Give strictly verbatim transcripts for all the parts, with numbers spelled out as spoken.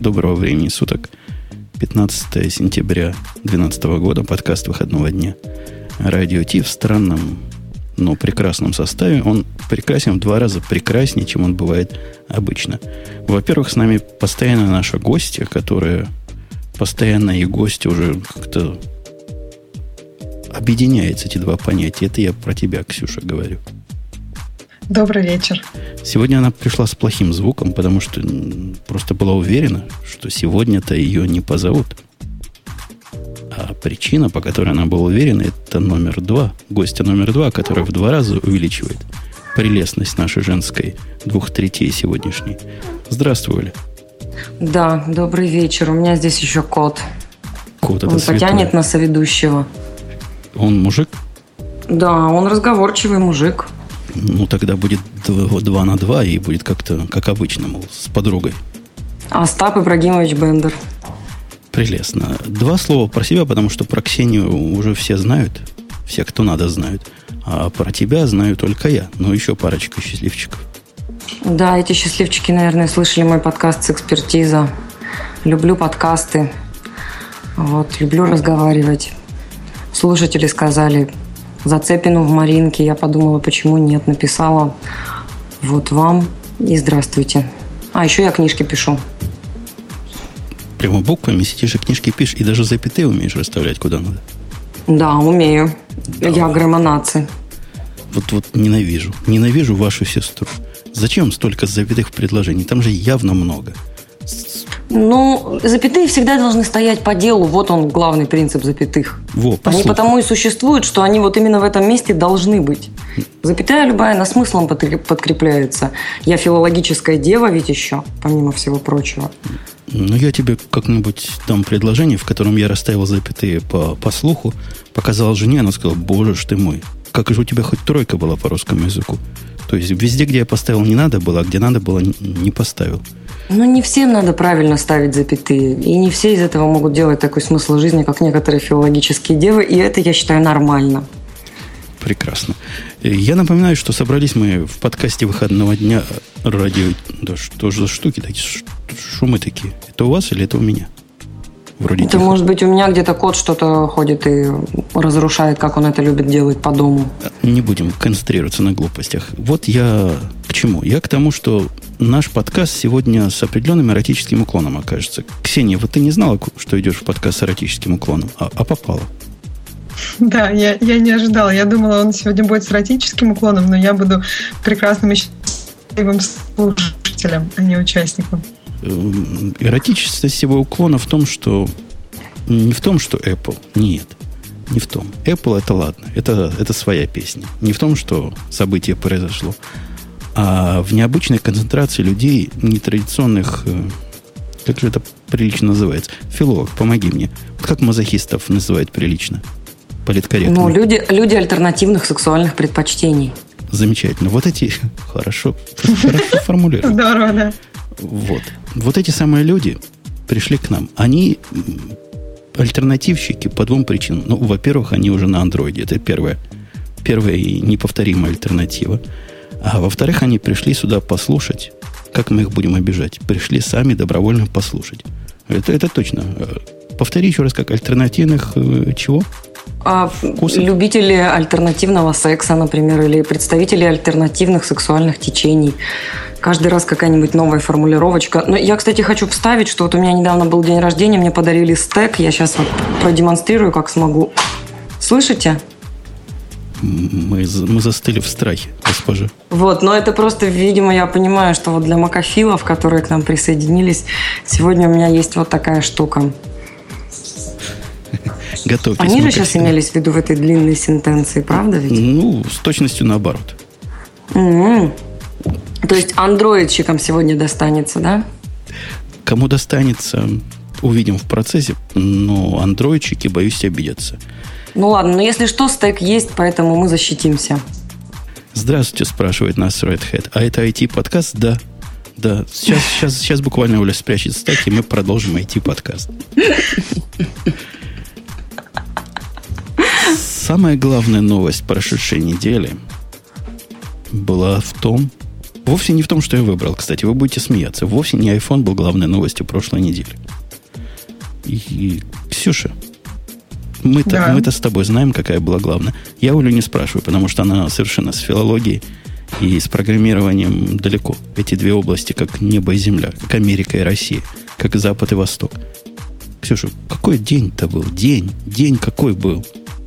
Доброго времени суток. пятнадцатое сентября две тысячи двенадцатого года. Подкаст выходного дня. Радио Ти в странном, но прекрасном составе. Он прекрасен в два раза прекраснее, чем он бывает обычно. Во-первых, с нами постоянно наша гостья, которая постоянно и гостья уже как-то объединяется, эти два понятия. Это я про тебя, Ксюша, говорю. Добрый вечер. Сегодня она пришла с плохим звуком, потому что просто была уверена, что сегодня-то ее не позовут. А причина, по которой она была уверена, это номер два. Гостья номер два, которая в два раза увеличивает прелестность нашей женской двух третей сегодняшней. Здравствуй, Оля. Да, добрый вечер. У меня здесь еще кот. Кот, это он святой. Потянет на соведущего. Он мужик? Да, он разговорчивый мужик. Ну, тогда будет два на два и будет как-то, как обычно, мол, с подругой. Остап Ибрагимович Бендер. Прелестно. Два слова про себя, потому что про Ксению уже все знают. Все, кто надо, знают. А про тебя знаю только я. Ну, еще парочка счастливчиков. Да, эти счастливчики, наверное, слышали мой подкаст «Экспертиза». Люблю подкасты. Вот, люблю разговаривать. Слушатели сказали... Зацепину в Маринке. Я подумала, почему нет. Написала вот вам и здравствуйте. А, еще я книжки пишу. Прямо буквами сидишь и книжки пишешь, и даже запятые умеешь расставлять куда надо. Да, умею. Да. Я граммонаци. Вот, вот ненавижу. Ненавижу вашу сестру. Зачем столько запятых в предложении? Там же явно много. Ну, запятые всегда должны стоять по делу. Вот он, главный принцип запятых. Во, они потому и существуют, что они вот именно в этом месте должны быть. Запятая любая, она смыслом подкрепляется. Я филологическая дева ведь еще, помимо всего прочего. Ну, я тебе как-нибудь дам предложение, в котором я расставил запятые по, по слуху, показал жене, она сказала: боже ж ты мой, как же у тебя хоть тройка была по русскому языку. То есть везде, где я поставил, не надо было, а где надо было, не поставил. Ну, не всем надо правильно ставить запятые. И не все из этого могут делать такой смысл жизни, как некоторые филологические девы. И это, я считаю, нормально. Прекрасно. Я напоминаю, что собрались мы в подкасте выходного дня радио... Да что же за штуки такие? Шумы такие. Это у вас или это у меня? Вроде это, тихо. Может быть, у меня где-то кот что-то ходит и разрушает, как он это любит делать по дому. Не будем концентрироваться на глупостях. Вот я к чему? Я к тому, что наш подкаст сегодня с определенным эротическим уклоном окажется. Ксения, вот ты не знала, что идешь в подкаст с эротическим уклоном, а, а попала. Да, я, я не ожидала. Я думала, он сегодня будет с эротическим уклоном, но я буду прекрасным и счастливым слушателем, а не участником. Эротичность его уклона в том, что... Не в том, что Apple. Нет. Не в том. Apple это ладно. Это, это своя песня. Не в том, что событие произошло. А в необычной концентрации людей, нетрадиционных... Как же это прилично называется? Филолог, помоги мне. Как мазохистов называют прилично? Политкорректно. Ну, люди, люди альтернативных сексуальных предпочтений. Замечательно. Вот эти... Хорошо. Хорошо формулируют. Здорово, да. Вот. Вот эти самые люди пришли к нам. Они альтернативщики по двум причинам. Ну, во-первых, они уже на андроиде. Это первая, первая и неповторимая альтернатива. А во-вторых, они пришли сюда послушать, как мы их будем обижать. Пришли сами добровольно послушать. Это, это точно. Повтори еще раз, как альтернативных э, чего? А, любители альтернативного секса, например, или представители альтернативных сексуальных течений. Каждый раз какая-нибудь новая формулировочка. Но я, кстати, хочу вставить, что вот у меня недавно был день рождения, мне подарили стек. Я сейчас вот продемонстрирую, как смогу. Слышите? Мы, мы застыли в страхе, госпожа. Вот, но это просто, видимо, я понимаю, что вот для макофилов, которые к нам присоединились, сегодня у меня есть вот такая штука. Готовьтесь. Они же сейчас имелись в виду в этой длинной сентенции, правда ведь? Ну, с точностью наоборот. Mm-hmm. То есть андроидчикам сегодня достанется, да? Кому достанется, увидим в процессе, но андроидчики, боюсь, обидятся. Ну ладно, но если что, стек есть, поэтому мы защитимся. Здравствуйте, спрашивает нас Red Hat. А это ай ти-подкаст? Да. Да. Сейчас, сейчас, сейчас буквально Оля спрячет стек, и мы продолжим ай ти-подкаст. Самая главная новость прошедшей недели была в том, Вовсе не в том, что я выбрал, кстати, вы будете смеяться. Вовсе не iPhone был главной новостью прошлой недели. И, и Ксюша, мы-то, да. мы-то с тобой знаем, какая была главная. Я Олю не спрашиваю, потому что она совершенно с филологией и с программированием далеко. Эти две области, как небо и земля, как Америка и Россия, как Запад и Восток. Ксюша, какой день-то был? День. День какой был?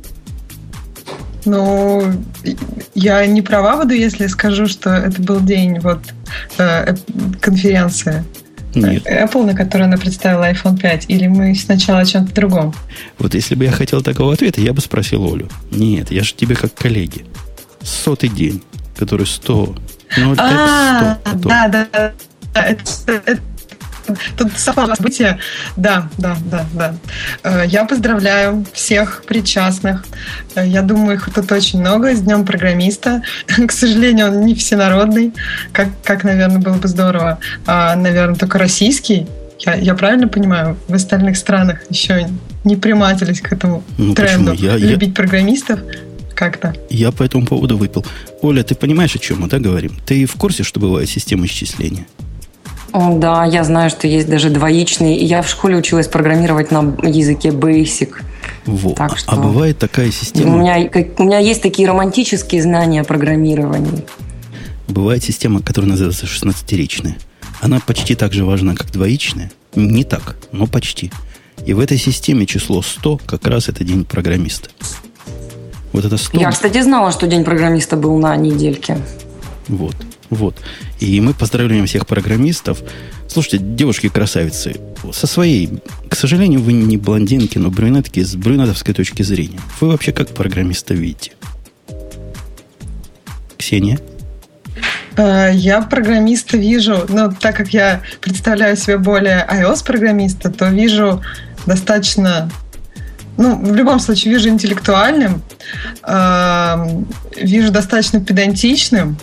Ну, я не права буду, если скажу, что это был день вот э, конференции Нет. Apple, на которой она представила айфон пять, или мы сначала о чем-то другом? Вот если бы я хотел такого ответа, я бы спросил Олю. Нет, я же тебе как коллеги. Сотый день, который сто... Ну, а, сто, да, да, да. Это, это, тут совпало событие. Да, да, да, да. Я поздравляю всех причастных. Я думаю, их тут очень много. С Днем программиста. К сожалению, он не всенародный, как, как наверное, было бы здорово. А, наверное, только российский. Я, я правильно понимаю? В остальных странах еще не приматились к этому ну, тренду. Я, любить я... программистов. Как-то. Я по этому поводу выпил. Оля, ты понимаешь, о чем мы, да, говорим? Ты в курсе, что бывает система исчисления? Да, я знаю, что есть даже двоичные. И я в школе училась программировать на языке Basic. Вот. Так что а бывает такая система... У меня, как, у меня есть такие романтические знания о программировании. Бывает система, которая называется шестнадцатеричная. Она почти так же важна, как двоичная. Не так, но почти. И в этой системе число сто как раз это день программиста. Вот это сто... Я, кстати, знала, что день программиста был на недельке. Вот. Вот. И мы поздравляем всех программистов. Слушайте, девушки-красавицы, со своей, к сожалению, вы не блондинки, но брюнетки с брюнетовской точки зрения. Вы вообще как программиста видите? Ксения? Я программиста вижу, но так как я представляю себе более iOS-программиста, то вижу достаточно... Ну, в любом случае, вижу интеллектуальным, э, вижу достаточно педантичным,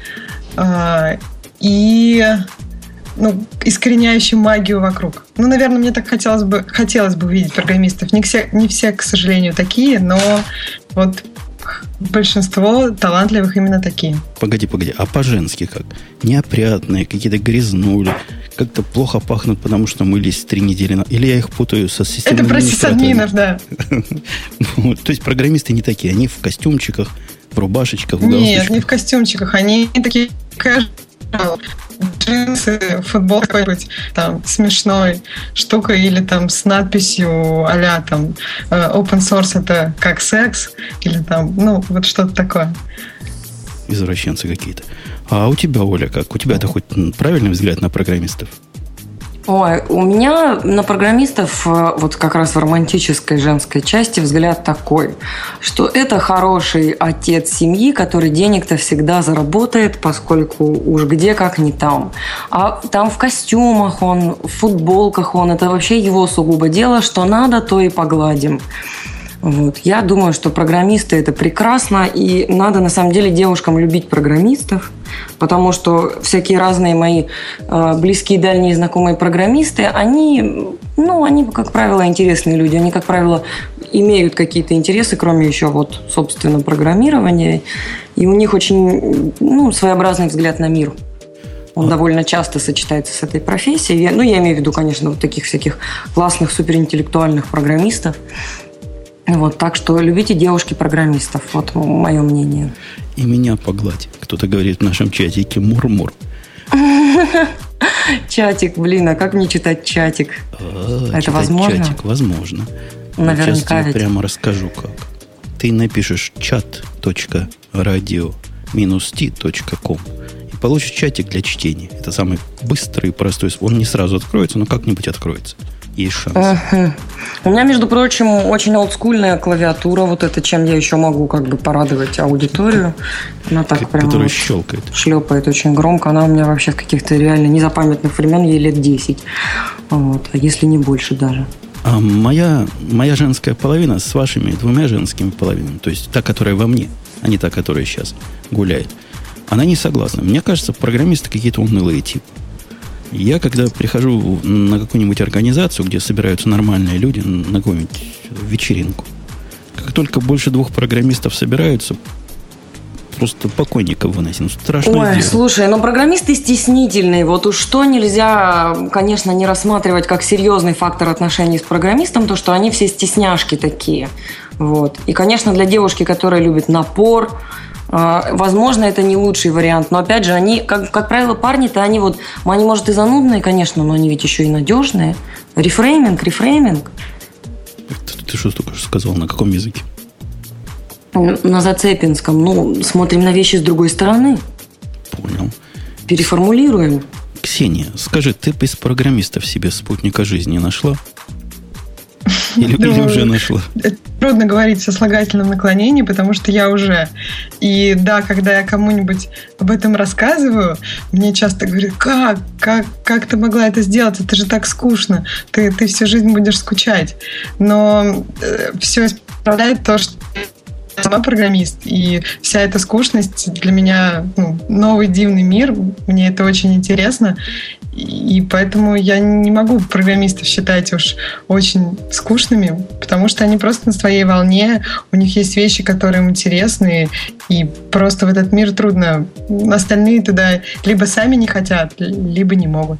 и ну, искореняющим магию вокруг. Ну, наверное, мне так хотелось бы, хотелось бы увидеть программистов. Не все, не все, к сожалению, такие, но вот большинство талантливых именно такие. Погоди, погоди, а по-женски как? Неопрятные, какие-то грязнули, как-то плохо пахнут, потому что мылись три недели на... Или я их путаю со системой. Это про сисадминов, да. То есть программисты не такие, они в костюмчиках, в рубашечках, в галстучках. Нет, не в костюмчиках, они такие casual. Джинсы, футбол какой-нибудь там смешной штукой или там с надписью а-ля там open source это как секс или там, ну, вот что-то такое. Извращенцы какие-то. А у тебя, Оля, как? У тебя-то хоть правильный взгляд на программистов? Ой, у меня на программистов вот как раз в романтической женской части взгляд такой, что это хороший отец семьи, который денег-то всегда заработает, поскольку уж где как не там. А там в костюмах он, в футболках он, это вообще его сугубо дело, что надо, то и погладим. Вот. Я думаю, что программисты – это прекрасно, и надо на самом деле девушкам любить программистов, потому что всякие разные мои э, близкие, дальние, знакомые программисты, они, ну, они, как правило, интересные люди, они, как правило, имеют какие-то интересы, кроме еще вот, собственно, программирования, и у них очень, ну, своеобразный взгляд на мир. Он довольно часто сочетается с этой профессией. Ну, я имею в виду, конечно, вот таких всяких классных, суперинтеллектуальных программистов. Вот, так что любите девушки-программистов, вот мое мнение. И меня погладь. Кто-то говорит в нашем чатике мур-мур. Чатик, блин, а как мне читать чатик? А, Это возможно? Чатик, возможно. Наверняка. Сейчас я ведь. прямо расскажу, как. Ты напишешь чат точка радио минус ти точка ком и получишь чатик для чтения. Это самый быстрый и простой. Он не сразу откроется, но как-нибудь откроется. Есть шанс. Uh-huh. У меня, между прочим, очень олдскульная клавиатура. Вот это чем я еще могу как бы порадовать аудиторию. Она так К- прямо которая вот щелкает. шлепает очень громко. Она у меня вообще в каких-то реально незапамятных времен, ей лет десять. Вот. А если не больше даже. А моя, моя женская половина с вашими двумя женскими половинами, то есть та, которая во мне, а не та, которая сейчас гуляет, она не согласна. Мне кажется, программисты какие-то унылые типы. Я, когда прихожу на какую-нибудь организацию, где собираются нормальные люди, на какую-нибудь вечеринку, как только больше двух программистов собираются, просто покойников выносить. Ну, страшно Ой, дело. Слушай, ну программисты стеснительные. Вот уж что нельзя, конечно, не рассматривать как серьезный фактор отношений с программистом, то, что они все стесняшки такие. Вот. И, конечно, для девушки, которая любит напор, возможно, это не лучший вариант. Но, опять же, они, как, как правило, парни-то, они вот, они, может, и занудные, конечно, но они ведь еще и надежные. Рефрейминг, рефрейминг. Ты, ты что только что сказал? На каком языке? На зацепинском. Ну, смотрим на вещи с другой стороны. Понял. Переформулируем. Ксения, скажи, ты без программистов себе спутника жизни нашла? Или, ну, или уже нашла? Трудно говорить со слагательном наклонении, потому что я уже. И да, когда я кому-нибудь об этом рассказываю, мне часто говорят, как? Как, как ты могла это сделать? Это же так скучно. Ты, ты всю жизнь будешь скучать. Но э, все исправляет то, что я сама программист. И вся эта скучность для меня ну, новый дивный мир. Мне это очень интересно. И поэтому я не могу программистов считать уж очень скучными, потому что они просто на своей волне, у них есть вещи, которые им интересны, и просто в этот мир трудно. Остальные туда либо сами не хотят, либо не могут.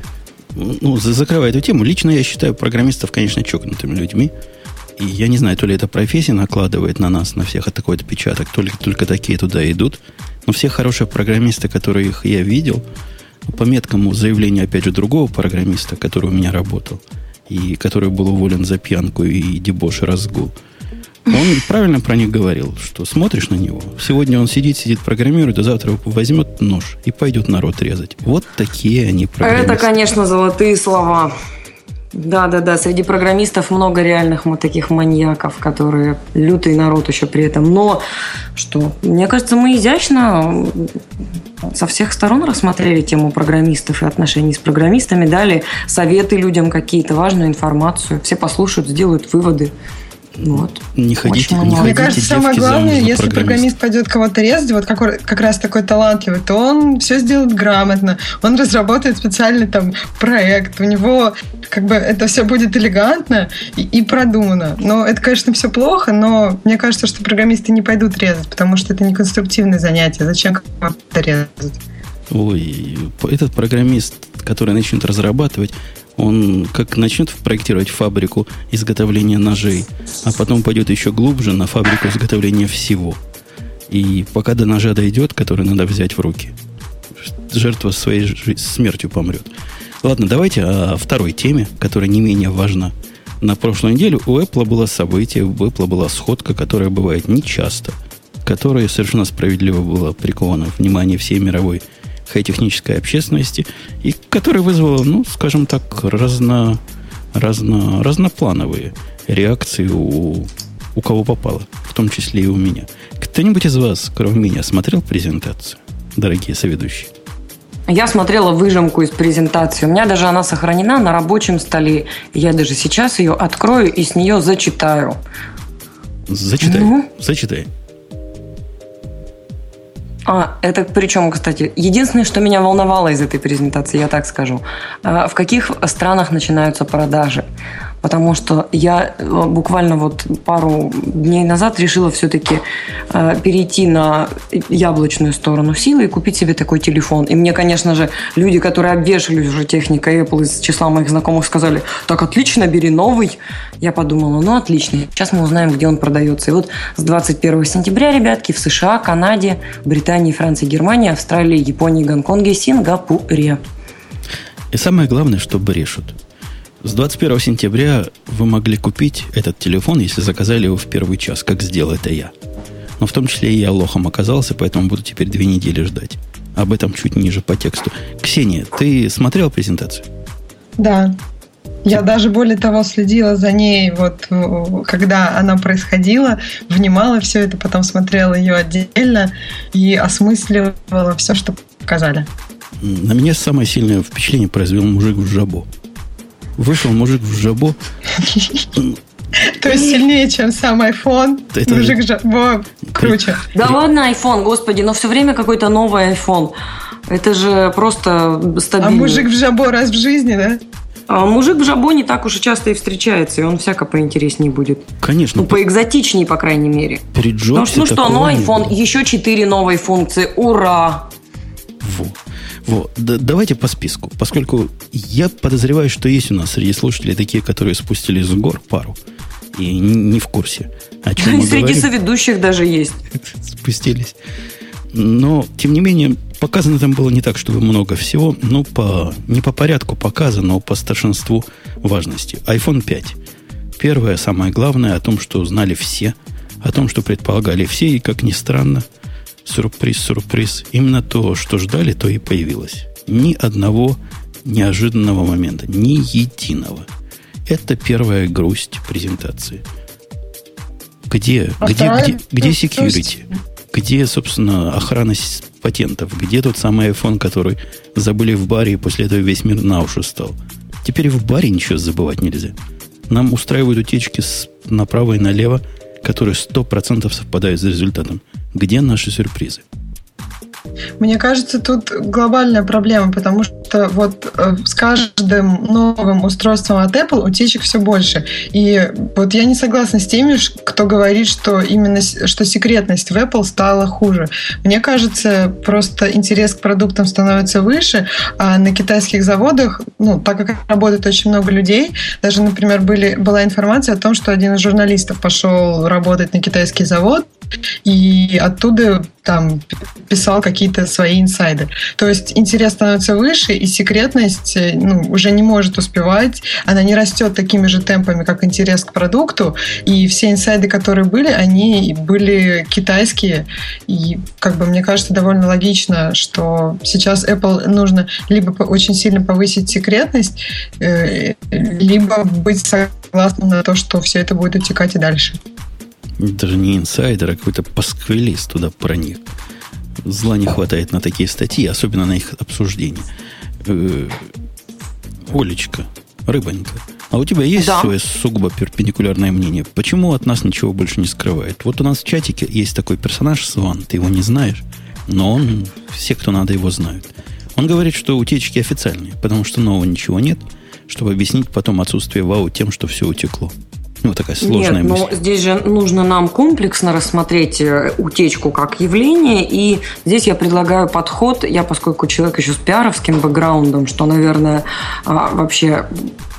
Ну, закрывая эту тему, лично я считаю программистов, конечно, чокнутыми людьми. И я не знаю, то ли эта профессия накладывает на нас, на всех такой отпечаток, то ли только такие туда идут. Но все хорошие программисты, которых я видел, по меткому заявлению, опять же, другого программиста, который у меня работал, и который был уволен за пьянку и дебош и разгул, он правильно про них говорил, что смотришь на него, сегодня он сидит, сидит, программирует, а завтра возьмет нож и пойдет народ резать. Вот такие они программисты. Это, конечно, золотые слова. Да-да-да, среди программистов много реальных вот таких маньяков, которые лютый народ еще при этом. Но что, мне кажется, мы изящно со всех сторон рассмотрели тему программистов и отношений с программистами, дали советы людям какие-то, важную информацию. Все послушают, сделают выводы. Вот. Не ходите, не ходите. Мне кажется, самое главное, если программист пойдет кого-то резать, вот как, как раз такой талантливый, то он все сделает грамотно. Он разработает специальный там проект. У него как бы это все будет элегантно и, и продумано. Но это, конечно, все плохо, но мне кажется, что программисты не пойдут резать, потому что это не конструктивное занятие. Зачем кого-то резать? Ой, этот программист, который начнет разрабатывать, он как начнет проектировать фабрику изготовления ножей, а потом пойдет еще глубже на фабрику изготовления всего. И пока до ножа дойдет, который надо взять в руки, жертва своей смертью помрет. Ладно, давайте о второй теме, которая не менее важна. На прошлой неделе у Apple было событие, у Apple была сходка, которая бывает нечасто, которая совершенно справедливо была прикована внимание всей мировой хай-технической общественности, и которая вызвала, ну, скажем так, разно, разно, разноплановые реакции у, у кого попало, в том числе и у меня. Кто-нибудь из вас, кроме меня, смотрел презентацию, дорогие соведущие? Я смотрела выжимку из презентации. У меня даже она сохранена на рабочем столе. Я даже сейчас ее открою и с нее зачитаю. Зачитай. Ну? Зачитай. А, это причем, кстати, единственное, что меня волновало из этой презентации, я так скажу, в каких странах начинаются продажи. Потому что я буквально вот пару дней назад решила все-таки перейти на яблочную сторону силы и купить себе такой телефон. И мне, конечно же, люди, которые обвешались уже техникой Apple из числа моих знакомых, сказали: так, отлично, бери новый. Я подумала, ну отлично, сейчас мы узнаем, где он продается. И вот с двадцать первого сентября, ребятки, в США, Канаде, Британии, Франции, Германии, Австралии, Японии, Гонконге, Сингапуре. И самое главное, что брешут. С двадцать первого сентября вы могли купить этот телефон, если заказали его в первый час, как сделал это я. Но в том числе и я лохом оказался, поэтому буду теперь две недели ждать. Об этом чуть ниже по тексту. Ксения, ты смотрела презентацию? Да. Я даже более того следила за ней, вот когда она происходила, внимала все это, потом смотрела ее отдельно и осмысливала все, что показали. На меня самое сильное впечатление произвел мужик в жабо. Вышел мужик в жабо. То есть сильнее, чем сам iPhone. Это... Мужик в жабо круче. Да ладно, iPhone, господи, но все время какой-то новый iPhone. Это же просто стабильно. А мужик в жабо раз в жизни, да? А мужик в жабо не так уж и часто и встречается, и он всяко поинтереснее будет. Конечно. Ну, поэкзотичнее, по крайней мере. При Джобсе ну что, ну iPhone, еще четыре новые функции. Ура! Во. Во. Да, давайте по списку. Поскольку я подозреваю, что есть у нас среди слушателей такие, которые спустились с гор пару и не в курсе, о чем да, мы и среди говорим. соведущих даже есть. Спустились. Но, тем не менее, показано там было не так, чтобы много всего, но по, не по порядку показа, но по старшинству важности. айфон пять. Первое, самое главное, о том, что знали все, о том, что предполагали все, и, как ни странно, сюрприз, сюрприз, именно то, что ждали, то и появилось. Ни одного неожиданного момента, ни единого. Это первая грусть презентации. Где, а где, вторая, где, где security? Где, собственно, охрана патентов? Где тот самый iPhone, который забыли в баре, и после этого весь мир на уши стал? Теперь и в баре ничего забывать нельзя. Нам устраивают утечки с, направо и налево, которые сто процентов совпадают с результатом. Где наши сюрпризы? Мне кажется, тут глобальная проблема, потому что вот с каждым новым устройством от Apple утечек все больше. И вот я не согласна с теми, кто говорит, что именно что секретность в Apple стала хуже. Мне кажется, просто интерес к продуктам становится выше, а на китайских заводах, ну, так как работает очень много людей, даже, например, были, была информация о том, что один из журналистов пошел работать на китайский завод, и оттуда там писал какие-то свои инсайды. То есть интерес становится выше, и секретность ну, уже не может успевать. Она не растет такими же темпами, как интерес к продукту. И все инсайды, которые были, они были китайские. И, как бы, мне кажется, довольно логично, что сейчас Apple нужно либо очень сильно повысить секретность, либо быть согласным на то, что все это будет утекать и дальше. Даже не инсайдер, а какой-то пасквилист туда проник. Зла не хватает на такие статьи, особенно на их обсуждение. Э-э- Олечка, рыбонька, а у тебя есть да. свое сугубо перпендикулярное мнение? Почему от нас ничего больше не скрывает? Вот у нас в чатике есть такой персонаж Сван, ты его не знаешь, но он, все, кто надо, его знают. Он говорит, что утечки официальные, потому что нового ничего нет, чтобы объяснить потом отсутствие вау тем, что все утекло. Ну, такая сложная Нет, мысль. но здесь же нужно нам комплексно рассмотреть утечку как явление, и здесь я предлагаю подход, я, поскольку человек еще с пиаровским бэкграундом, что, наверное, вообще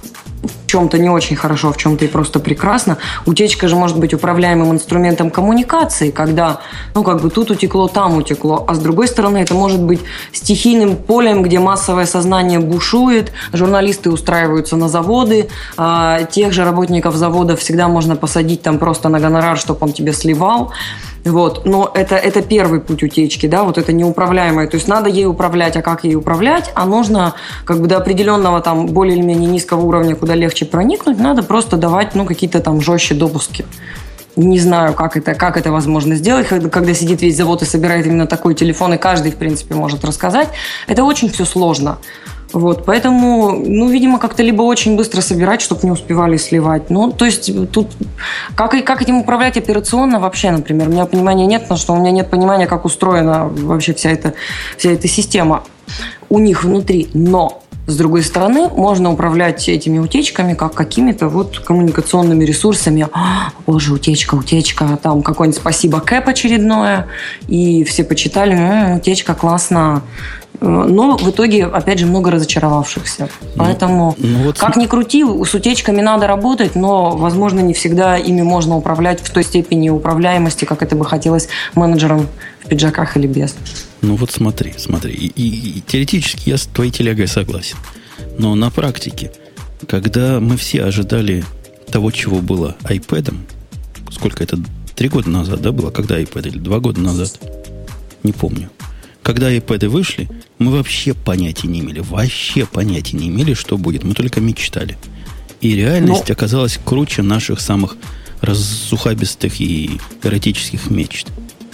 в чем-то не очень хорошо, в чем-то и просто прекрасно. Утечка же может быть управляемым инструментом коммуникации, когда, ну, как бы тут утекло, там утекло, а с другой стороны это может быть стихийным полем, где массовое сознание бушует, журналисты устраиваются на заводы, а тех же работников заводов всегда можно посадить там просто на гонорар, чтобы он тебе сливал. Вот. Но это, это первый путь утечки, да, вот это неуправляемое. То есть надо ей управлять, а как ей управлять? А нужно как бы до определенного там более или менее низкого уровня, куда легче проникнуть, надо просто давать, ну, какие-то там жестче допуски. Не знаю, как это, как это возможно сделать, когда, когда сидит весь завод и собирает именно такой телефон, и каждый, в принципе, может рассказать. Это очень все сложно. Вот, поэтому, ну, видимо, как-то либо очень быстро собирать, чтобы не успевали сливать. Ну, то есть тут как, как этим управлять операционно вообще, например, у меня понимания нет, потому что у меня нет понимания, как устроена вообще вся эта, вся эта система у них внутри. Но, с другой стороны, можно управлять этими утечками как какими-то вот коммуникационными ресурсами. О, боже, утечка, утечка, там какое-нибудь спасибо Кэп очередное, и все почитали, м-м, утечка, классно. Но в итоге, опять же, много разочаровавшихся. Ну, Поэтому, ну вот как ни крути, с утечками надо работать, но, возможно, не всегда ими можно управлять в той степени управляемости, как это бы хотелось менеджерам в пиджаках или без. Ну вот смотри, смотри. И, и, и теоретически я с твоей телегой согласен. Но на практике, когда мы все ожидали того, чего было iPad'ом, сколько это, три года назад, да, было? Когда iPad? Или два года назад? Не помню. Когда iPad'ы вышли, мы вообще понятия не имели, вообще понятия не имели, что будет. Мы только мечтали. И реальность Но... оказалась круче наших самых разухабистых и эротических мечт.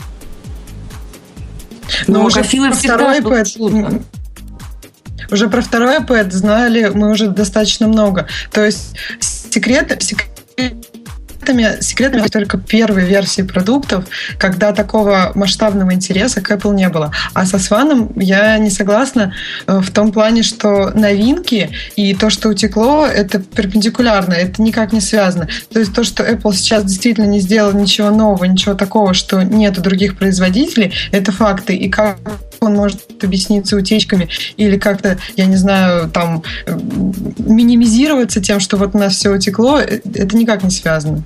Но ну, уже про второй iPad, уже про второй iPad знали мы уже достаточно много. То есть секрет, секрет секретами только первой версии продуктов, когда такого масштабного интереса к Apple не было. А со Сваном я не согласна в том плане, что новинки и то, что утекло, это перпендикулярно, это никак не связано. То есть то, что Apple сейчас действительно не сделал ничего нового, ничего такого, что нет у других производителей, это факты. И как он может объясниться утечками или как-то, я не знаю, там минимизироваться тем, что вот у нас все утекло, это никак не связано.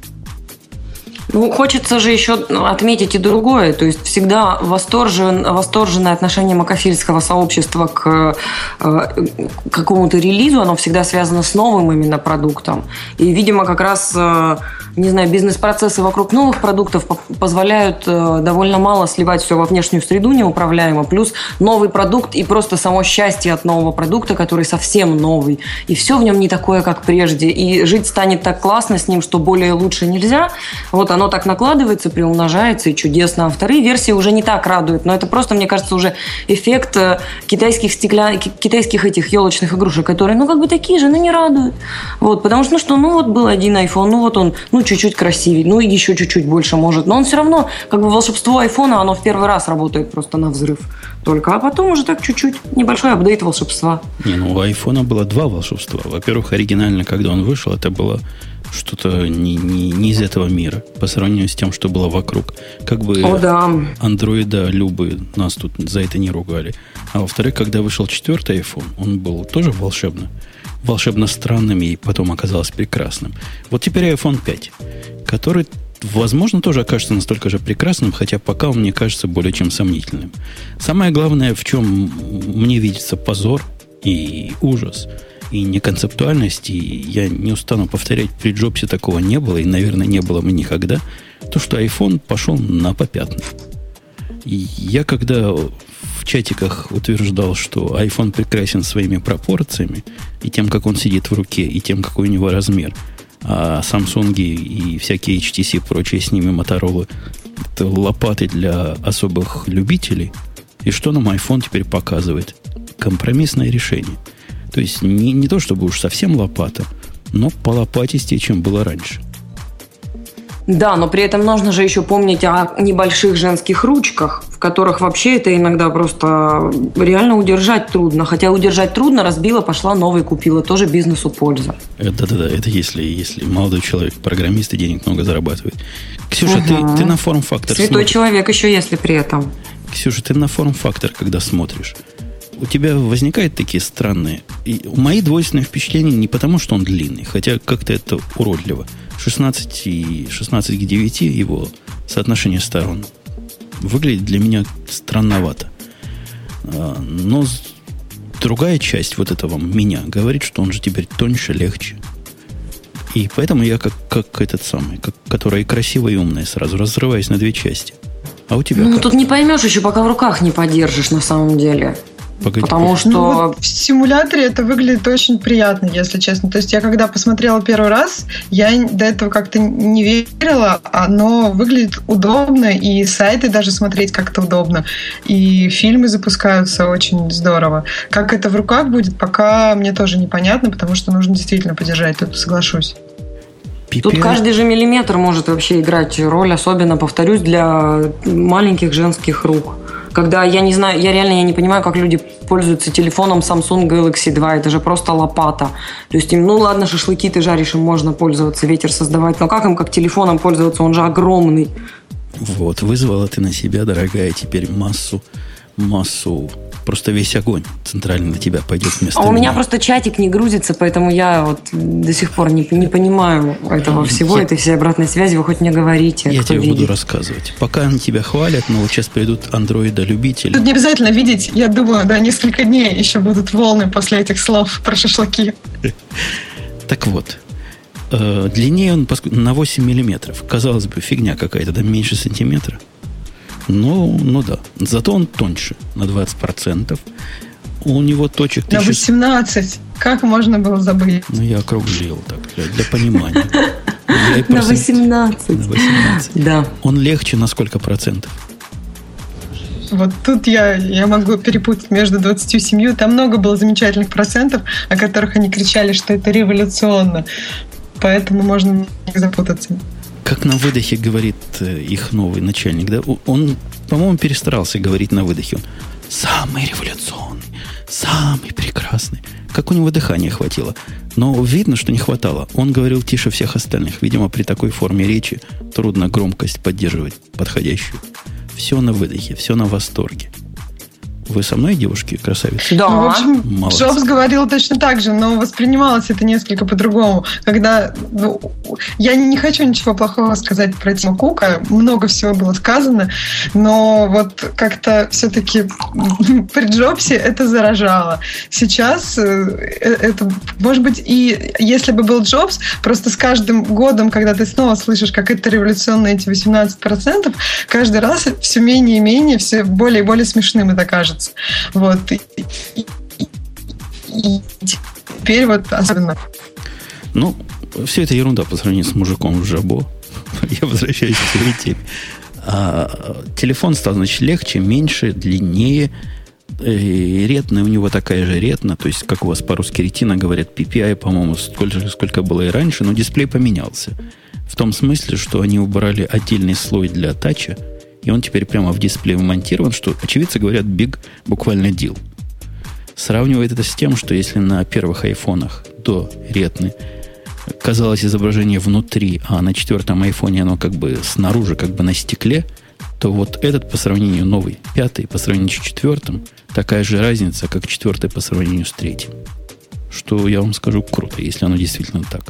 Ну, хочется же еще отметить и другое. То есть всегда восторжен, восторженное отношение макафильского сообщества к э, какому-то релизу, оно всегда связано с новым именно продуктом. И, видимо, как раз, э, не знаю, бизнес-процессы вокруг новых продуктов позволяют э, довольно мало сливать все во внешнюю среду неуправляемо. Плюс новый продукт и просто само счастье от нового продукта, который совсем новый. И все в нем не такое, как прежде. И жить станет так классно с ним, что более лучше нельзя. Вот оно так накладывается, приумножается, и чудесно. А вторые версии уже не так радуют. Но это просто, мне кажется, уже эффект китайских, стекля... китайских этих елочных игрушек, которые, ну, как бы такие же, но не радуют. Вот, потому что, ну что, ну вот был один iPhone, ну вот он, ну, чуть-чуть красивее, ну, и еще чуть-чуть больше может. Но он все равно, как бы волшебство айфона, оно в первый раз работает просто на взрыв только. А потом уже так чуть-чуть небольшой апдейт волшебства. Не, ну, у айфона было два волшебства. Во-первых, оригинально, когда он вышел, это было что-то не, не, не из этого мира по сравнению с тем, что было вокруг. Как бы О, да. андроида любы нас тут за это не ругали. А во-вторых, когда вышел четвертый iPhone, он был тоже волшебно, волшебно странным и потом оказался прекрасным. Вот теперь iPhone пять, который, возможно, тоже окажется настолько же прекрасным, хотя пока он мне кажется более чем сомнительным. Самое главное, в чем мне видится позор и ужас – и неконцептуальность, и я не устану повторять, при Джобсе такого не было, и, наверное, не было бы никогда, то, что iPhone пошел на попятный. И я, когда в чатиках утверждал, что iPhone прекрасен своими пропорциями, и тем, как он сидит в руке, и тем, какой у него размер, а Samsung и всякие эйч ти си, прочие с ними Motorola, это лопаты для особых любителей, и что нам iPhone теперь показывает? Компромиссное решение. То есть не, не то, чтобы уж совсем лопата, но полопатистее, чем было раньше. Да, но при этом нужно же еще помнить о небольших женских ручках, в которых вообще это иногда просто реально удержать трудно. Хотя удержать трудно, разбила, пошла новый купила. Тоже бизнесу польза. Да-да-да, это если, если молодой человек, программист и денег много зарабатывает. Ксюша, угу. ты, ты на форм-фактор Святой смотришь. человек еще если при этом. Ксюша, ты на форм-фактор, когда смотришь, у тебя возникают такие странные... И мои двойственные впечатления не потому, что он длинный, хотя как-то это уродливо. шестнадцать и шестнадцать к девяти его соотношение сторон выглядит для меня странновато. Но другая часть вот этого меня говорит, что он же теперь тоньше, легче. И поэтому я как, как этот самый, как, который красивый и умный, сразу разрываюсь на две части. А у тебя Ну, как? тут не поймешь еще, пока в руках не подержишь на самом деле. Погоди, Потому погоди. что... Ну, вот в симуляторе это выглядит очень приятно, если честно. То есть я когда посмотрела первый раз, я до этого как-то не верила, оно выглядит удобно, и сайты даже смотреть как-то удобно, и фильмы запускаются очень здорово. Как это в руках будет, пока мне тоже непонятно, потому что нужно действительно подержать, тут соглашусь. Тут каждый же миллиметр может вообще играть роль, особенно, повторюсь, для маленьких женских рук. Когда я не знаю, я реально я не понимаю, как люди пользуются телефоном Samsung Galaxy два. Это же просто лопата. То есть им, ну ладно, шашлыки ты жаришь, им можно пользоваться, ветер создавать. Но как им как телефоном пользоваться? Он же огромный. Вот, вызвала ты на себя, дорогая, теперь массу, массу, просто весь огонь центральный на тебя пойдет вместо А у меня меня. просто чатик не грузится, поэтому я вот до сих пор не, не понимаю этого всего, Я- этой всей обратной связи. Вы хоть мне говорите, Я кто тебе видит. буду рассказывать. Пока они тебя хвалят, но вот сейчас придут андроида-любители. Тут не обязательно видеть, я думаю, да, несколько дней еще будут волны после этих слов про шашлыки. Так вот, э, длиннее он поск- на восемь миллиметров. Казалось бы, фигня какая-то, да меньше сантиметра. Ну, ну да. Зато он тоньше на двадцать процентов. У него точек На тысяча... восемнадцать. Как можно было забыть? Ну, я округлил так, для, для понимания. Я и На процент- восемнадцать. На восемнадцать. Да. Он легче на сколько процентов? Вот тут я, я могу перепутать между двадцатью семью. Там много было замечательных процентов, о которых они кричали, что это революционно. Поэтому можно запутаться. как на выдохе говорит их новый начальник, да? Он, по-моему, перестарался говорить на выдохе. Он самый революционный, самый прекрасный. Как у него дыхания хватило. Но видно, что не хватало. Он говорил тише всех остальных. Видимо, при такой форме речи трудно громкость поддерживать подходящую. Все на выдохе, все на восторге. Вы со мной, девушки, красавицы? Да. Ну, в общем, молодцы. Джобс говорил точно так же, но воспринималось это несколько по-другому. Когда... Ну, я не хочу ничего плохого сказать про Тима Кука. Много всего было сказано. Но вот как-то все-таки при Джобсе это заражало. Сейчас это... Может быть, и если бы был Джобс, просто с каждым годом, когда ты снова слышишь, как это революционно, эти восемнадцать процентов, каждый раз все менее и менее, все более и более смешным это кажется. Вот. И, и, и теперь вот особенно. Ну, все это ерунда по сравнению с мужиком в жабо. Я возвращаюсь к своей теме. А, телефон стал, значит, легче, меньше, длиннее. И ретна у него такая же ретна. То есть, как у вас по-русски ретина говорят, пи пи ай, по-моему, столько же, сколько было и раньше, но дисплей поменялся. В том смысле, что они убрали отдельный слой для тача, и он теперь прямо в дисплей вмонтирован, что очевидцы говорят big буквально deal. Сравнивает это с тем, что если на первых айфонах до ретны казалось изображение внутри, а на четвертом айфоне оно как бы снаружи, как бы на стекле, то вот этот по сравнению новый, пятый по сравнению с четвертым, такая же разница, как четвертый по сравнению с третьим. Что, я вам скажу, круто, если оно действительно так.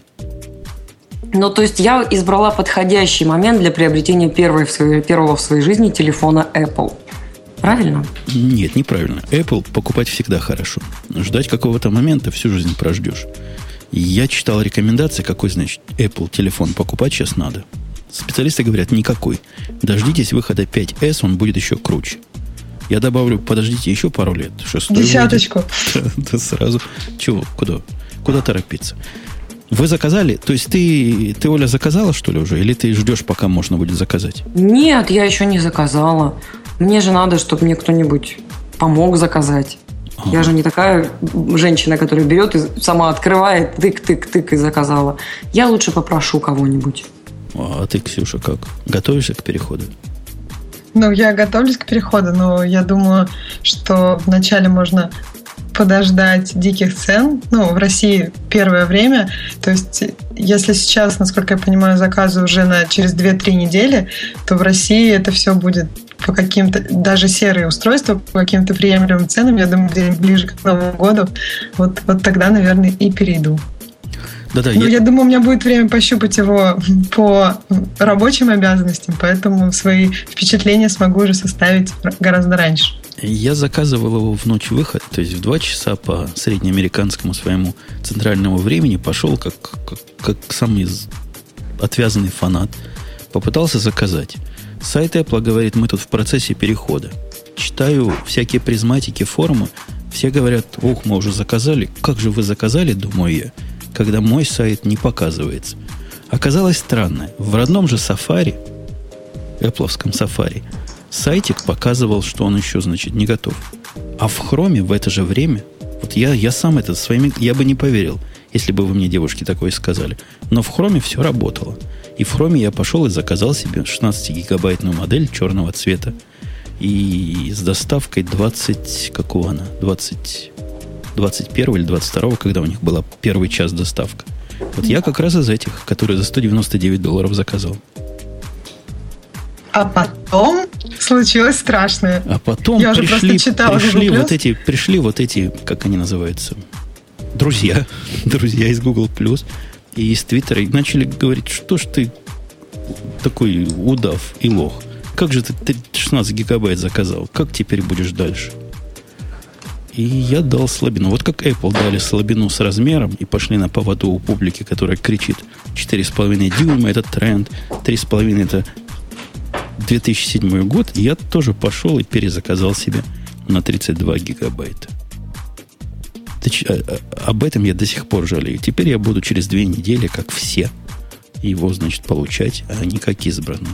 Ну, то есть я избрала подходящий момент для приобретения первой в своей, первого в своей жизни телефона Apple. Правильно? Нет, неправильно. Apple покупать всегда хорошо. Ждать какого-то момента всю жизнь прождешь. Я читал рекомендации, какой, значит, Apple телефон покупать сейчас надо. Специалисты говорят, никакой. Дождитесь выхода пять эс, он будет еще круче. Я добавлю, подождите еще пару лет. Шестой Десяточку. Да сразу. Чего? Куда? Куда торопиться? Вы заказали? То есть ты, ты, Оля, заказала, что ли, уже? Или ты ждешь, пока можно будет заказать? Нет, я еще не заказала. Мне же надо, чтобы мне кто-нибудь помог заказать. А. Я же не такая женщина, которая берет и сама открывает, тык-тык-тык и заказала. Я лучше попрошу кого-нибудь. А ты, Ксюша, как? Готовишься к переходу? Ну, я готовлюсь к переходу, но я думаю, что вначале можно подождать диких цен, ну, в России первое время, то есть если сейчас, насколько я понимаю, заказы уже на через две-три недели, то в России это все будет по каким-то, даже серые устройства по каким-то приемлемым ценам, я думаю, где-нибудь ближе к Новому году, вот, вот тогда, наверное, и перейду. Да-да, ну, я... я думаю, у меня будет время пощупать его по рабочим обязанностям, поэтому свои впечатления смогу уже составить гораздо раньше. Я заказывал его в ночь выхода, то есть в два часа по среднеамериканскому своему центральному времени пошел как, как, как самый отвязанный фанат. Попытался заказать. Сайт Apple говорит, мы тут в процессе перехода. Читаю всякие призматики, форумы. Все говорят, ух, мы уже заказали. Как же вы заказали, думаю я, когда мой сайт не показывается. Оказалось странное. В родном же Safari, Apple'овском Safari, сайтик показывал, что он еще, значит, не готов. А в Хроме в это же время, вот я, я сам это своими, я бы не поверил, если бы вы мне, девушки, такое сказали. Но в Хроме все работало. И в Хроме я пошел и заказал себе шестнадцатигигабайтную модель черного цвета. И с доставкой двадцать, какого она? двадцать, двадцать первого или двадцать второго, когда у них была первый час доставка. Вот я как раз из этих, которые за сто девяносто девять долларов заказал. А потом случилось страшное. А потом Я пришли, уже читала пришли вот эти, пришли вот эти, как они называются, друзья, друзья из Google+, и из Твиттера, и начали говорить, что ж ты такой удав и лох. Как же ты шестнадцать гигабайт заказал? Как теперь будешь дальше? И я дал слабину. Вот как Apple дали слабину с размером и пошли на поводу у публики, которая кричит четыре с половиной дюйма, это тренд, три с половиной это две тысячи седьмой год, я тоже пошел и перезаказал себе на тридцать два гигабайта. Об этом я до сих пор жалею. Теперь я буду через две недели, как все, его, значит, получать, а не как избранные.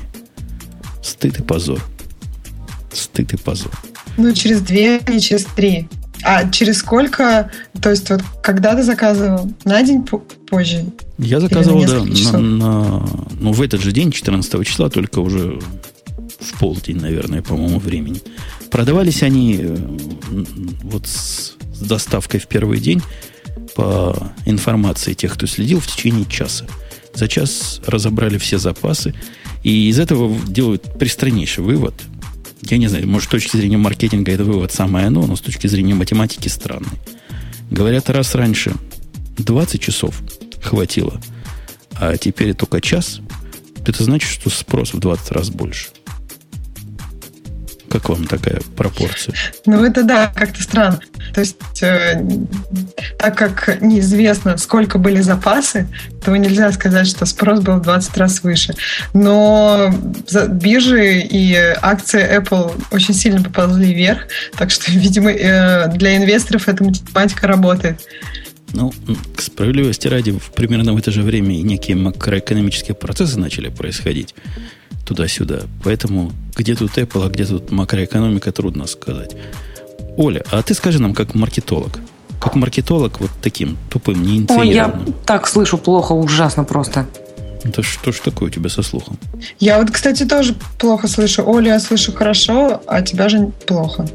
Стыд и позор. Стыд и позор. Ну, через две, не через три. А через сколько, то есть вот когда ты заказывал? На день позже? Я заказывал, да, на, на, ну, в этот же день, четырнадцатого числа, только уже в полдень, наверное, по-моему, времени. Продавались они вот с, с доставкой в первый день по информации тех, кто следил, в течение часа. За час разобрали все запасы. И из этого делают пристраннейший вывод. Я не знаю, может, с точки зрения маркетинга это вывод самое оно, но с точки зрения математики странный. Говорят, раз раньше двадцать часов хватило, а теперь только час, это значит, что спрос в двадцать раз больше. Как вам такая пропорция? Ну, это да, как-то странно. То есть, э, так как неизвестно, сколько были запасы, то нельзя сказать, что спрос был в двадцать раз выше. Но биржи и акции Apple очень сильно поползли вверх, так что, видимо, э, для инвесторов эта математика работает. Ну, к справедливости ради, примерно в это же время и некие макроэкономические процессы начали происходить туда-сюда. Поэтому где тут Apple, а где тут макроэкономика, трудно сказать. Оля, а ты скажи нам, как маркетолог. Как маркетолог вот таким тупым, неинициированным. Ой, я так слышу плохо, ужасно просто. Это что ж такое у тебя со слухом? Я вот, кстати, тоже плохо слышу. Олю я слышу хорошо, а тебя же плохо.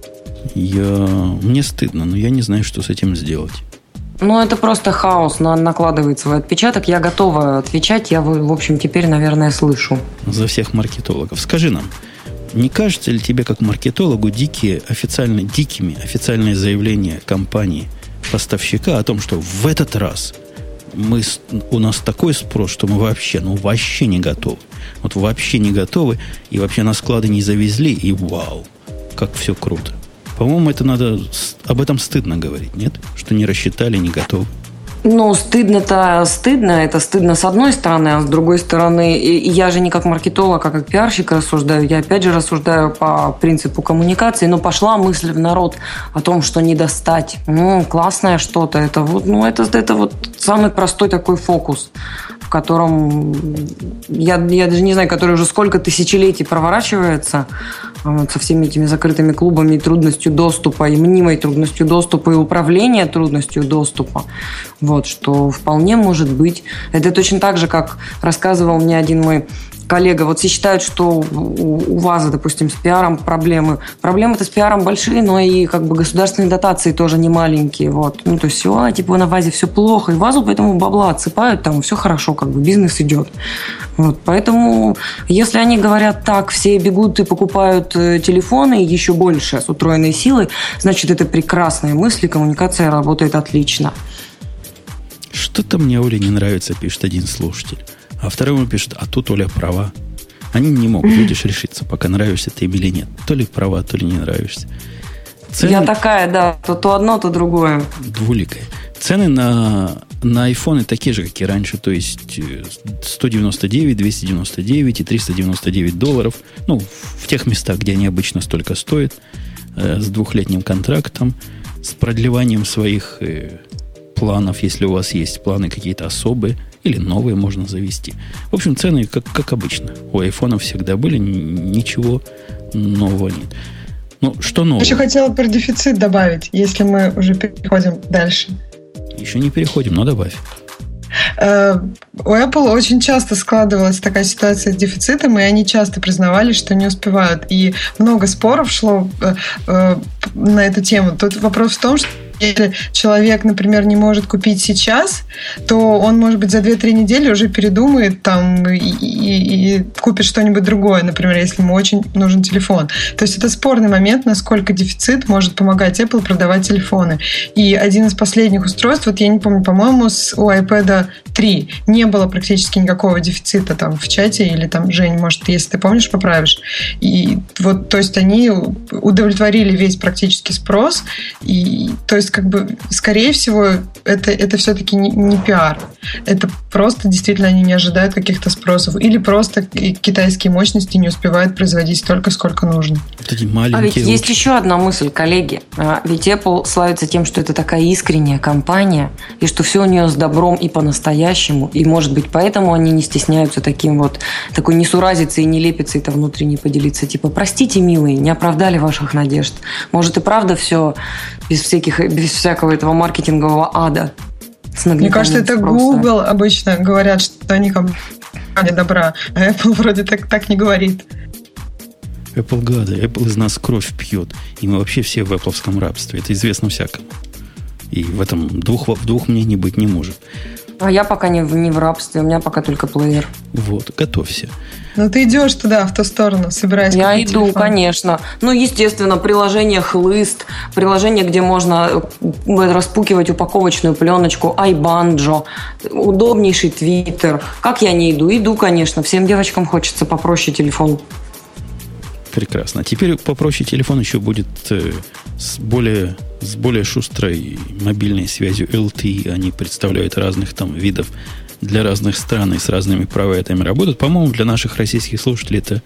Я... Мне стыдно, но я не знаю, что с этим сделать. Ну, это просто хаос, накладывает свой отпечаток. Я готова отвечать. Я, в общем, теперь, наверное, слышу. За всех маркетологов. Скажи нам, не кажется ли тебе, как маркетологу, дикие официальные, дикими официальные заявления компании, поставщика о том, что в этот раз мы, у нас такой спрос, что мы вообще, ну, вообще не готовы. Вот вообще не готовы, и вообще на склады не завезли, и вау, как все круто. По-моему, это надо, об этом стыдно говорить, нет? Что не рассчитали, не готовы. Ну, стыдно-то стыдно. Это стыдно с одной стороны, а с другой стороны, и я же не как маркетолог, а как пиарщик рассуждаю. Я опять же рассуждаю по принципу коммуникации. Но пошла мысль в народ о том, что не достать. Ну, классное что-то. Это вот, ну, это, это вот самый простой такой фокус, в котором я, я даже не знаю, который уже сколько тысячелетий проворачивается. Вот, со всеми этими закрытыми клубами и трудностью доступа, и мнимой трудностью доступа, и управления трудностью доступа. Вот, что вполне может быть. Это точно так же, как рассказывал мне один мой коллега. Вот все считают, что у вас, допустим, с пиаром проблемы. Проблемы-то с пиаром большие, но и как бы государственные дотации тоже не маленькие. Вот. Ну, то есть все, типа на ВАЗе все плохо, и ВАЗу поэтому бабла отсыпают, там все хорошо, как бы бизнес идет. Вот. Поэтому, если они говорят так, все бегут и покупают телефоны еще больше с утроенной силой, значит, это прекрасная мысль, и коммуникация работает отлично. Что-то мне, Оле, не нравится, пишет один слушатель. А второй ему пишет, а тут Оля права. Они не могут, видишь, решиться, пока нравишься ты им или нет. То ли права, то ли не нравишься. Цены... Я такая, да. То, то одно, то другое. Двуликая. Цены на, на айфоны такие же, как и раньше. То есть сто девяносто девять, двести девяносто девять и триста девяносто девять долларов. Ну, в тех местах, где они обычно столько стоят. Э, с двухлетним контрактом. С продлеванием своих э, планов, если у вас есть планы какие-то особые. Или новые можно завести. В общем, цены, как, как обычно. У айфонов всегда были, ничего нового нет. Ну, что нового? Еще хотела про дефицит добавить, если мы уже переходим дальше. Еще не переходим, но добавь. У Apple очень часто складывалась такая ситуация с дефицитом, и они часто признавали, что не успевают. И много споров шло на эту тему. Тут вопрос в том, что если человек, например, не может купить сейчас, то он, может быть, за две-три недели уже передумает там и, и, и купит что-нибудь другое, например, если ему очень нужен телефон. То есть это спорный момент, насколько дефицит может помогать Apple продавать телефоны. И один из последних устройств, вот я не помню, по-моему, с, у iPad три не было практически никакого дефицита там в чате, или там, Жень, может, если ты помнишь, поправишь. И вот, то есть они удовлетворили весь практически спрос, и то есть как бы, скорее всего, это, это все-таки не, не пиар. Это просто действительно они не ожидают каких-то спросов. Или просто китайские мощности не успевают производить столько, сколько нужно. Вот эти маленькие. А ведь лучше. Есть еще одна мысль, коллеги. Ведь Apple славится тем, что это такая искренняя компания, и что все у нее с добром и по-настоящему. И, может быть, поэтому они не стесняются таким вот, такой несуразицей и нелепицей-то внутренней поделиться. Типа, простите, милые, не оправдали ваших надежд. Может, и правда все без всяких, без всякого этого маркетингового ада. Мне кажется, это спроса. Google обычно говорят, что они компания добра, а Apple вроде так, так не говорит. Apple гады, Apple из нас кровь пьет. И мы вообще все в Apple'овском рабстве. Это известно всякому. И в этом двух, в двух мнений быть не может. А я пока не в, не в рабстве, у меня пока только плеер. Вот, готовься. Ну, ты идешь туда, в ту сторону, собираясь Я иду, телефон. Конечно. Ну, естественно, приложение Хлыст, приложение, где можно распукивать упаковочную пленочку, iBanjo, удобнейший Твиттер. Как я не иду? Иду, конечно. Всем девочкам хочется попроще телефон. Прекрасно. Теперь попроще телефон еще будет э, с, более, с более шустрой мобильной связью эл ти и. Они представляют разных там видов для разных стран и с разными провайдерами работают. По-моему, для наших российских слушателей это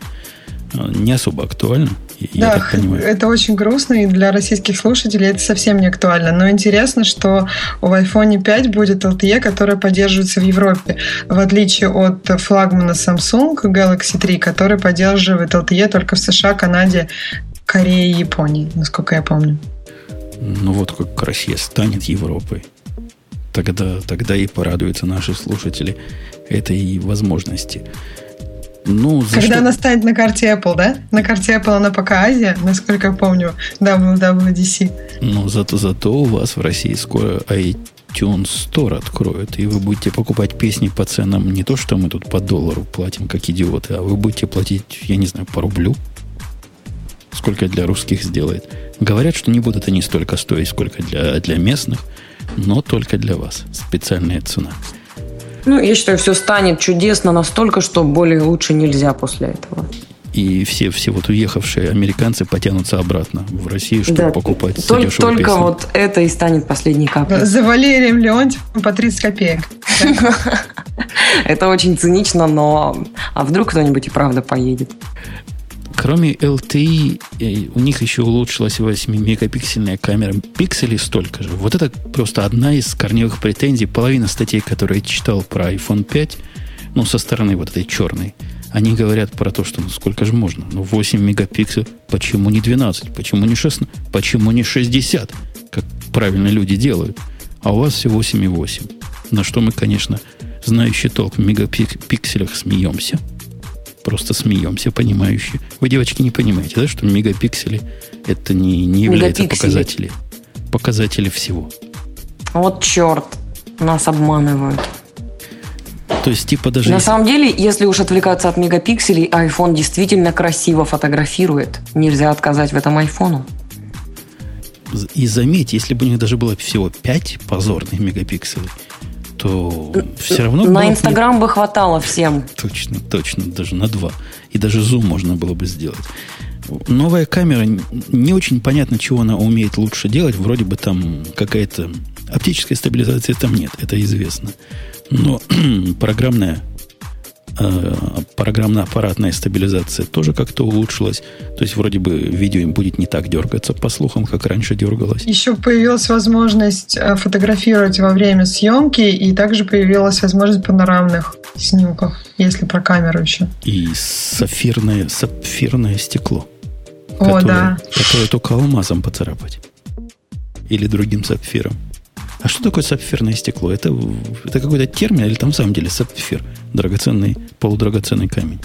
не особо актуально. Да, я так понимаю. Это очень грустно, и для российских слушателей это совсем не актуально. Но интересно, что в айфон пять будет эл ти и, которая поддерживается в Европе, в отличие от флагмана Samsung Galaxy три, который поддерживает эл ти и только в США, Канаде, Корее и Японии, насколько я помню. Ну вот как Россия станет Европой. Тогда, тогда и порадуются наши слушатели этой возможности. Ну, Когда что? она станет на карте Apple, да? На карте Apple она пока Азия, насколько я помню, дабл ю дабл ю ди си. Ну, зато, зато у вас в России скоро iTunes Store откроют, и вы будете покупать песни по ценам не то, что мы тут по доллару платим, как идиоты, а вы будете платить, я не знаю, по рублю. Сколько для русских сделает. Говорят, что не будут они столько стоить, сколько для, для местных, но только для вас. Специальная цена. Ну, я считаю, все станет чудесно настолько, что более лучше нельзя после этого. И все, все вот уехавшие американцы потянутся обратно в Россию, чтобы да, покупать только, только вот это и станет последней каплей. За Валерием Леонтьевым по тридцать копеек. Это очень цинично, но а вдруг кто-нибудь и правда поедет? Кроме эл ти и, у них еще улучшилась восьмимегапиксельная камера. Пикселей столько же. Вот это просто одна из корневых претензий. Половина статей, которые я читал про айфон пять, ну, со стороны вот этой черной, они говорят про то, что ну сколько же можно? Ну, восемь мегапикселей. Почему не двенадцать? Почему не шестнадцать? Почему не шестьдесят? Как правильно люди делают. А у вас все восемь и восемь. На что мы, конечно, знающий толк в мегапикселях смеемся. Просто смеемся, понимающие. Вы, девочки, не понимаете, да, что мегапиксели это не, не является показателем. Показатели всего. Вот черт, нас обманывают. То есть, типа даже... На если... самом деле, если уж отвлекаться от мегапикселей, iPhone действительно красиво фотографирует. Нельзя отказать в этом айфону. И заметь, если бы у них даже было всего пять позорных мегапикселей, то все равно... На Инстаграм не... бы хватало всем. Точно, точно, даже на два. И даже зум можно было бы сделать. Новая камера, не очень понятно, чего она умеет лучше делать. Вроде бы там какая-то... Оптической стабилизации там нет, это известно. Но программная, э, программно-аппаратная стабилизация тоже как-то улучшилась. То есть вроде бы видео им будет не так дергаться, по слухам, как раньше дергалось. Еще появилась возможность фотографировать во время съемки, и также появилась возможность панорамных снимков, если про камеру еще. И сапфирное, сапфирное стекло. О, которое, да. Которое только алмазом поцарапать. Или другим сапфиром. А что такое сапфирное стекло? Это, это какой-то термин или там в самом деле сапфир? Драгоценный, полудрагоценный камень.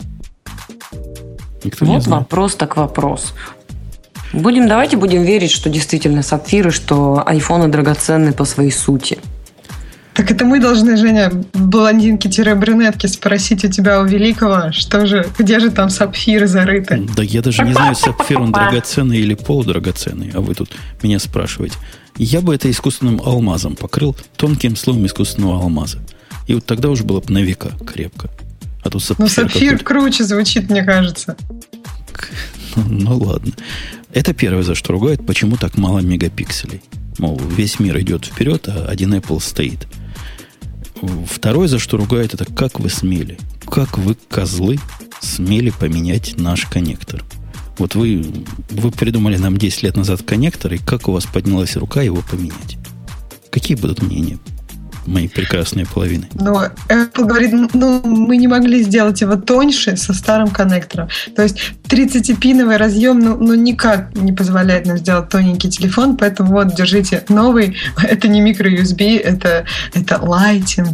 Никто вот вопрос так вопрос. Будем, давайте будем верить, что действительно сапфиры, что айфоны драгоценны по своей сути. Так это мы должны, Женя, блондинки-брюнетки, спросить у тебя, у великого, что же, где же там сапфиры зарыты? Да я даже не знаю, сапфир он драгоценный или полудрагоценный, а вы тут меня спрашиваете. Я бы это искусственным алмазом покрыл, тонким слоем искусственного алмаза. И вот тогда уже было бы на века крепко. А тут сапфир. Ну, сапфир какой-то... круче звучит, мне кажется. Ну, ну, ладно. Это первое, за что ругают, почему так мало мегапикселей. Мол, весь мир идет вперед, а один Apple стоит. Второе, за что ругают, это как вы смели. Как вы, козлы, смели поменять наш коннектор. Вот вы, вы придумали нам десять лет назад коннектор, и как у вас поднялась рука его поменять? Какие будут мнения моей прекрасной половины? Но Apple говорит, ну, мы не могли сделать его тоньше со старым коннектором. То есть тридцатипиновый разъем, ну, ну никак не позволяет нам сделать тоненький телефон, поэтому вот, держите новый. Это не микро-ю эс би, это, это Lightning.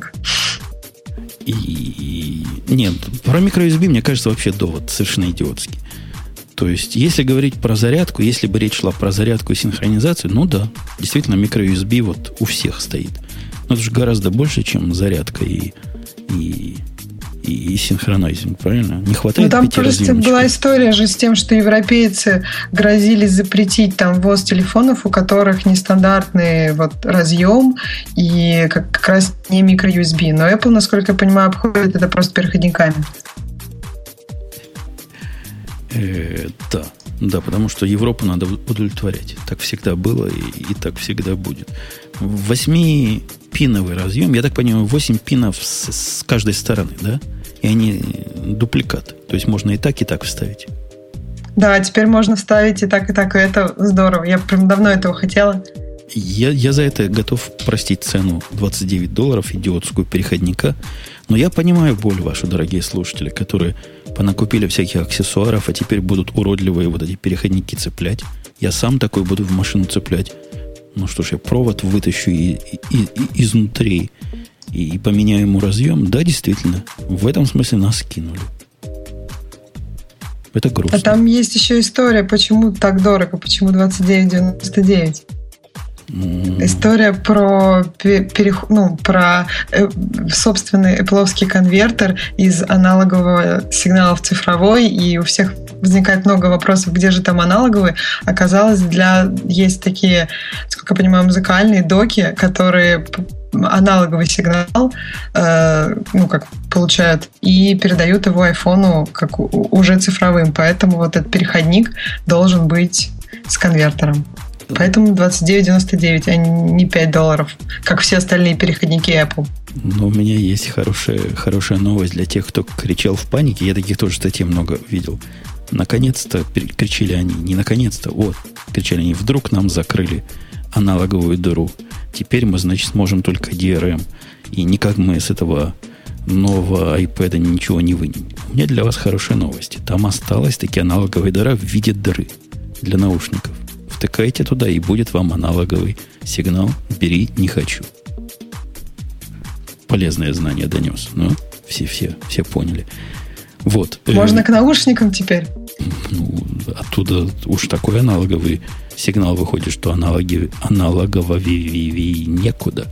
И... Нет, про микро-ю эс би, мне кажется, вообще довод совершенно идиотский. То есть, если говорить про зарядку, если бы речь шла про зарядку и синхронизацию, ну да, действительно, микро-ю эс би вот у всех стоит. Но это же гораздо больше, чем зарядка и, и, и, и синхронайзинг, правильно? Не хватает ну, там пяти просто разъемчиков. Была история же с тем, что европейцы грозились запретить там ввоз телефонов, у которых нестандартный вот разъем и как, как раз не микро-ю эс би. Но Apple, насколько я понимаю, обходит это просто переходниками. Э, да, да, потому что Европу надо удовлетворять. Так всегда было и, и так всегда будет. Восьмипиновый разъем, я так понимаю, восемь пинов с, с каждой стороны, да? И они дубликат. То есть можно и так, и так вставить. Да, теперь можно вставить и так, и так, и это здорово. Я прям давно этого хотела. Я, я за это готов простить цену двадцать девять долларов идиотскую переходника. Но я понимаю боль вашу, дорогие слушатели, которые понакупили всяких аксессуаров, а теперь будут уродливые вот эти переходники цеплять. Я сам такой буду в машину цеплять. Ну что ж, я провод вытащу и, и, и, изнутри и, и поменяю ему разъем. Да, действительно, в этом смысле нас кинули. Это грустно. А там есть еще история, почему так дорого, почему двадцать девять девяносто девять. Mm. История про, перех... ну, про э, собственный Apple-овский конвертер из аналогового сигнала в цифровой, и у всех возникает много вопросов, где же там аналоговый. Оказалось, для есть такие, сколько я понимаю, музыкальные доки, которые аналоговый сигнал э, ну, как получают и передают его айфону как уже цифровым. Поэтому вот этот переходник должен быть с конвертером. Поэтому двадцать девять девяносто девять, а не пять долларов, как все остальные переходники Apple. Но у меня есть хорошая, хорошая новость для тех, кто кричал в панике. Я таких тоже статей много видел. Наконец-то кричали они, не наконец-то, вот, кричали они, вдруг нам закрыли аналоговую дыру. Теперь мы, значит, сможем только ди ар эм. И никак мы с этого нового iPad ничего не вынем. У меня для вас хорошие новости. Там осталась таки аналоговая дыра в виде дыры для наушников. Втыкайте туда, и будет вам аналоговый сигнал. Бери, не хочу. Полезное знание донес. Ну, все, все, все поняли. Вот. Можно к наушникам теперь? Ну, оттуда уж такой аналоговый сигнал выходит, что аналоги, аналоговый некуда.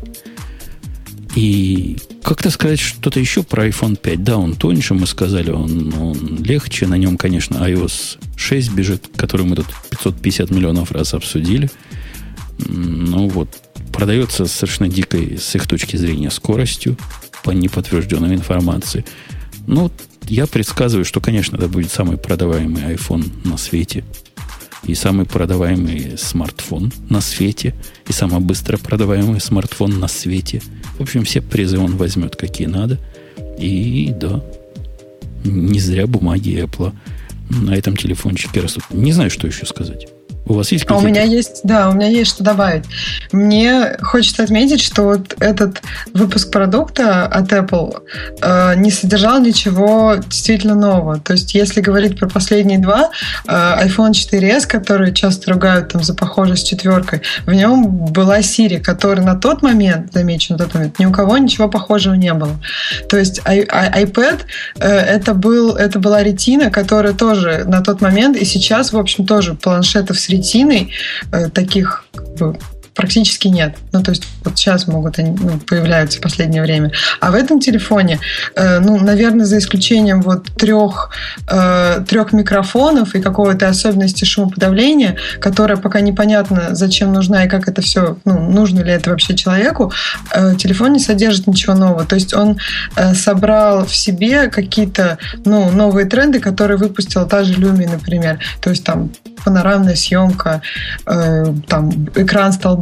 И как-то сказать что-то еще про айфон пять. Да, он тоньше, мы сказали, он, он легче. На нем, конечно, ай о эс шесть бежит, который мы тут пятьсот пятьдесят миллионов раз обсудили. Ну вот, продается совершенно дикой, с их точки зрения, скоростью по неподтвержденной информации. Ну, я предсказываю, что, конечно, это будет самый продаваемый iPhone на свете. И самый продаваемый смартфон на свете. И самый быстро продаваемый смартфон на свете. В общем, все призы он возьмет, какие надо. И да, не зря бумаги Apple на этом телефончике растут. Не знаю, что еще сказать. У вас есть какие-то? А у меня есть, да, у меня есть что добавить. Мне хочется отметить, что вот этот выпуск продукта от Apple э, не содержал ничего действительно нового. То есть, если говорить про последние два, э, айфон четыре эс, который часто ругают там за похожесть с четверкой, в нем была Siri, которая на тот момент, замечу, на тот момент, ни у кого ничего похожего не было. То есть, iPad э, это, был, это была ретина, которая тоже на тот момент, и сейчас, в общем, тоже планшетов с ретиной э, таких как бы практически нет. Ну, то есть, вот сейчас могут они, ну, появляются в последнее время. А в этом телефоне, э, ну, наверное, за исключением вот трех, э, трех микрофонов и какой-то особенности шумоподавления, которая пока непонятно, зачем нужна и как это все, ну, нужно ли это вообще человеку, э, телефон не содержит ничего нового. То есть, он э, собрал в себе какие-то, ну, новые тренды, которые выпустила та же Lumia, например. То есть, там, панорамная съемка, э, там, экран стал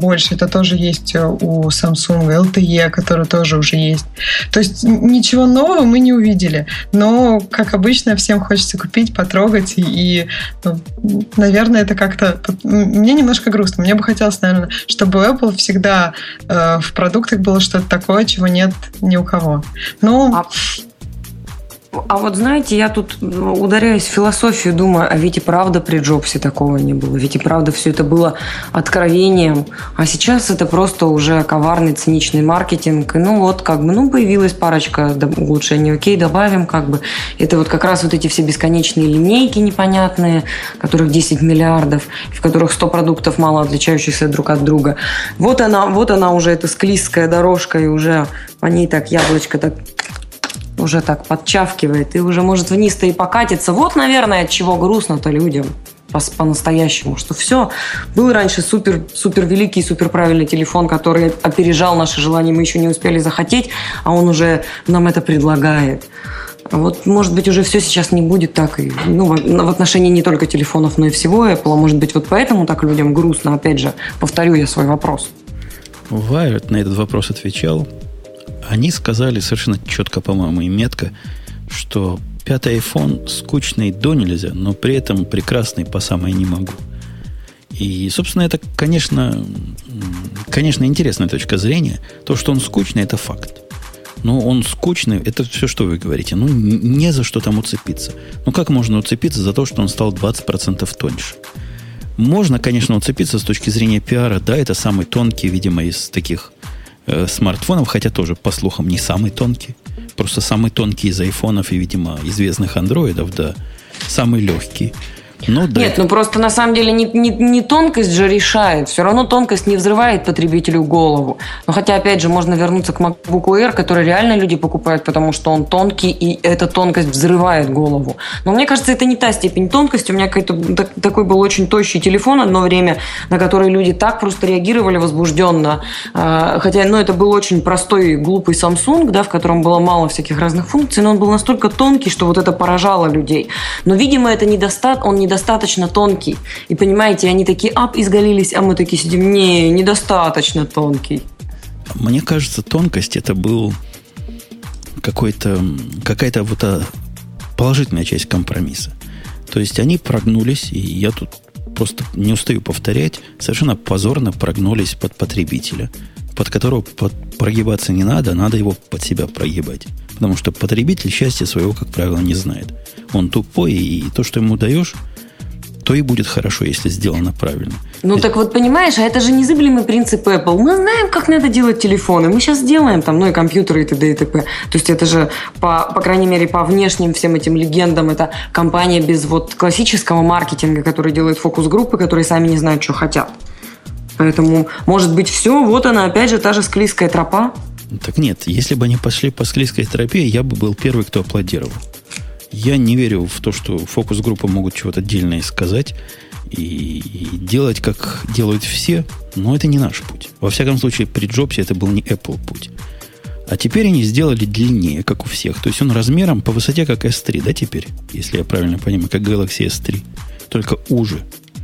побольше, это тоже есть у Samsung, эл ти и, который тоже уже есть. То есть ничего нового мы не увидели, но, как обычно, всем хочется купить, потрогать, и, ну, наверное, это как-то... Мне немножко грустно. Мне бы хотелось, наверное, чтобы у Apple всегда э, в продуктах было что-то такое, чего нет ни у кого. Ну... А... А вот знаете, я тут ударяюсь в философию, думаю, а ведь и правда при Джобсе такого не было. Ведь и правда все это было откровением. А сейчас это просто уже коварный, циничный маркетинг. И ну вот как бы, ну появилась парочка улучшений, окей, добавим как бы. Это вот как раз вот эти все бесконечные линейки непонятные, которых десять миллиардов, в которых сто продуктов, мало отличающихся друг от друга. Вот она, вот она уже, эта склизкая дорожка, и уже по ней так яблочко так... уже так подчавкивает, и уже может вниз-то и покатиться. Вот, наверное, от чего грустно-то людям по-настоящему, что все, был раньше супер, супер великий, супер правильный телефон, который опережал наши желания, мы еще не успели захотеть, а он уже нам это предлагает. Вот, может быть, уже все сейчас не будет так, и, ну, в отношении не только телефонов, но и всего Apple. Может быть, вот поэтому так людям грустно. Опять же, повторю я свой вопрос. Wired на этот вопрос отвечал. Они сказали совершенно четко, по-моему, и метко, что пятый iPhone скучный до нельзя, но при этом прекрасный по самое не могу. И, собственно, это, конечно, конечно, интересная точка зрения. То, что он скучный, это факт. Но он скучный, это все, что вы говорите. Ну, не за что там уцепиться. Ну, как можно уцепиться за то, что он стал двадцать процентов тоньше? Можно, конечно, уцепиться с точки зрения пиара. Да, это самый тонкий, видимо, из таких э, смартфонов, хотя тоже, по слухам, не самый тонкий. Просто самый тонкий из айфонов и, видимо, известных андроидов, да. Самый легкий. Ну, да. Нет, ну просто на самом деле не, не, не тонкость же решает. Все равно тонкость не взрывает потребителю голову. Но хотя, опять же, можно вернуться к MacBook Air, который реально люди покупают, потому что он тонкий, и эта тонкость взрывает голову. Но мне кажется, это не та степень тонкости. У меня какой-то так, такой был очень тощий телефон одно время, на который люди так просто реагировали возбужденно. Хотя, ну, это был очень простой, глупый Samsung, да, в котором было мало всяких разных функций, но он был настолько тонкий, что вот это поражало людей. Но, видимо, это недостаток, он не достаточно тонкий. И понимаете, они такие, ап, изгалились, а мы такие сидим, не, недостаточно тонкий. Мне кажется, тонкость это был какой-то, какая-то вот положительная часть компромисса. То есть они прогнулись, и я тут просто не устаю повторять, совершенно позорно прогнулись под потребителя, под которого под прогибаться не надо, надо его под себя прогибать. Потому что потребитель счастья своего, как правило, не знает. Он тупой, и то, что ему даешь, то и будет хорошо, если сделано правильно. Ну, так вот, понимаешь, а это же незыблемый принцип Apple. Мы знаем, как надо делать телефоны. Мы сейчас делаем там, ну, и компьютеры, и т.д. и т.п. То есть это же, по, по крайней мере, по внешним всем этим легендам, это компания без вот классического маркетинга, который делает фокус-группы, которые сами не знают, что хотят. Поэтому, может быть, все, вот она, опять же, та же склизкая тропа. Так нет, если бы они пошли по склизкой тропе, я бы был первый, кто аплодировал. Я не верю в то, что фокус-группы могут чего-то отдельное сказать и, и делать, как делают все, но это не наш путь. Во всяком случае, при Джобсе это был не Apple путь. А теперь они сделали длиннее, как у всех. То есть он размером по высоте, как эс три, да, теперь? Если я правильно понимаю, как Galaxy эс три. Только уже.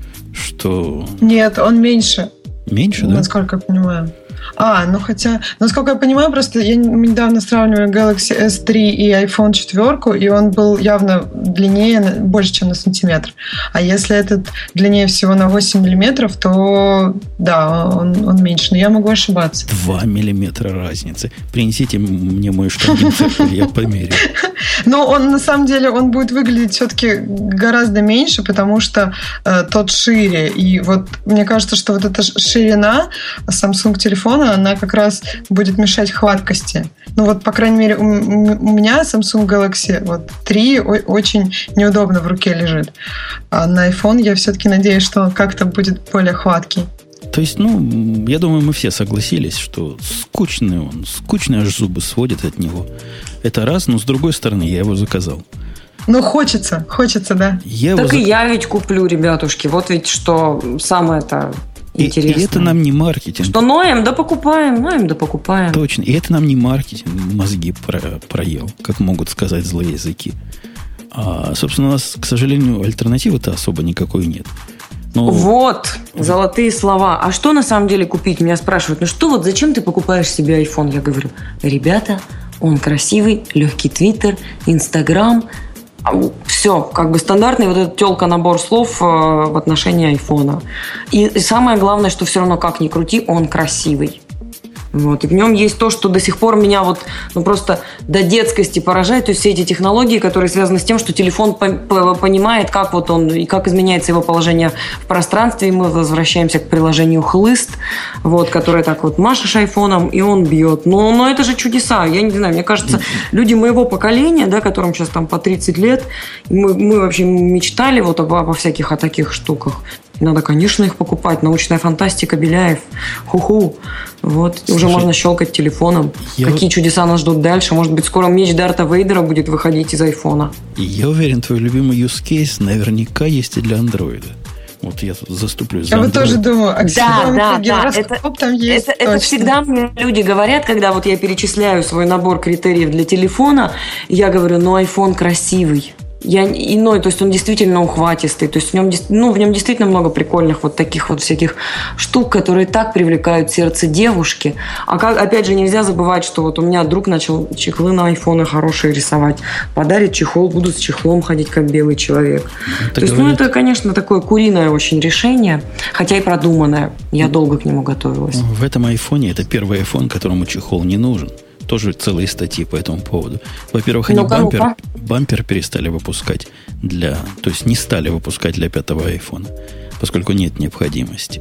Что... Нет, он меньше. Меньше, да? Насколько я понимаю. А, ну хотя, насколько я понимаю, просто я недавно сравнивала Galaxy эс три и iPhone четыре, и он был явно длиннее, больше, чем на сантиметр. А если этот длиннее всего на восемь миллиметров, то да, он, он меньше. Но я могу ошибаться. два миллиметра разницы. Принесите мне мой штабель, я померю. Но он, на самом деле, он будет выглядеть все-таки гораздо меньше, потому что э, тот шире. И вот мне кажется, что вот эта ширина Samsung телефона, она как раз будет мешать хваткости. Ну вот, по крайней мере, у, у меня Samsung Galaxy вот, три очень неудобно в руке лежит. А на iPhone я все-таки надеюсь, что он как-то будет более хваткий. То есть, ну, я думаю, мы все согласились, что скучный он, скучный аж зубы сводит от него. Это раз, но с другой стороны, я его заказал. Ну, хочется, хочется, да. Я так и зак... я ведь куплю, ребятушки. Вот ведь что самое-то интересно. И, и это нам не маркетинг. Что ноем, да покупаем, ноем, да покупаем. Точно. И это нам не маркетинг мозги про, проел, как могут сказать злые языки. А, собственно, у нас, к сожалению, альтернативы-то особо никакой нет. Ну, вот, золотые слова. А что на самом деле купить? Меня спрашивают, ну что вот, зачем ты покупаешь себе iPhone? Я говорю, ребята, он красивый, легкий Твиттер, Инстаграм. Все, как бы стандартный вот этот тёлка набор слов в отношении айфона. И, и самое главное, что все равно, как ни крути, он красивый. Вот. И в нем есть то, что до сих пор меня вот, ну, просто до детскости поражает. То есть все эти технологии, которые связаны с тем, что телефон по- понимает, как вот он и как изменяется его положение в пространстве. И мы возвращаемся к приложению «Хлыст», вот, которое так вот машешь айфоном, и он бьет. Но, но это же чудеса. Я не знаю, мне кажется, люди моего поколения, да, которым сейчас там по тридцать лет, мы, мы вообще мечтали вот обо, обо всяких о таких штуках. Надо, конечно, их покупать. Научная фантастика, Беляев. Ху-ху. Вот. Слушай, уже можно щелкать телефоном. Я... Какие чудеса нас ждут дальше? Может быть, скоро меч Дарта Вейдера будет выходить из айфона. Я уверен, твой любимый use case наверняка есть и для андроида. Вот я тут заступлюсь за Android. Я вот тоже думаю, а да, да, да. Это, там есть. Это, это всегда мне люди говорят, когда вот я перечисляю свой набор критериев для телефона, я говорю, ну, iPhone красивый. Я иной, то есть он действительно ухватистый, то есть в нем, ну, в нем действительно много прикольных вот таких вот всяких штук, которые так привлекают сердце девушки. А как, опять же, нельзя забывать, что вот у меня друг начал чехлы на айфоны хорошие рисовать. Подарит чехол, буду с чехлом ходить, как белый человек. Это то есть, говорит... ну, это, конечно, такое куриное очень решение, хотя и продуманное. Я долго к нему готовилась. В этом айфоне, это первый айфон, которому чехол не нужен. Тоже целые статьи по этому поводу. Во-первых, они ну-ка, бампер, ну-ка. бампер перестали выпускать для... То есть не стали выпускать для пятого айфона, поскольку нет необходимости.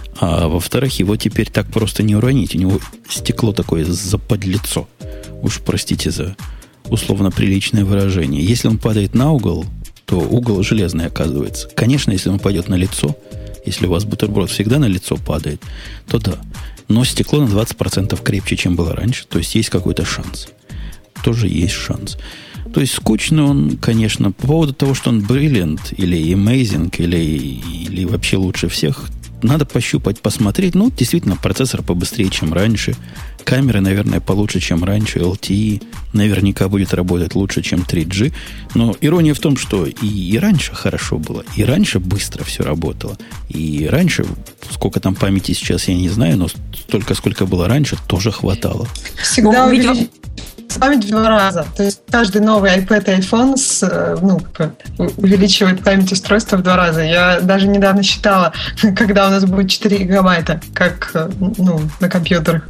А во-вторых, его теперь так просто не уронить. У него стекло такое заподлицо. Уж простите за условно приличное выражение. Если он падает на угол, то угол железный оказывается. Конечно, если он пойдет на лицо, если у вас бутерброд всегда на лицо падает, то да. Но стекло на двадцать процентов крепче, чем было раньше. То есть есть какой-то шанс. Тоже есть шанс. То есть скучный он, конечно, по поводу того, что он brilliant или amazing, или, или вообще лучше всех, надо пощупать, посмотреть. Ну, действительно, процессор побыстрее, чем раньше. Камеры, наверное, получше, чем раньше. эл ти и наверняка будет работать лучше, чем три джи. Но ирония в том, что и, и раньше хорошо было, и раньше быстро все работало. И раньше, сколько там памяти сейчас, я не знаю, но столько, сколько было раньше, тоже хватало. Всегда увеличивать память в два раза. То есть каждый новый iPad и iPhone с, ну, увеличивает память устройства в два раза. Я даже недавно считала, когда у нас будет четыре гигабайта, как, ну, на компьютерах.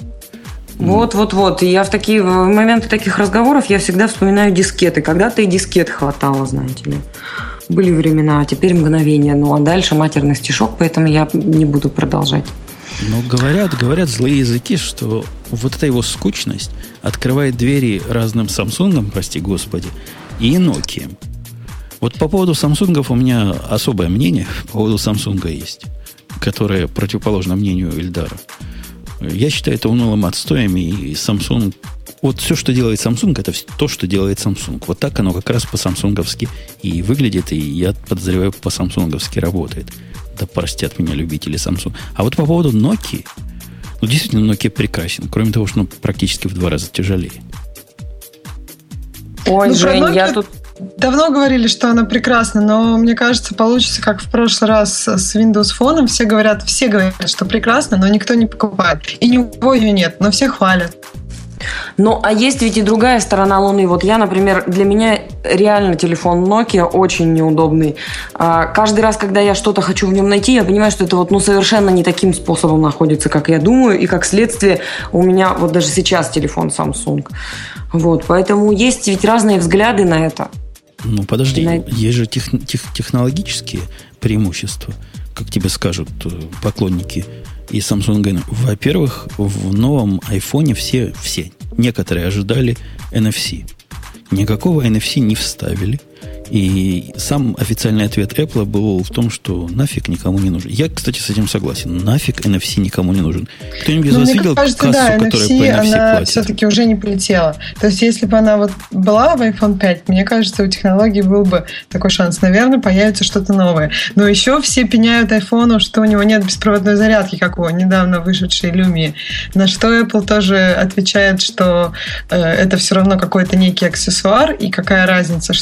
Вот, вот, вот. И я в такие в моменты таких разговоров я всегда вспоминаю дискеты. Когда-то и дискет хватало, знаете ли. Были времена, а теперь мгновение. Ну, а дальше матерный стишок, поэтому я не буду продолжать. Но говорят, говорят злые языки, что вот эта его скучность открывает двери разным Самсунгам, прости господи, и Nokia. Вот по поводу Самсунгов у меня особое мнение. По поводу Самсунга есть, которое противоположно мнению Ильдара. Я считаю это унылым отстоем, и Samsung... Вот все, что делает Samsung, это то, что делает Samsung. Вот так оно как раз по-самсунговски и выглядит, и я подозреваю, по-самсунговски работает. Да простят меня любители Samsung. А вот по поводу Nokia, ну, действительно, Nokia прекрасен. Кроме того, что он практически в два раза тяжелее. Ой, ну, Жень, я тут... Давно говорили, что она прекрасна, но мне кажется, получится, как в прошлый раз с Windows Phone. Все говорят, все говорят, что прекрасно, но никто не покупает. И ни у кого ее нет, но все хвалят. Ну, а есть ведь и другая сторона Луны. Вот я, например, для меня реально телефон Nokia очень неудобный. Каждый раз, когда я что-то хочу в нем найти, я понимаю, что это вот, ну, совершенно не таким способом находится, как я думаю. И как следствие у меня вот даже сейчас телефон Samsung. Вот, поэтому есть ведь разные взгляды на это. Ну, подожди, на... есть же тех, тех, технологические преимущества, как тебе скажут поклонники и Samsung. Во-первых, в новом айфоне все, все, некоторые ожидали эн эф си. Никакого эн эф си не вставили. И сам официальный ответ Apple был в том, что нафиг никому не нужен. Я, кстати, с этим согласен. Нафиг эн эф си никому не нужен. Кто-нибудь из вас видел кажется, кассу, да, которая эн эф си, по эн эф си она платит? Все-таки уже не полетела. То есть, если бы она вот была в айфон пять, мне кажется, у технологий был бы такой шанс. Наверное, появится что-то новое. Но еще все пеняют айфону, что у него нет беспроводной зарядки, как у недавно вышедшей Lumia. На что Apple тоже отвечает, что э, это все равно какой-то некий аксессуар, и какая разница, что это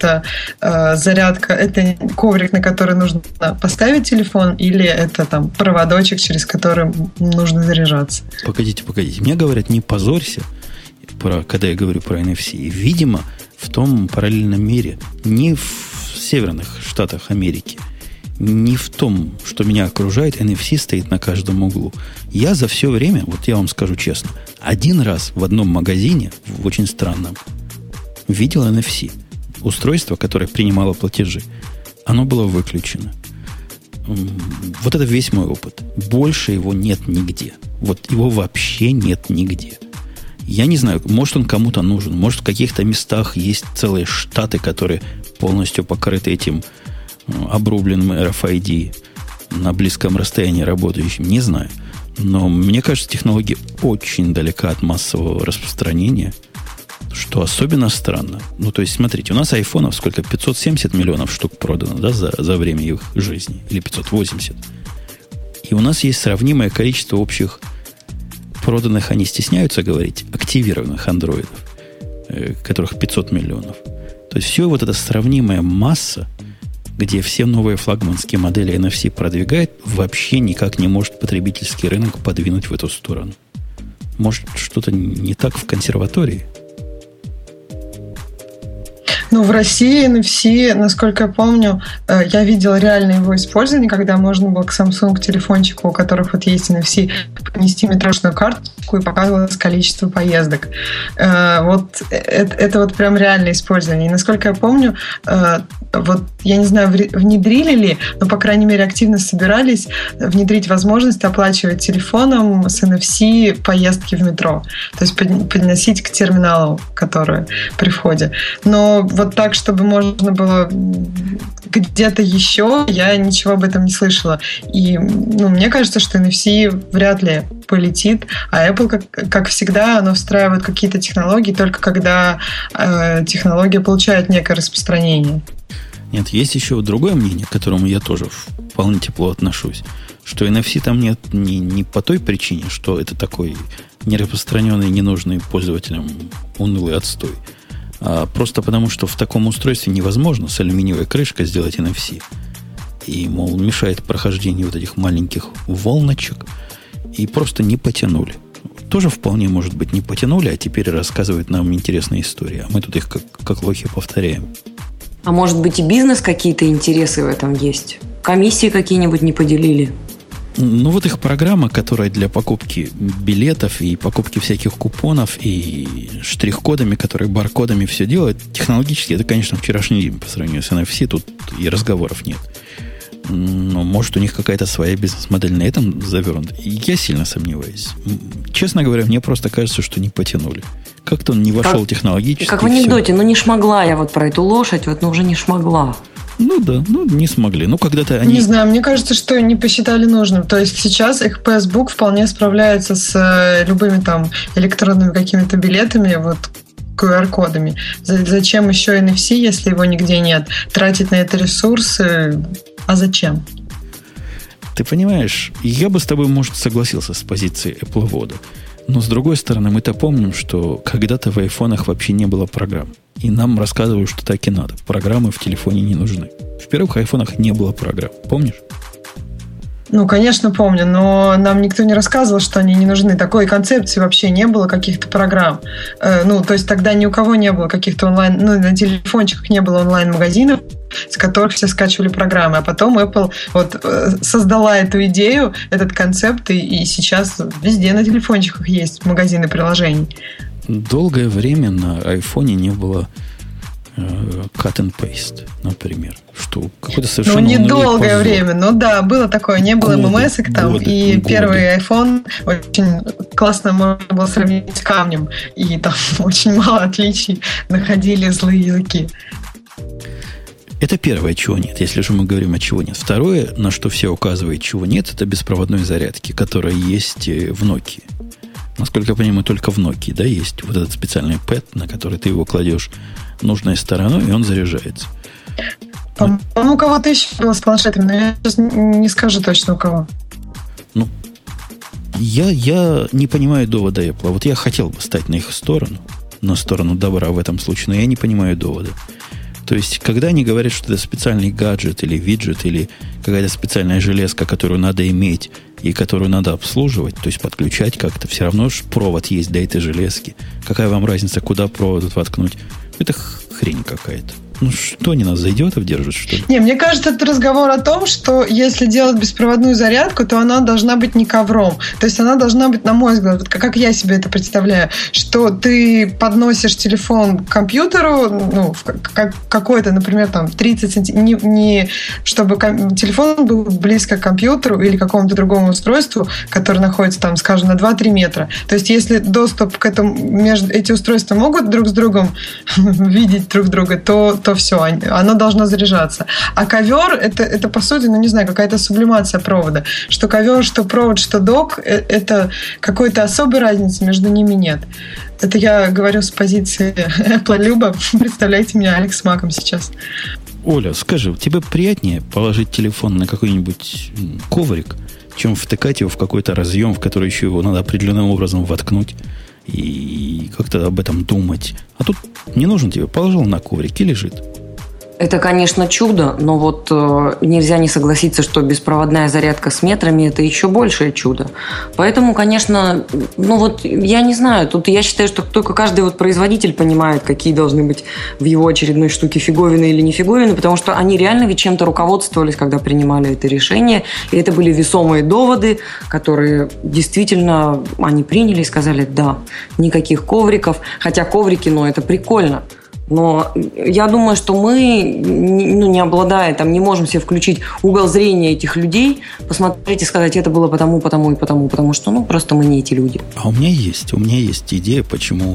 это э, зарядка, это коврик, на который нужно поставить телефон, или это там проводочек, через который нужно заряжаться. Погодите, погодите. Мне говорят, не позорься, про, когда я говорю про эн эф си. Видимо, в том параллельном мире, не в северных штатах Америки, не в том, что меня окружает, эн эф си стоит на каждом углу. Я за все время, вот я вам скажу честно, один раз в одном магазине, в очень странном, видел эн эф си. Устройство, которое принимало платежи. Оно было выключено. Вот это весь мой опыт. Больше его нет нигде. Вот его вообще нет нигде. Я не знаю, может он кому-то нужен. Может в каких-то местах есть целые штаты, которые полностью покрыты этим обрубленным эр эф ай ди на близком расстоянии работающим. Не знаю. Но мне кажется, технология очень далека от массового распространения, что особенно странно. Ну, то есть, смотрите, у нас айфонов сколько? пятьсот семьдесят миллионов штук продано, да, за, за время их жизни. Или пятьсот восемьдесят. И у нас есть сравнимое количество общих проданных, они стесняются говорить, активированных андроидов, э, которых пятьсот миллионов. То есть, все вот эта сравнимая масса, где все новые флагманские модели эн эф си продвигает, вообще никак не может потребительский рынок подвинуть в эту сторону. Может, что-то не так в консерватории? Ну, в России эн эф си, насколько я помню, я видела реальное его использование, когда можно было к Samsung телефончику, у которых вот есть эн эф си, понести метрошную карточку и показывалось количество поездок. Вот это, это вот прям реальное использование. И насколько я помню, вот я не знаю, внедрили ли, но, по крайней мере, активно собирались внедрить возможность оплачивать телефоном с эн эф си поездки в метро. То есть подносить к терминалу, который при входе. Но вот так, чтобы можно было где-то еще, я ничего об этом не слышала. И ну, мне кажется, что эн эф си вряд ли полетит, а Apple, как, как всегда, оно встраивает какие-то технологии только когда э, технология получает некое распространение. Нет, есть еще другое мнение, к которому я тоже вполне тепло отношусь, что эн эф си там нет не, не по той причине, что это такой нераспространенный, ненужный пользователям унылый отстой, а просто потому, что в таком устройстве невозможно с алюминиевой крышкой сделать эн эф си. И, мол, мешает прохождению вот этих маленьких волночек, и просто не потянули. Тоже вполне, может быть, не потянули, а теперь рассказывают нам интересные истории, а мы тут их как, как лохи повторяем. А может быть и бизнес какие-то интересы в этом есть? Комиссии какие-нибудь не поделили? Ну, вот их программа, которая для покупки билетов и покупки всяких купонов и штрих-кодами, которые баркодами все делают, технологически это, конечно, вчерашний день по сравнению с эн эф си, тут и разговоров нет. Но может у них какая-то своя бизнес-модель на этом завернута. Я сильно сомневаюсь. Честно говоря, мне просто кажется, что не потянули. Как-то он не вошел как, технологически. Как в анекдоте, ну не шмогла я вот про эту лошадь, вот, ну уже не шмогла. Ну да, ну не смогли. Ну когда-то они... Не знаю, мне кажется, что не посчитали нужным. То есть сейчас их пи эс Book вполне справляется с любыми там электронными какими-то билетами, вот ку ар-кодами. Зачем еще эн эф си, если его нигде нет? Тратить на это ресурсы, а зачем? Ты понимаешь, я бы с тобой, может, согласился с позиции Apple-вода. Но, с другой стороны, мы-то помним, что когда-то в айфонах вообще не было программ. И нам рассказывают, что так и надо. Программы в телефоне не нужны. В первых айфонах не было программ. Помнишь? Ну, конечно, помню, но нам никто не рассказывал, что они не нужны. Такой концепции вообще не было, каких-то программ. Ну, то есть тогда ни у кого не было каких-то онлайн... Ну, на телефончиках не было онлайн-магазинов, с которых все скачивали программы. А потом Apple вот создала эту идею, этот концепт, и, и сейчас везде на телефончиках есть магазины приложений. Долгое время на айфоне не было э, cut and paste, например. Что какой-то совершенно... Ну, недолгое время, но да, было такое. Не было эм эм эс-ок там, годы, и годы. Первый iPhone очень классно можно было сравнить с камнем. И там очень мало отличий находили злые языки. Это первое, чего нет, если же мы говорим о чего нет. Второе, на что все указывают, чего нет, это беспроводной зарядки, которая есть в Nokia. Насколько я понимаю, только в Nokia, да, есть вот этот специальный пэд, на который ты его кладешь нужной стороной, и он заряжается. По-моему, у кого-то еще было с планшетами, но я сейчас не скажу точно у кого. Ну, я, я не понимаю довода Apple. Вот я хотел бы стать на их сторону, на сторону добра в этом случае, но я не понимаю довода. То есть, когда они говорят, что это специальный гаджет или виджет, или какая-то специальная железка, которую надо иметь и которую надо обслуживать, то есть подключать как-то, все равно же провод есть для этой железки. Какая вам разница, куда провод воткнуть? Это хрень какая-то. Ну, что они нас за идиотов держат, что ли? Не, мне кажется, это разговор о том, что если делать беспроводную зарядку, то она должна быть не ковром. То есть она должна быть, на мой взгляд, вот как я себе это представляю, что ты подносишь телефон к компьютеру, ну, в как, какой-то, например, там тридцать сантиметров, не, не чтобы ком- телефон был близко к компьютеру или какому-то другому устройству, которое находится там, скажем, на два-три метра. То есть если доступ к этому, между эти устройства могут друг с другом видеть друг друга, то то все, оно должно заряжаться. А ковер, это, это по сути, ну не знаю, какая-то сублимация провода. Что ковер, что провод, что док, это какой-то особой разницы между ними нет. Это я говорю с позиции Apple Люба. Представляете меня Алекс Маком сейчас. Оля, скажи, тебе приятнее положить телефон на какой-нибудь коврик, чем втыкать его в какой-то разъем, в который еще его надо определенным образом воткнуть и как-то об этом думать. А тут не нужен тебе, положил на коврик и лежит. Это, конечно, чудо, но вот э, нельзя не согласиться, что беспроводная зарядка с метрами – это еще большее чудо. Поэтому, конечно, ну вот я не знаю, тут я считаю, что только каждый вот производитель понимает, какие должны быть в его очередной штуке фиговины или не фиговины, потому что они реально ведь чем-то руководствовались, когда принимали это решение, и это были весомые доводы, которые действительно они приняли и сказали, да, никаких ковриков, хотя коврики, ну, это прикольно. Но я думаю, что мы, ну, не обладая, там, не можем себе включить угол зрения этих людей, посмотреть и сказать, это было потому, потому и потому, потому что, ну, просто мы не эти люди. А у меня есть, у меня есть идея, почему,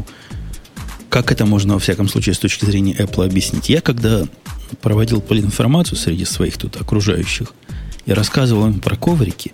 как это можно, во всяком случае, с точки зрения Apple объяснить. Я, когда проводил полинформацию среди своих тут окружающих, я рассказывал им про коврики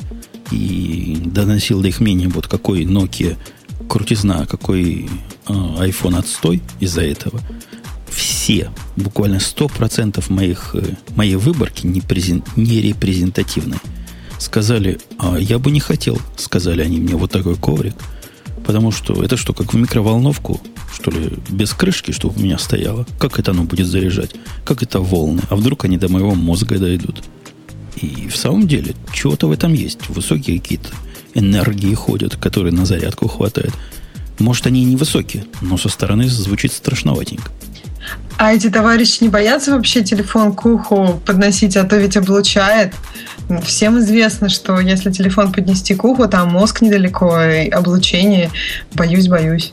и доносил до их мнения, вот какой Nokia крутизна, какой э, iPhone отстой из-за этого. Все, буквально сто процентов моих, моей выборки не, презент, не репрезентативной. Сказали, а я бы не хотел, сказали они мне, вот такой коврик. Потому что это что, как в микроволновку, что ли, без крышки, чтобы у меня стояло? Как это оно будет заряжать? Как это волны? А вдруг они до моего мозга дойдут? И в самом деле, чего-то в этом есть. Высокие какие-то энергии ходят, которые на зарядку хватает. Может, они и невысокие, но со стороны звучит страшноватенько. А эти товарищи не боятся вообще телефон к уху подносить, а то ведь облучает. Всем известно, что если телефон поднести к уху, там мозг недалеко, и облучение. Боюсь, боюсь.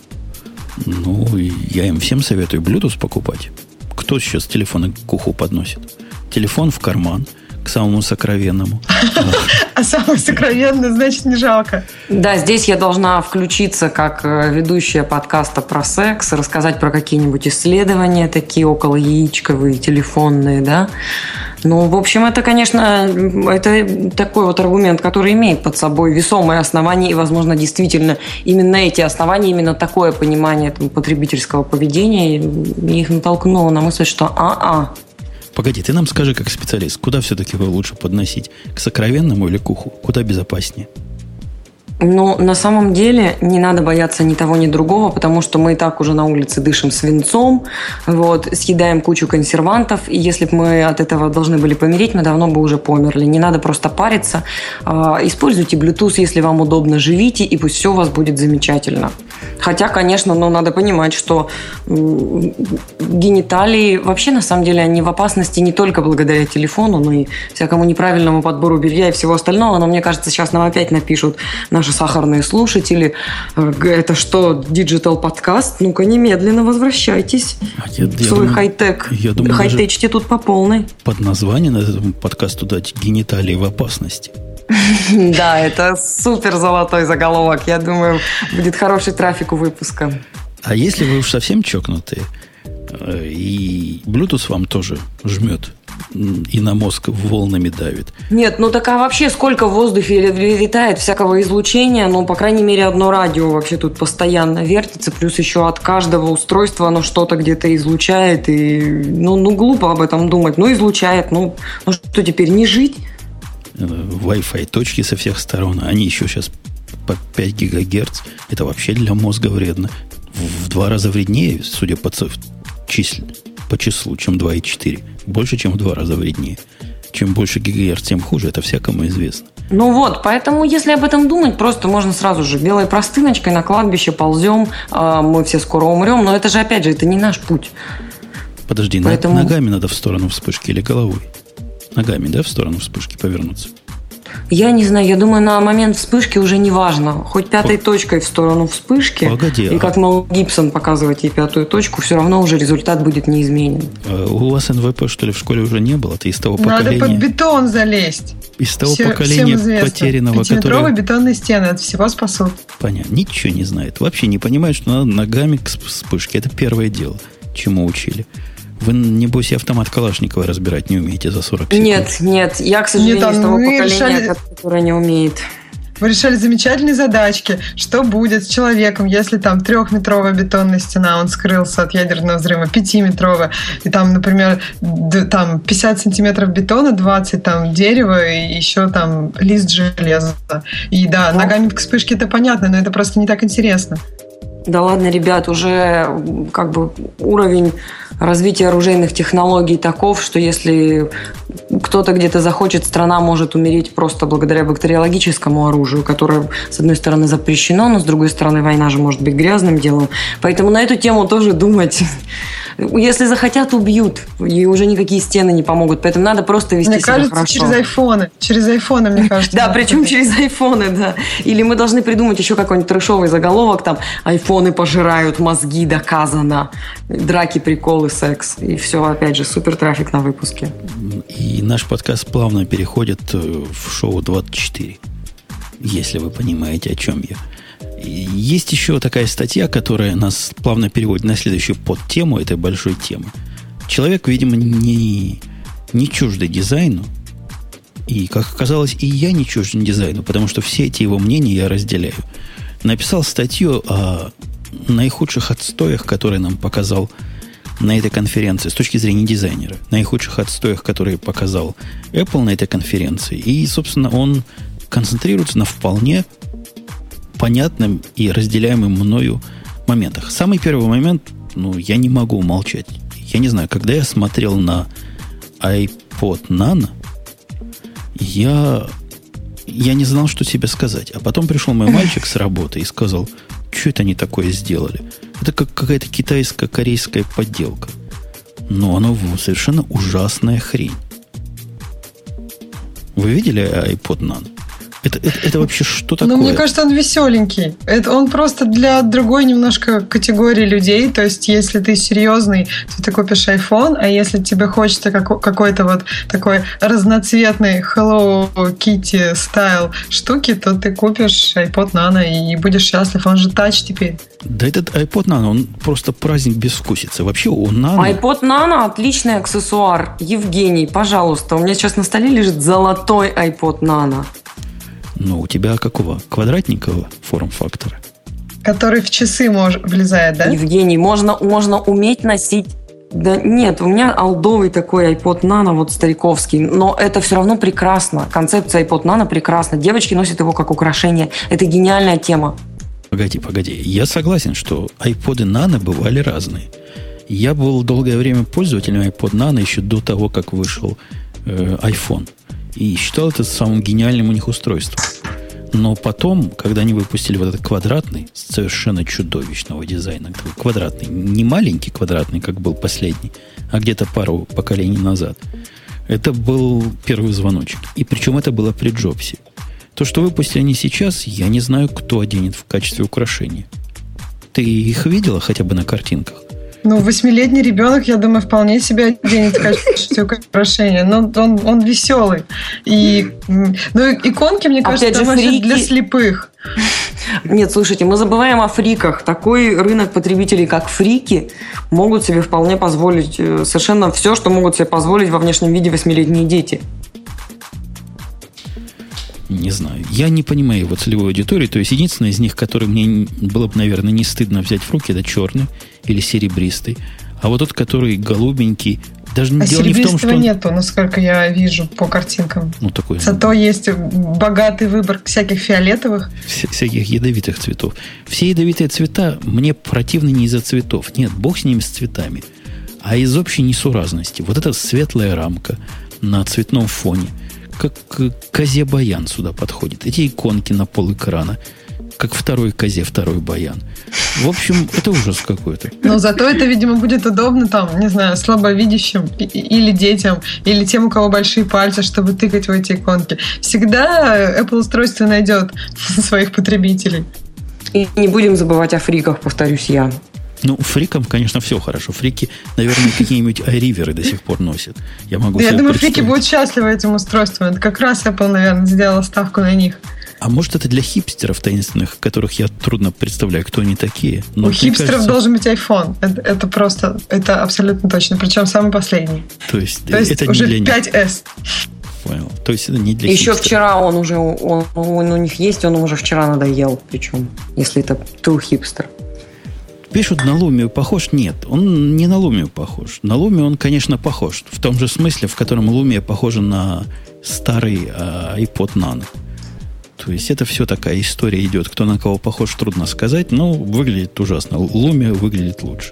Ну, я им всем советую Bluetooth покупать. Кто сейчас телефоны к уху подносит? Телефон в карман, к самому сокровенному. А самое сокровенное, значит, не жалко. Да, здесь я должна включиться как ведущая подкаста про секс, рассказать про какие-нибудь исследования такие около яичковые, телефонные, да. Ну, в общем, это, конечно, это такой вот аргумент, который имеет под собой весомые основания, и, возможно, действительно именно эти основания, именно такое понимание там, потребительского поведения их натолкнуло на мысль, что а-а. Погоди, ты нам скажи, как специалист, куда все-таки его лучше подносить? К сокровенному или к уху? Куда безопаснее? Ну, на самом деле не надо бояться ни того, ни другого, потому что мы и так уже на улице дышим свинцом, вот, съедаем кучу консервантов, и если бы мы от этого должны были помереть, мы давно бы уже померли. Не надо просто париться. Используйте Bluetooth, если вам удобно, живите, и пусть все у вас будет замечательно. Хотя, конечно, ну, надо понимать, что гениталии вообще, на самом деле, они в опасности не только благодаря телефону, но и всякому неправильному подбору белья и всего остального. Но мне кажется, сейчас нам опять напишут наши сахарные слушатели. Это что, диджитал подкаст? Ну-ка, немедленно возвращайтесь а я, в свой хай-тек. Хай-течьте тут по полной. Под название на этому подкасту дать «Гениталии в опасности». Да, это супер золотой заголовок. Я думаю, будет хороший трафик у выпуска. А если вы уж совсем чокнутые, и Bluetooth вам тоже жмет и на мозг волнами давит. Нет, ну так а вообще сколько в воздухе летает всякого излучения, ну, по крайней мере, одно радио вообще тут постоянно вертится, плюс еще от каждого устройства оно что-то где-то излучает, и, ну, ну глупо об этом думать. Ну, излучает, ну, ну что теперь, не жить? Wi-Fi точки со всех сторон, они еще сейчас по пять гигагерц, это вообще для мозга вредно. В два раза вреднее, судя по числе, по числу, чем два и четыре. Больше, чем в два раза вреднее. Чем больше гигагерц, тем хуже. Это всякому известно. Ну вот, поэтому, если об этом думать, просто можно сразу же белой простыночкой на кладбище ползем, мы все скоро умрем. Но это же, опять же, это не наш путь. Подожди, поэтому... ногами надо в сторону вспышки или головой? Ногами, да, в сторону вспышки повернуться? Я не знаю, я думаю, на момент вспышки уже не важно. Хоть пятой По... точкой в сторону вспышки. Погоди, и а... как Мел Гибсон показывает ей пятую точку, все равно уже результат будет неизменен. А у вас эн вэ пэ, что ли, в школе уже не было? Ты из того Надо поколения... Надо под бетон залезть. Из того все, поколения потерянного, которое... Пятиметровые бетонные стены от всего спасут. Понятно. Ничего не знает. Вообще не понимает, что надо ногами к вспышке. Это первое дело, чему учили. Вы, небось, и автомат Калашникова разбирать не умеете за сорок секунд. Нет, нет. Я, к сожалению, нет, из того поколения, решали... которое не умеет. Вы решали замечательные задачки. Что будет с человеком, если там трехметровая бетонная стена, он скрылся от ядерного взрыва, пятиметровая, и там, например, там пятьдесят сантиметров бетона, двадцать там дерева и еще там лист железа. И да, ну, ногами к вспышке это понятно, но это просто не так интересно. Да ладно, ребят, уже как бы уровень развития оружейных технологий таков, что если кто-то где-то захочет, страна может умереть просто благодаря бактериологическому оружию, которое, с одной стороны, запрещено, но с другой стороны, война же может быть грязным делом. Поэтому на эту тему тоже думать. Если захотят, убьют. И уже никакие стены не помогут. Поэтому надо просто вести мне себя кажется, хорошо. через айфоны. Через айфоны, мне кажется. Да, причем через айфоны, да. Или мы должны придумать еще какой-нибудь трэшовый заголовок, там, айфоны пожирают мозги, доказано. Драки, приколы, секс. И все, опять же, супер трафик на выпуске. И наш подкаст плавно переходит в шоу двадцать четыре. Если вы понимаете, о чем я. Есть еще такая статья, которая нас плавно переводит на следующую подтему этой большой темы. Человек, видимо, не, не чуждый дизайну. И, как оказалось, и я не чужд дизайну, потому что все эти его мнения я разделяю. Написал статью о наихудших отстоях, которые нам показал на этой конференции с точки зрения дизайнера. Наихудших отстоях, которые показал Apple на этой конференции. И, собственно, он концентрируется на вполне понятным и разделяемым мною моментах. Самый первый момент, ну, я не могу умолчать. Я не знаю, когда я смотрел на iPod Nano, я, я не знал, что себе сказать. А потом пришел мой мальчик с работы и сказал, что это они такое сделали? Это как какая-то китайско-корейская подделка. Но оно совершенно ужасная хрень. Вы видели iPod Nano? Это, это, это вообще что такое? Ну, мне кажется, он веселенький. Это он просто для другой немножко категории людей. То есть, если ты серьезный, то ты купишь iPhone, а если тебе хочется как, какой-то вот такой разноцветный Hello Kitty стайл штуки, то ты купишь iPod Nano и будешь счастлив. Он же тач теперь. Да этот iPod Nano, он просто праздник безвкусицы. Вообще у Nano... iPod Nano отличный аксессуар. Евгений, пожалуйста, у меня сейчас на столе лежит золотой iPod Nano. Ну, у тебя какого? Квадратненького форм-фактора? Который в часы мож... влезает, да? Евгений, можно, можно уметь носить... Да нет, у меня олдовый такой iPod Nano, вот стариковский, но это все равно прекрасно. Концепция iPod Nano прекрасна. Девочки носят его как украшение. Это гениальная тема. Погоди, погоди. Я согласен, что iPod Nano бывали разные. Я был долгое время пользователем iPod Nano еще до того, как вышел э, iPhone. И считал это самым гениальным у них устройством. Но потом, когда они выпустили вот этот квадратный, совершенно чудовищного дизайна, квадратный, не маленький квадратный, как был последний, а где-то пару поколений назад, это был первый звоночек. И причем это было при Джобсе. То, что выпустили они сейчас, я не знаю, кто оденет в качестве украшения. Ты их видела хотя бы на картинках? Ну, восьмилетний ребенок, я думаю, вполне себе оденет в качестве украшения. Но он, он веселый. И, ну, иконки, мне кажется, опять же, фрики... для слепых. Нет, слушайте, мы забываем о фриках. Такой рынок потребителей, как фрики, могут себе вполне позволить совершенно все, что могут себе позволить во внешнем виде восьмилетние дети. Не знаю. Я не понимаю его целевой аудитории. То есть, единственный из них, который мне было бы, наверное, не стыдно взять в руки, это черный или серебристый. А вот тот, который голубенький, даже а дело не в том, что... Он... нету, насколько я вижу по картинкам. Ну, такой... Зато есть богатый выбор всяких фиолетовых. Вся, всяких ядовитых цветов. Все ядовитые цвета мне противны не из-за цветов. Нет, бог с ними, с цветами. а из общей несуразности. Вот эта светлая рамка на цветном фоне, как козе баян сюда подходит. Эти иконки на пол экрана, как второй козе, второй баян. В общем, это ужас какой-то. Но зато это, видимо, будет удобно там, не знаю, слабовидящим или детям, или тем, у кого большие пальцы, чтобы тыкать в эти иконки. Всегда Apple устройство найдет своих потребителей. И не будем забывать о фриках, повторюсь я. Ну, фрикам, конечно, все хорошо. Фрики, наверное, какие-нибудь айриверы до сих пор носят. Я могу Я думаю, фрики будут счастливы этим устройством. Это как раз Apple, наверное, сделала ставку на них. А может, это для хипстеров таинственных, которых я трудно представляю, кто они такие. Но у хипстеров кажется... должен быть iPhone. Это, это просто, это абсолютно точно. Причем самый последний. То есть, То есть это уже не для пять эс. Понял. То есть это не для Еще хипстеров. вчера он уже, он, он у них есть, он уже вчера надоел. Причем, если это true хипстер. Пишут, на Lumia похож? Нет, он не на Lumia похож. На Lumia он, конечно, похож. В том же смысле, в котором Lumia похожа на старый а, iPod Nano. То есть это все такая история идет. Кто на кого похож, трудно сказать, но выглядит ужасно. Lumia выглядит лучше.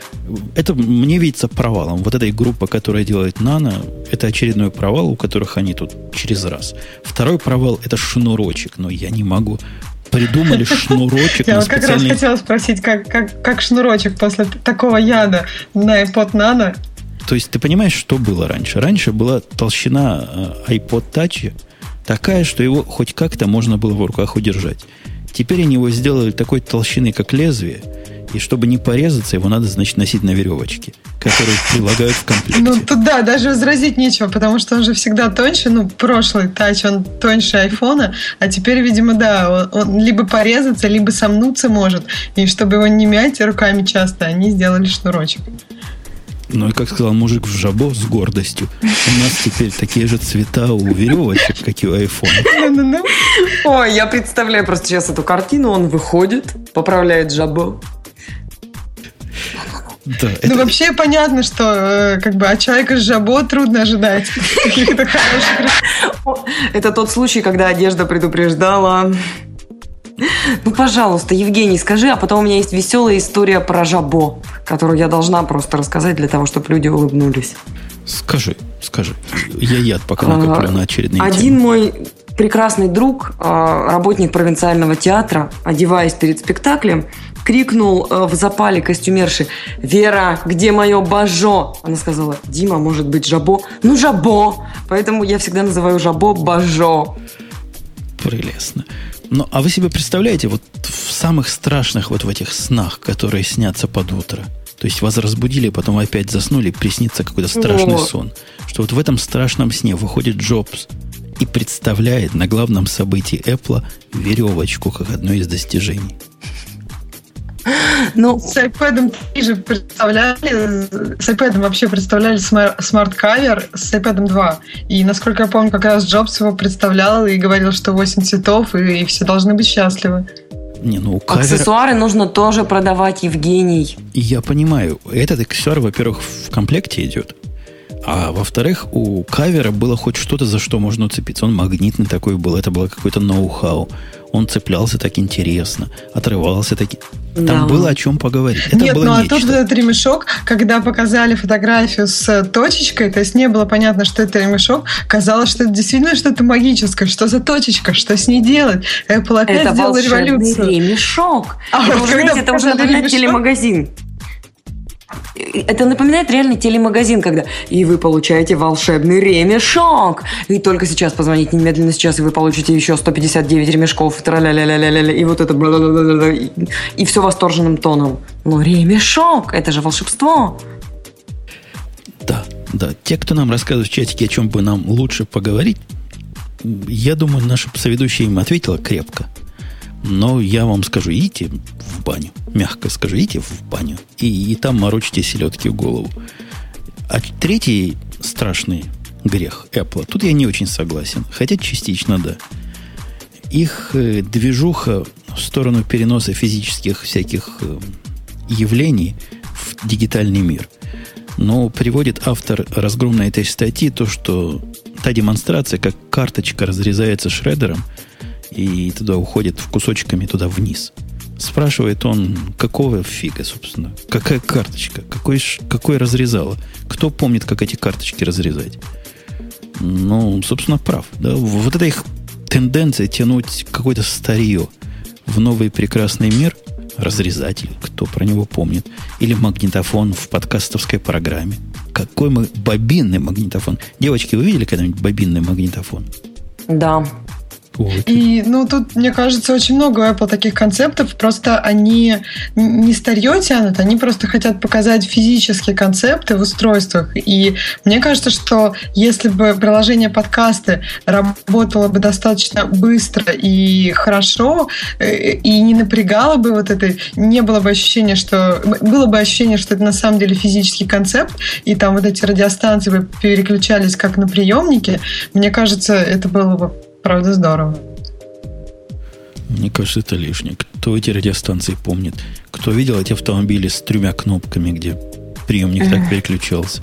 Это мне видится провалом. Вот эта группа, которая делает Nano, это очередной провал, у которых они тут через раз. Второй провал – это шнурочек. Но я не могу... Придумали шнурочек я на вот как специальный... раз хотела спросить, как, как, как шнурочек после такого яда на iPod Nano? То есть ты понимаешь, что было раньше? Раньше была толщина iPod Touch такая, что его хоть как-то можно было в руках удержать. Теперь они его сделали такой толщины, как лезвие, и чтобы не порезаться, его надо, значит, носить на веревочке, которые прилагают в комплекте. Ну, тут да, даже возразить нечего, потому что он же всегда тоньше, ну, прошлый тач, он тоньше айфона, а теперь, видимо, да, он, он либо порезаться, либо сомнуться может, и чтобы его не мять руками часто, они сделали шнурочек. Ну, и как сказал мужик в жабо с гордостью, у нас теперь такие же цвета у веревочек, как и у айфона. Ой, я представляю просто сейчас эту картину, он выходит, поправляет жабо. Да, ну, это... вообще понятно, что как бы от человека с жабо трудно ожидать каких-то хороших... Это тот случай, когда одежда предупреждала. Ну, пожалуйста, Евгений, скажи, а потом у меня есть веселая история про жабо, которую я должна просто рассказать для того, чтобы люди улыбнулись. Скажи, скажи. Я яд пока накоплю на очередные темы. Один мой прекрасный друг, работник провинциального театра, одеваясь перед спектаклем, крикнул в запале костюмерши: «Вера, где мое бажо?» Она сказала: «Дима, может быть, жабо?» Ну, жабо! Поэтому я всегда называю жабо бажо. Прелестно. Ну, а вы себе представляете, вот в самых страшных вот в этих снах, которые снятся под утро, то есть вас разбудили, потом опять заснули, приснится какой-то страшный О. сон, что вот в этом страшном сне выходит Джобс и представляет на главном событии Apple веревочку как одно из достижений. Ну, с iPad же представляли, с iPad вообще представляли смарт-кавер с iPad два. И, насколько я помню, как раз Джобс его представлял и говорил, что восемь цветов, и, и все должны быть счастливы. Не, ну, кавера... Аксессуары нужно тоже продавать, Евгений. Я понимаю. Этот аксессуар, во-первых, в комплекте идет. А во-вторых, у кавера было хоть что-то, за что можно уцепиться. Он магнитный такой был, это было какое-то ноу-хау. Он цеплялся так интересно, отрывался так... Там да. было о чем поговорить. Это Нет, было ну нечто. А тут этот ремешок, когда показали фотографию с точечкой, то есть не было понятно, что это ремешок, казалось, что это действительно что-то магическое. Что за точечка? Что с ней делать? Apple опять это сделала революцию. Это волшебный ремешок. А это, уже, знаете, это уже напоминает телемагазин. Это напоминает реально телемагазин, когда и вы получаете волшебный ремешок. И только сейчас позвоните немедленно сейчас, и вы получите еще сто пятьдесят девять ремешков. Тра-ля-ля-ля-ля-ля, и вот это и, и все восторженным тоном. Но ремешок, это же волшебство. Да, да. Те, кто нам рассказывает в чатике, о чем бы нам лучше поговорить, я думаю, наша соведущая им ответила крепко. Но я вам скажу, идите в баню. Мягко скажу, идите в баню. И, и там морочите селедки в голову. А третий страшный грех Apple. Тут я не очень согласен. Хотя частично да. Их э, движуха в сторону переноса физических всяких э, явлений в дигитальный мир. Но приводит автор разгромной этой статьи то, что та демонстрация, как карточка разрезается шредером, и туда уходит в кусочками туда вниз. Спрашивает он, какого фига, собственно? Какая карточка? Какой, какой разрезало? Кто помнит, как эти карточки разрезать? Ну, собственно, прав. Да? Вот эта их тенденция тянуть какое-то старье в новый прекрасный мир, разрезатель, кто про него помнит, или магнитофон в подкастовской программе. Какой мы... бобинный магнитофон. Девочки, вы видели когда-нибудь бобинный магнитофон? Да. Вот. И, ну, тут, мне кажется, очень много у Apple таких концептов, просто они не старье тянут, они просто хотят показать физические концепты в устройствах. И мне кажется, что если бы приложение подкасты работало бы достаточно быстро и хорошо, и не напрягало бы вот это, не было бы ощущения, что... Было бы ощущение, что это на самом деле физический концепт, и там вот эти радиостанции бы переключались как на приемники, мне кажется, это было бы правда здорово. Мне кажется, это лишнее. Кто эти радиостанции помнит? Кто видел эти автомобили с тремя кнопками, где приемник так переключался?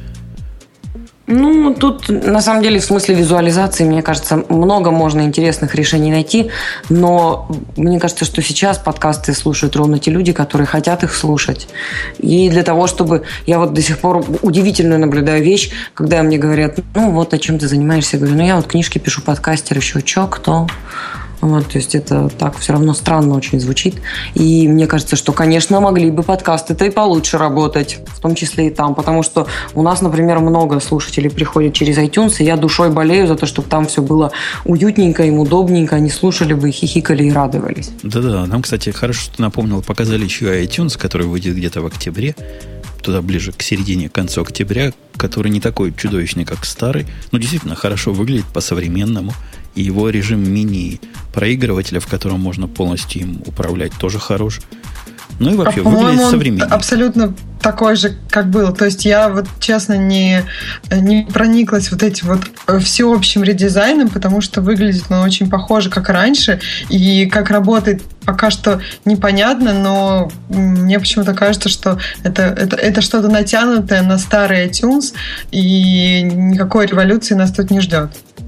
Ну, тут, на самом деле, в смысле визуализации, мне кажется, много можно интересных решений найти, но мне кажется, что сейчас подкасты слушают ровно те люди, которые хотят их слушать. И для того, чтобы... Я вот до сих пор удивительную наблюдаю вещь, когда мне говорят, ну, вот о чем ты занимаешься. Я говорю, ну, я вот книжки пишу, подкастер, еще что, кто... Вот, то есть это так все равно странно очень звучит. И мне кажется, что, конечно, могли бы подкасты-то и получше работать, в том числе и там, потому что у нас, например, много слушателей приходят через iTunes, и я душой болею за то, чтобы там все было уютненько, им удобненько, они слушали бы, хихикали и радовались. Да-да, нам, кстати, хорошо, что ты напомнил, показали еще iTunes, который выйдет где-то в октябре, туда ближе к середине, к концу октября, который не такой чудовищный, как старый, но действительно хорошо выглядит по-современному. И его режим мини-проигрывателя, в котором можно полностью им управлять, тоже хорош. Ну и вообще, а, выглядит современно. Абсолютно такой же, как был. То есть я вот, честно, не, не прониклась вот этим вот всеобщим редизайном, потому что выглядит он очень похоже, как раньше. И как работает, пока что непонятно, но мне почему-то кажется, что это, это, это что-то натянутое на старый iTunes, и никакой революции нас тут не ждет.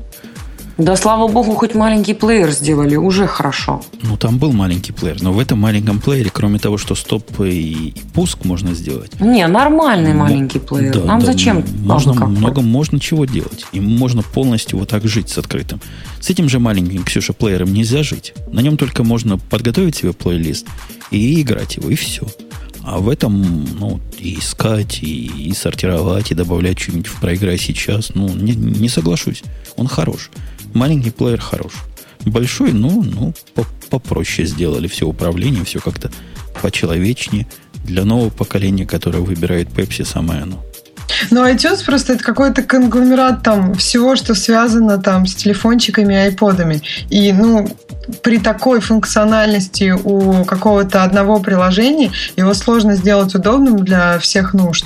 Да, слава богу, хоть маленький плеер сделали, уже хорошо. Ну, там был маленький плеер, но в этом маленьком плеере, кроме того, что стоп и, и пуск можно сделать... Не, нормальный ну, маленький плеер. Да, Нам да, зачем? Можно много, можно чего делать. И можно полностью вот так жить с открытым. С этим же маленьким, Ксюша, плеером нельзя жить. На нем только можно подготовить себе плейлист и играть его, и все. А в этом, ну, и искать, и, и сортировать, и добавлять что-нибудь в проиграй сейчас, ну, не, не соглашусь. Он хорош. Маленький плеер хорош. Большой, ну, ну попроще сделали все управление, все как-то почеловечнее. Для нового поколения, которое выбирает Pepsi, самое оно. Ну, iTunes просто это какой-то конгломерат там всего, что связано там с телефончиками и айподами. И, ну, при такой функциональности у какого-то одного приложения его сложно сделать удобным для всех нужд.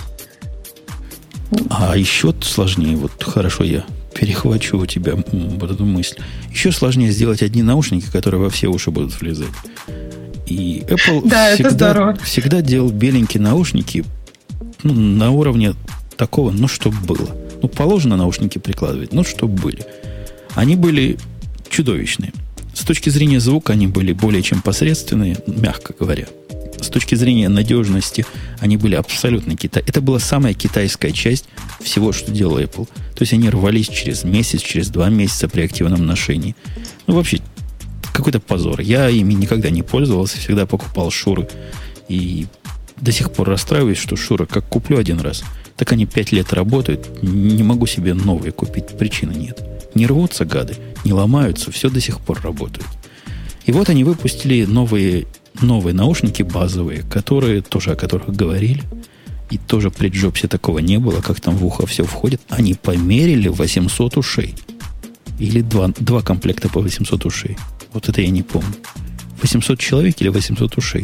А еще сложнее, вот хорошо я перехвачу у тебя вот эту мысль. Еще сложнее сделать одни наушники, которые во все уши будут влезать. И Apple да, всегда, всегда делал беленькие наушники, ну, на уровне такого, ну, чтобы было. Ну, положено наушники прикладывать, ну, чтобы были. Они были чудовищные. С точки зрения звука они были более чем посредственные, мягко говоря. С точки зрения надежности они были абсолютно китайские. Это была самая китайская часть всего, что делал Apple. То есть они рвались через месяц, через два месяца при активном ношении. Ну, вообще, какой-то позор. Я ими никогда не пользовался, всегда покупал Шуры. И до сих пор расстраиваюсь, что Шуры, как куплю один раз, так они пять лет работают. Не могу себе новые купить, причины нет. Не рвутся гады, не ломаются, все до сих пор работает. И вот они выпустили новые, новые наушники базовые, которые тоже о которых говорили. И тоже при Джобсе такого не было, как там в ухо все входит. Они померили восемьсот ушей. Или два, два комплекта по восемьсот ушей. Вот это я не помню. восемьсот человек или восемьсот ушей?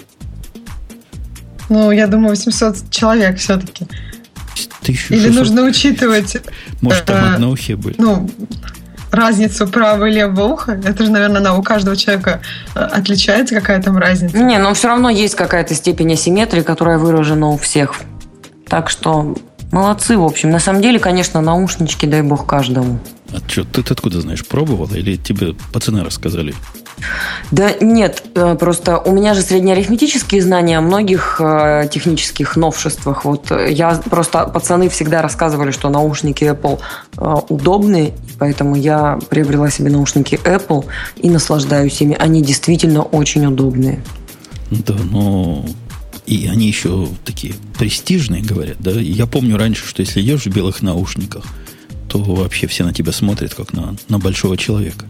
Ну, я думаю, восемьсот человек все-таки. Или нужно учитывать... Может, там э, одно ухе были? Ну, разницу правого и левого уха. Это же, наверное, она у каждого человека отличается, какая там разница. Не, но все равно есть какая-то степень асимметрии, которая выражена у всех. Так что молодцы, в общем. На самом деле, конечно, наушнички, дай бог каждому. А что, ты откуда знаешь, пробовала? Или тебе пацаны рассказали? Да нет, просто у меня же среднеарифметические знания о многих э, технических новшествах. Вот я просто, пацаны всегда рассказывали, что наушники Apple э, удобные, поэтому я приобрела себе наушники Apple и наслаждаюсь ими. Они действительно очень удобные. Да, но и они еще такие престижные, говорят, да? Я помню раньше, что если едешь в белых наушниках, то вообще все на тебя смотрят, как на, на большого человека.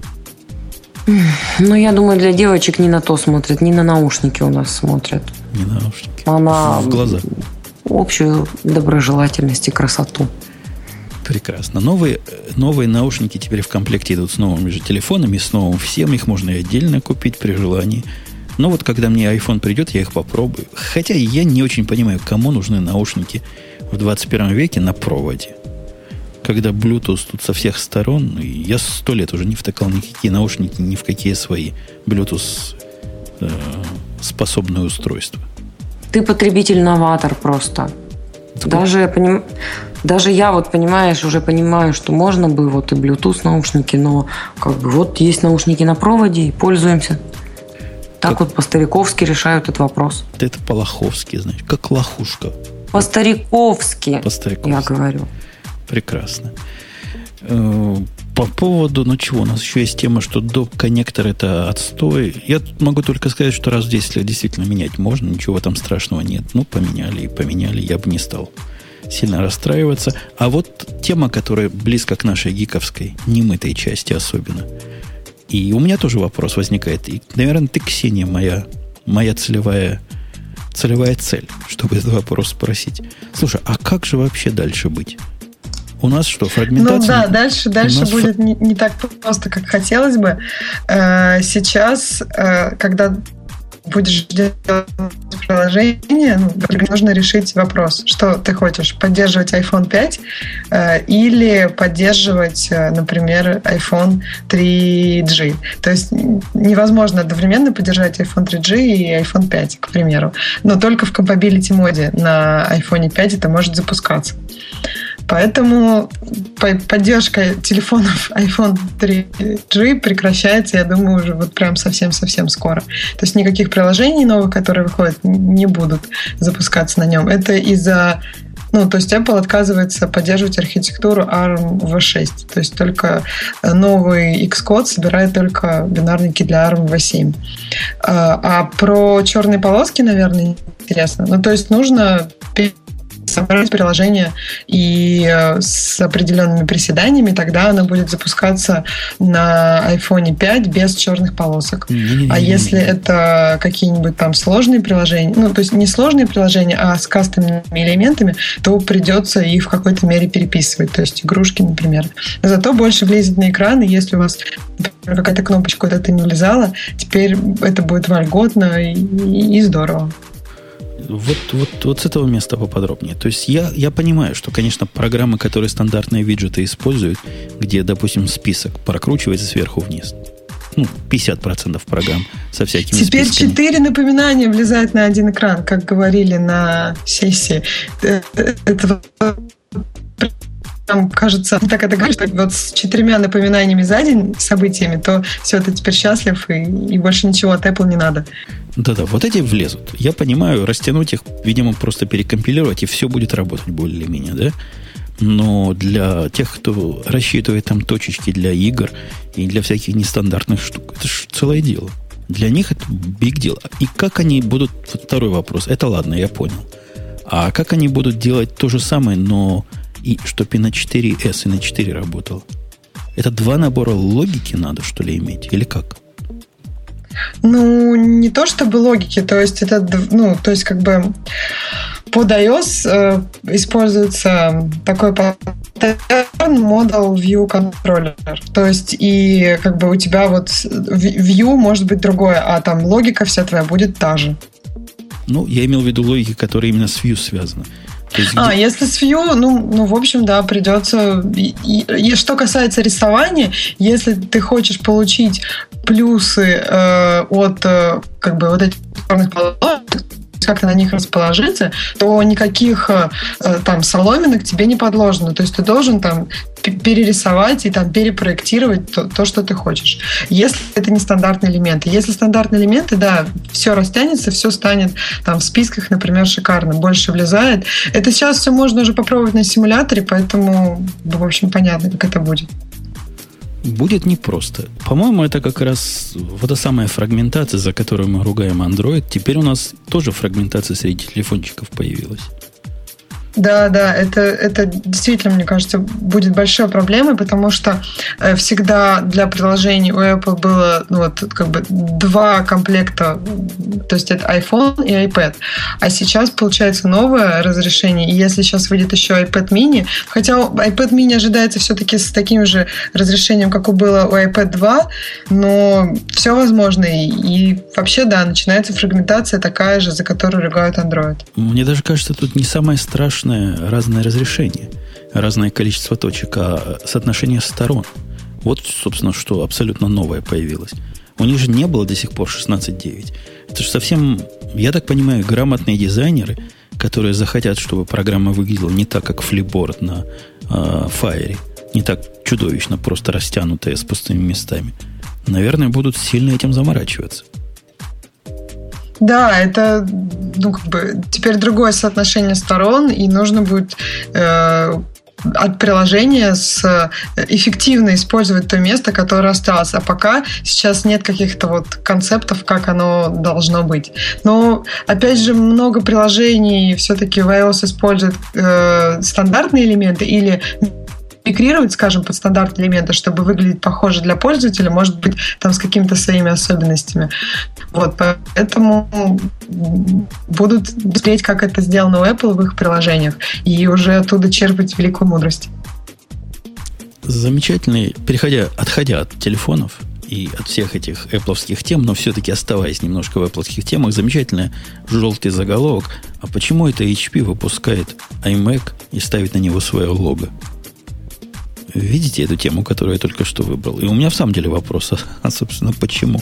Ну, я думаю, для девочек не на то смотрят, не на наушники у нас смотрят. Не на наушники. А на в глаза. Общую доброжелательность и красоту. Прекрасно. Новые, новые наушники теперь в комплекте идут с новыми же телефонами, с новым всем. Их можно и отдельно купить при желании. Но вот когда мне iPhone придет, я их попробую. Хотя я не очень понимаю, кому нужны наушники в двадцать первом веке на проводе. Когда Bluetooth тут со всех сторон, я сто лет уже не втыкал никакие наушники, ни в какие свои Bluetooth э, способные устройства. Ты потребитель-новатор просто. Так Даже, я поним... Даже я вот, понимаешь, уже понимаю, что можно бы вот и Bluetooth наушники, но как бы вот есть наушники на проводе и пользуемся. Так как... вот по-стариковски решают этот вопрос. Это по-лоховски, знаешь, как лохушка. По-стариковски, По-стариковски. я говорю. Прекрасно. По поводу, ну чего, у нас еще есть тема, что доп-коннектор это отстой. Я тут могу только сказать, что раз в десять лет действительно менять можно, ничего там страшного нет. Ну, поменяли и поменяли, я бы не стал сильно расстраиваться. А вот тема, которая близко к нашей гиковской, немытой части особенно. И у меня тоже вопрос возникает. И, наверное, ты, Ксения, моя, моя целевая, целевая цель, чтобы этот вопрос спросить. Слушай, а как же вообще дальше быть? У нас что, фрагментация? Ну да, дальше, дальше будет фр... не, не так просто, как хотелось бы. Сейчас, когда будешь делать приложение, ну, нужно решить вопрос, что ты хочешь, поддерживать iPhone пять или поддерживать, например, iPhone три джи. То есть невозможно одновременно поддержать iPhone три джи и iPhone пять, к примеру. Но только в compatibility моде на iPhone пять это может запускаться. Поэтому поддержка телефонов iPhone три джи прекращается, я думаю, уже вот прям совсем-совсем скоро. То есть никаких приложений новых, которые выходят, не будут запускаться на нем. Это из-за... Ну, то есть Apple отказывается поддерживать архитектуру арм ви шесть. То есть только новый Xcode собирает только бинарники для арм ви семь. А про черные полоски, наверное, интересно. Ну, то есть нужно... собрать приложение и с определенными приседаниями, тогда оно будет запускаться на iPhone пять без черных полосок. Mm-hmm. А если это какие-нибудь там сложные приложения, ну, то есть не сложные приложения, а с кастомными элементами, то придется их в какой-то мере переписывать, то есть игрушки, например. Зато больше влезет на экран, и если у вас, например, какая-то кнопочка куда-то не влезала, теперь это будет вольготно и, и, и здорово. Вот, вот, вот с этого места поподробнее. То есть я, я понимаю, что, конечно, программы, которые стандартные виджеты используют, где, допустим, список прокручивается сверху вниз. Ну, пятьдесят процентов программ со всякими Теперь списками. четыре напоминания влезают на один экран, как говорили на сессии. Это там, кажется, так это говоришь, что вот с четырьмя напоминаниями за день событиями, то все, ты теперь счастлив, и, и больше ничего от Apple не надо. Да-да, вот эти влезут. Я понимаю, растянуть их, видимо, просто перекомпилировать, и все будет работать более-менее, да? Но для тех, кто рассчитывает там точечки для игр и для всяких нестандартных штук, это же целое дело. Для них это big deal. И как они будут... Вот второй вопрос. Это ладно, я понял. А как они будут делать то же самое, но и чтобы и на четыре эс, и на четыре работало? Это два набора логики надо, что ли, иметь? Или как? Ну, не то чтобы логики, то есть это, ну, то есть как бы под iOS э, используется такой паттерн Model View Controller. То есть и как бы у тебя вот view может быть другое, а там логика вся твоя будет та же. Ну, я имел в виду логики, которые именно с view связаны. Есть, а, где... если с Vue, ну, ну, в общем, да, придется... И, и, и что касается рисования, если ты хочешь получить плюсы э, от, э, как бы, вот этих черных полос, как-то на них расположиться, то никаких там соломинок тебе не подложено. То есть ты должен там перерисовать и там перепроектировать то, то, что ты хочешь. Если это не стандартные элементы. Если стандартные элементы, да, все растянется, все станет там в списках, например, шикарно, больше влезает. Это сейчас все можно уже попробовать на симуляторе, поэтому, в общем, понятно, как это будет. Будет непросто. По-моему, это как раз вот эта самая фрагментация, за которую мы ругаем Android. Теперь у нас тоже фрагментация среди телефончиков появилась. Да, да, это, это действительно, мне кажется, будет большой проблемой, потому что всегда для приложений у Apple было ну, вот, как бы два комплекта, то есть это iPhone и iPad. А сейчас получается новое разрешение, и если сейчас выйдет еще iPad mini, хотя iPad mini ожидается все-таки с таким же разрешением, как и было у iPad два, но все возможно. И, и вообще, да, начинается фрагментация такая же, за которую ругают Android. Мне даже кажется, тут не самое страшное разное разрешение, разное количество точек, а соотношение сторон. Вот, собственно, что абсолютно новое появилось. У них же не было до сих пор шестнадцать девять. Это же совсем, я так понимаю, грамотные дизайнеры, которые захотят, чтобы программа выглядела не так, как Flipboard на э, Fire, не так чудовищно, просто растянутая с пустыми местами, наверное, будут сильно этим заморачиваться. Да, это ну, как бы, теперь другое соотношение сторон, и нужно будет э, от приложения с, эффективно использовать то место, которое осталось. А пока сейчас нет каких-то вот концептов, как оно должно быть. Но, опять же, много приложений все-таки в iOS используют э, стандартные элементы или мигрировать, скажем, под стандарт элемента, чтобы выглядеть похоже для пользователя, может быть, там с какими-то своими особенностями. Вот, поэтому будут смотреть, как это сделано у Apple в их приложениях, и уже оттуда черпать великую мудрость. Замечательный, переходя, отходя от телефонов и от всех этих Apple'овских тем, но все-таки оставаясь немножко в Apple'овских темах, замечательный желтый заголовок. А почему это эйч пи выпускает iMac и ставит на него свое лого? Видите эту тему, которую я только что выбрал? И у меня в самом деле вопрос, а, собственно, почему?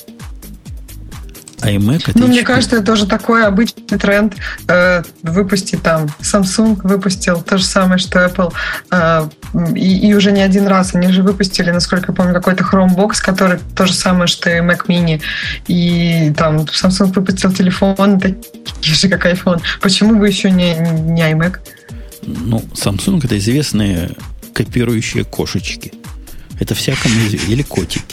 iMac это ну, эйч пи. Мне кажется, это тоже такой обычный тренд. Э, выпустить там Samsung выпустил то же самое, что Apple. Э, и, и уже не один раз. Они же выпустили, насколько я помню, какой-то Chromebox, который то же самое, что и Mac Mini. И там Samsung выпустил телефон такие же, как iPhone. Почему бы еще не, не iMac? Ну, Samsung это известные копирующие кошечки. Это всякому известно. Или котики.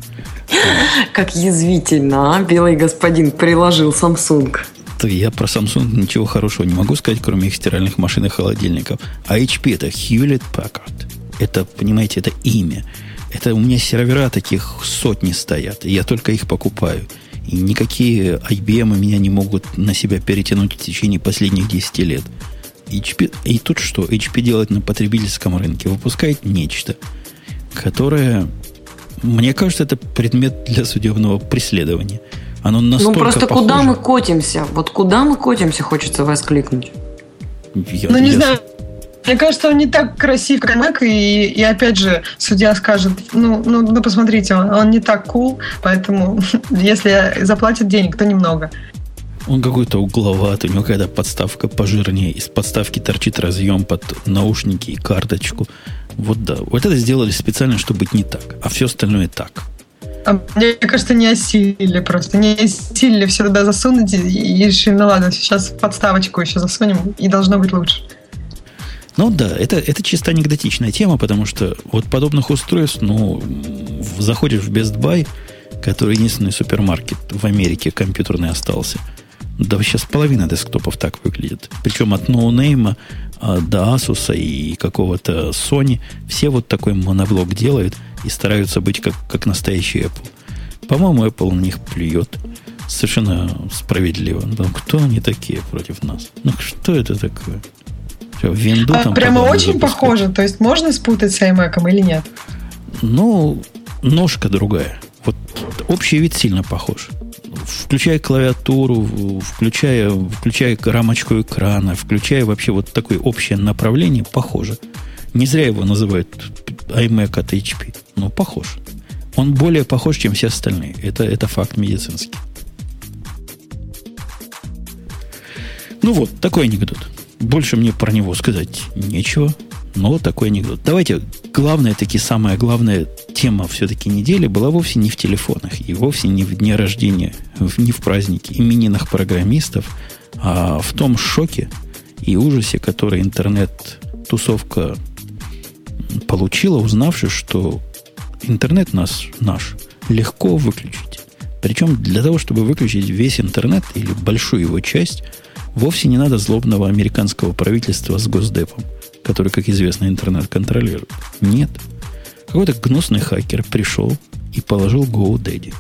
Как язвительно, а? Белый господин приложил Samsung. То я про Samsung ничего хорошего не могу сказать, кроме их стиральных машин и холодильников. А эйч пи это Hewlett Packard. Это, понимаете, это имя. Это у меня сервера таких сотни стоят. И я только их покупаю. И никакие ай би эм меня не могут на себя перетянуть в течение последних десяти лет. эйч пи, и тут что? эйч пи делает на потребительском рынке. Выпускает нечто, которое, мне кажется, это предмет для судебного преследования. Оно настолько ну просто похоже. Куда мы котимся? Вот куда мы котимся, хочется воскликнуть. Я, ну не я... знаю. Мне кажется, он не так красив, как Mac, и, и опять же, судья скажет, ну, ну, ну посмотрите, он, он не так cool, поэтому если заплатят денег, то немного. Он какой-то угловатый, у него какая-то подставка пожирнее. Из подставки торчит разъем под наушники и карточку. Вот да. Вот это сделали специально, чтобы быть не так. А все остальное так. А мне кажется, не осилили просто. Не осилили все туда засунуть и решили, ну ладно, сейчас подставочку еще засунем, и должно быть лучше. Ну да, это, это чисто анекдотичная тема, потому что вот подобных устройств, ну, заходишь в Best Buy, который единственный супермаркет в Америке компьютерный остался. Да сейчас половина десктопов так выглядит. Причем от ноунейма до Asus и какого-то Sony. Все вот такой моноблок делают и стараются быть как, как настоящий Apple. По-моему, Apple на них плюет. Совершенно справедливо. Ну, кто они такие против нас? Ну, что это такое? Что, винду а там прямо очень запускать? Похоже. То есть можно спутать с iMac или нет? Ну, ножка другая. Вот общий вид сильно похож. Включая клавиатуру, включая, включая рамочку экрана, включая вообще вот такое общее направление, похоже. Не зря его называют iMac от эйч пи. Но похож. Он более похож, чем все остальные. Это, это факт медицинский. Ну вот, такой анекдот. Больше мне про него сказать нечего, но вот такой анекдот. Давайте, главная, таки самая главная тема все-таки недели была вовсе не в телефонах, и вовсе не в дне рождения, не в празднике именинах программистов, а в том шоке и ужасе, который интернет-тусовка получила, узнавши, что интернет нас, наш легко выключить. Причем для того, чтобы выключить весь интернет или большую его часть, вовсе не надо злобного американского правительства с Госдепом, который, как известно, интернет контролирует. Нет. Какой-то гнусный хакер пришел и положил GoDaddy.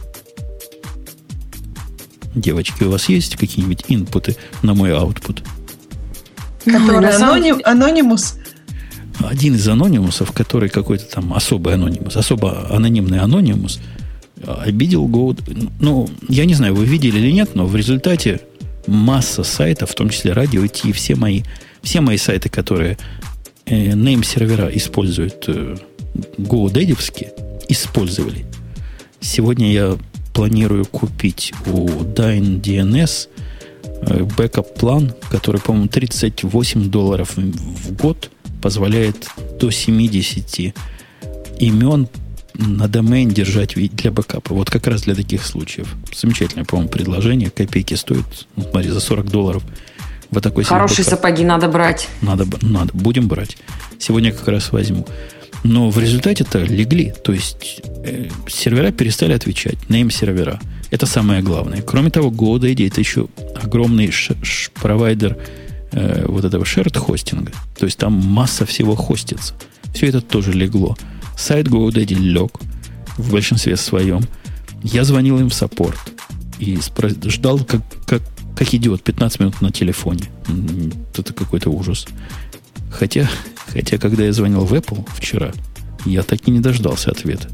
Девочки, у вас есть какие-нибудь инпуты на мой аутпут? Который аноним, анонимус? Один из анонимусов, который какой-то там особый анонимус, особо анонимный анонимус, обидел GoDaddy. Ну, я не знаю, вы видели или нет, но в результате масса сайтов, в том числе радио ти, все мои, все мои сайты, которые э, name-сервера используют э, GoDaddy-вские, использовали. Сегодня я планирую купить у Dyn.dns э, бэкап-план, который, по-моему, тридцать восемь долларов в год позволяет до семьдесят имен на домен держать для бэкапа. Вот как раз для таких случаев. Замечательное, по-моему, предложение. Копейки стоит, ну, смотри, за сорок долларов. Вот такой хорошие сапоги надо брать. Надо, надо, будем брать. Сегодня как раз возьму. Но в результате-то легли. То есть э, сервера перестали отвечать. Name-сервера. Это самое главное. Кроме того, GoDaddy это еще огромный ш- ш- провайдер э, вот этого shared-хостинга. То есть там масса всего хостится. Все это тоже легло. Сайт GoDaddy лег в большинстве своем. Я звонил им в саппорт и спро- ждал, как, как, как идиот, пятнадцать минут на телефоне. Это какой-то ужас. Хотя, хотя, когда я звонил в Apple вчера, я так и не дождался ответа.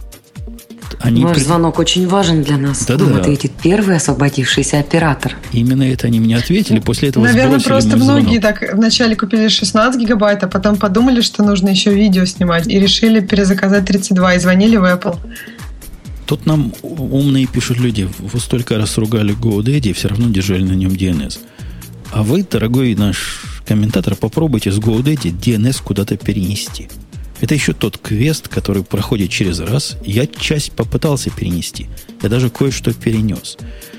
Они Ваш при... звонок очень важен для нас. Да-да. Вам ответит первый освободившийся оператор. Именно это они мне ответили. После этого наверное, сбросили просто мой многие звонок. так вначале купили шестнадцать гигабайт, а потом подумали, что нужно еще видео снимать, и решили перезаказать тридцать два, и звонили в Apple. Тут нам умные пишут люди, вы столько раз ругали GoDaddy и все равно держали на нем ди эн эс. А вы, дорогой наш комментатор, попробуйте с GoDaddy ди эн эс куда-то перенести. Это еще тот квест, который проходит через раз. Я часть попытался перенести. Я даже кое-что перенес.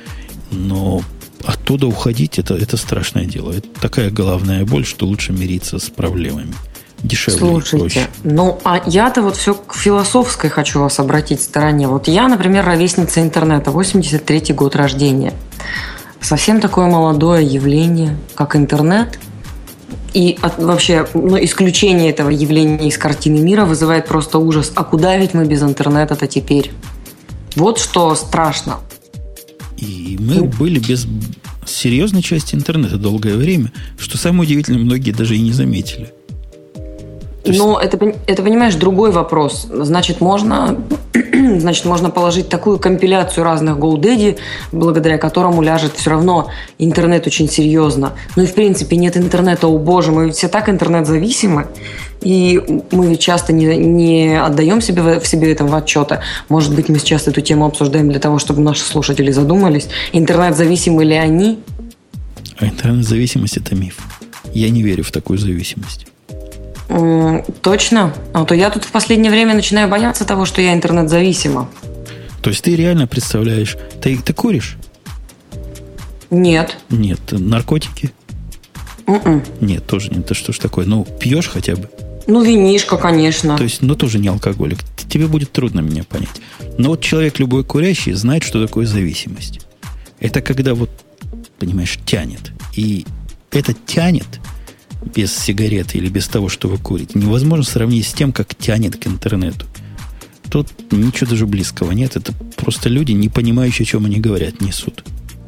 Но оттуда уходить, это, это страшное дело. Это такая головная боль, что лучше мириться с проблемами. Дешевле. Слушайте, ну, а я-то вот все к философской хочу вас обратить стороне. Вот я, например, ровесница интернета, восемьдесят третий год рождения. Совсем такое молодое явление, как интернет. И от, вообще, ну, исключение этого явления из картины мира вызывает просто ужас. А куда ведь мы без интернета-то теперь? Вот что страшно. И мы были без серьезной части интернета долгое время, что самое удивительное, многие даже и не заметили. Есть... Но это, это, понимаешь, другой вопрос. Значит, можно, значит, можно положить такую компиляцию разных GoDaddy, благодаря которому ляжет все равно интернет очень серьезно. Ну и, в принципе, нет интернета, о боже, мы ведь все так интернет-зависимы, и мы ведь часто не, не отдаем себе в себе этом отчета. Может быть, мы сейчас эту тему обсуждаем для того, чтобы наши слушатели задумались, интернет-зависимы ли они? А интернет-зависимость – это миф. Я не верю в такую зависимость. Точно? А то я тут в последнее время начинаю бояться того, что я интернет-зависима. То есть ты реально представляешь... Ты, ты куришь? Нет. Нет. Наркотики? Mm-mm. Нет, тоже нет. Это что ж такое? Ну, пьешь хотя бы? Ну, винишко, конечно. То есть, ну, тоже не алкоголик. Тебе будет трудно меня понять. Но вот человек любой курящий знает, что такое зависимость. Это когда вот, понимаешь, тянет. И это тянет... без сигареты или без того, что вы курите, невозможно сравнить с тем, как тянет к интернету. Тут ничего даже близкого нет. Это просто люди, не понимающие, о чем они говорят, несут.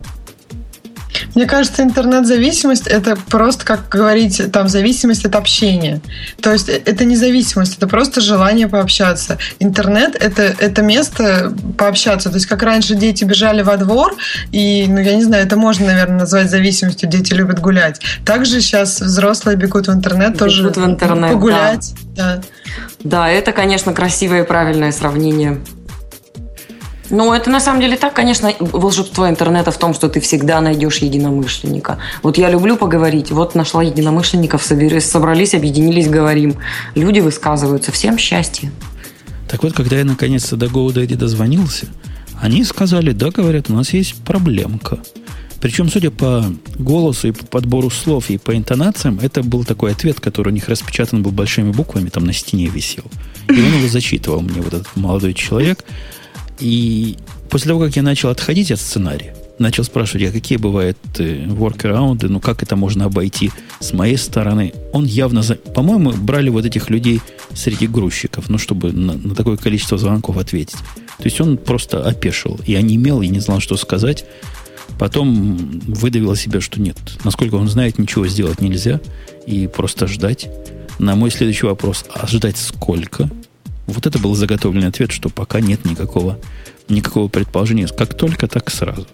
Мне кажется, интернет-зависимость – это просто, как говорить, там, зависимость от общения. То есть это не зависимость, это просто желание пообщаться. Интернет – это, это место пообщаться. То есть как раньше дети бежали во двор, и, ну, я не знаю, это можно, наверное, назвать зависимостью, дети любят гулять. Также сейчас взрослые бегут в интернет, бегут тоже в интернет, погулять. Да. Да. Да, это, конечно, красивое и правильное сравнение. Ну, это на самом деле так, конечно, волшебство интернета в том, что ты всегда найдешь единомышленника. Вот я люблю поговорить, вот нашла единомышленников, собрались, объединились, говорим. Люди высказываются, всем счастья. Так вот, когда я наконец-то до GoDaddy дозвонился, они сказали, да, говорят, у нас есть проблемка. Причем, судя по голосу и по подбору слов и по интонациям, это был такой ответ, который у них распечатан был большими буквами, там на стене висел. И он его зачитывал мне, вот этот молодой человек. И после того, как я начал отходить от сценария, начал спрашивать, а какие бывают воркараунды, ну как это можно обойти с моей стороны, он явно, за... по-моему, брали вот этих людей среди грузчиков, ну чтобы на, на такое количество звонков ответить. То есть он просто опешил и онемел, и не знал, что сказать. Потом выдавил себе, что нет, насколько он знает, ничего сделать нельзя, и просто ждать. На мой следующий вопрос, а ждать сколько? Вот это был заготовленный ответ, что пока нет никакого, никакого предположения. Как только, так сразу.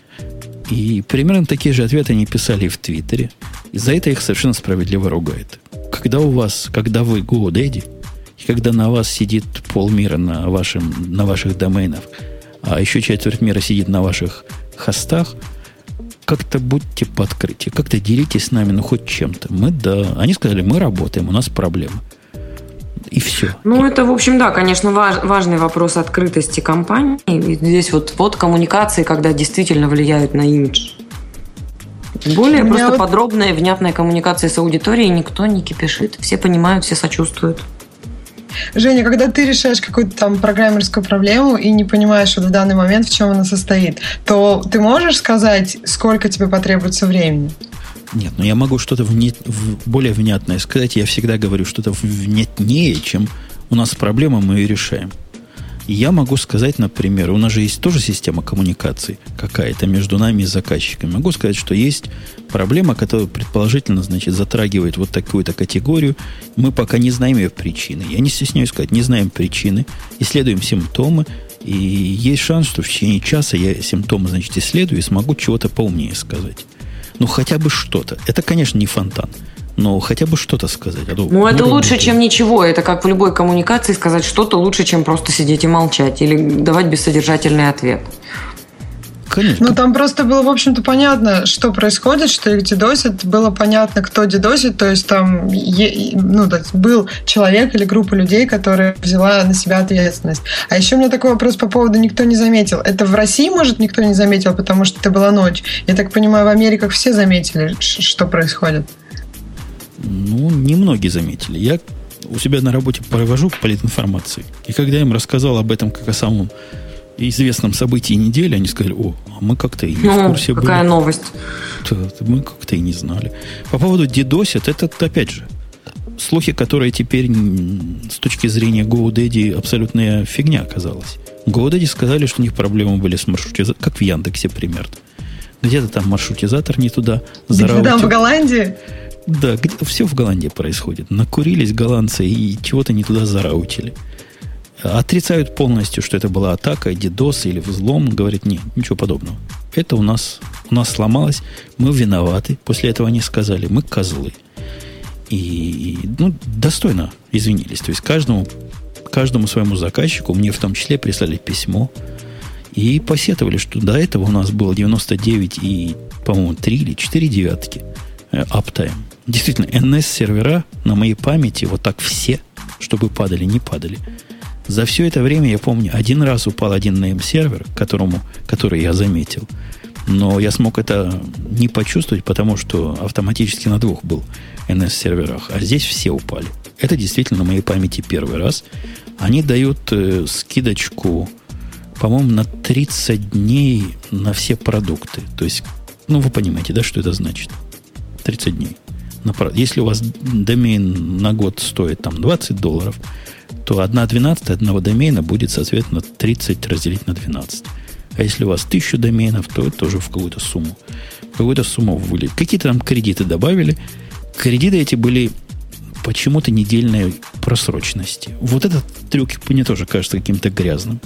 И примерно такие же ответы они писали в Твиттере. И за это их совершенно справедливо ругают. Когда у вас, когда вы GoDaddy, и когда на вас сидит полмира на, вашем, на ваших доменах, а еще четверть мира сидит на ваших хостах, как-то будьте подкрытие, как-то делитесь с нами, ну, хоть чем-то. Мы, да, они сказали, мы работаем, у нас проблемы. И все. Ну, это, в общем, да, конечно, важ, важный вопрос открытости компании. И здесь вот, вот коммуникации, когда действительно влияют на имидж. Более просто вот... подробная, внятная коммуникация с аудиторией, никто не кипишит, все понимают, все сочувствуют. Женя, когда ты решаешь какую-то там программерскую проблему и не понимаешь вот в данный момент, в чем она состоит, то ты можешь сказать, сколько тебе потребуется времени? Нет, но я могу что-то вне, в, более внятное сказать. Я всегда говорю что-то внятнее, чем у нас проблема, мы ее решаем. И я могу сказать, например, у нас же есть тоже система коммуникаций какая-то между нами и заказчиками. Могу сказать, что есть проблема, которая предположительно, значит, затрагивает вот такую-то категорию. Мы пока не знаем ее причины. Я не стесняюсь сказать, не знаем причины, исследуем симптомы, и есть шанс, что в течение часа я симптомы, значит, исследую и смогу чего-то поумнее сказать. Ну, хотя бы что-то. Это, конечно, не фонтан, но хотя бы что-то сказать. А то ну, это лучше, будет... чем ничего. Это как в любой коммуникации сказать что-то лучше, чем просто сидеть и молчать или давать бессодержательный ответ. Конечно. Ну, там просто было, в общем-то, понятно, что происходит, что их дедосит. Было понятно, кто дедосит. То есть там ну, был человек или группа людей, которая взяла на себя ответственность. А еще у меня такой вопрос по поводу «никто не заметил». Это в России, может, никто не заметил, потому что это была ночь? Я так понимаю, в Америках все заметили, что происходит? Ну, немногие заметили. Я у себя на работе провожу политинформации. И когда я им рассказал об этом как о самом известном событии недели, они сказали, о, а мы как-то и не ну, в курсе были. Какая новость. Да, мы как-то и не знали. По поводу дедосит, это, опять же, слухи, которые теперь с точки зрения GoDaddy абсолютная фигня оказалась. GoDaddy сказали, что у них проблемы были с маршрутизатором, как в Яндексе примерно. Где-то там маршрутизатор не туда зараутил. Где-то там в Голландии? Да, где-то все в Голландии происходит. Накурились голландцы и чего-то не туда зараутили. Отрицают полностью, что это была атака, дидос или взлом. Говорит, нет, ничего подобного. Это у нас, у нас сломалось, мы виноваты. После этого они сказали, мы козлы. И, ну, достойно извинились. То есть каждому, каждому своему заказчику, мне в том числе, прислали письмо и посетовали, что до этого у нас было девяносто девять и, по-моему, три или четыре девятки аптайм. Действительно, эн эс-сервера на моей памяти вот так все, чтобы падали, не падали. За все это время, я помню, один раз упал один name-сервер, которому, который я заметил. Но я смог это не почувствовать, потому что автоматически на двух был эн эс-серверах. А здесь все упали. Это действительно на моей памяти первый раз. Они дают э, скидочку, по-моему, на тридцать дней на все продукты. То есть, ну, вы понимаете, да, что это значит? тридцать дней. Если у вас домен на год стоит там двадцать долларов, то одна двенадцатая одного домена будет, соответственно, тридцать разделить на двенадцать. А если у вас тысяча доменов, то это тоже в какую-то сумму. В какую-то сумму вылет. Какие-то там кредиты добавили. Кредиты эти были почему-то недельной просроченности. Вот этот трюк мне тоже кажется каким-то грязным.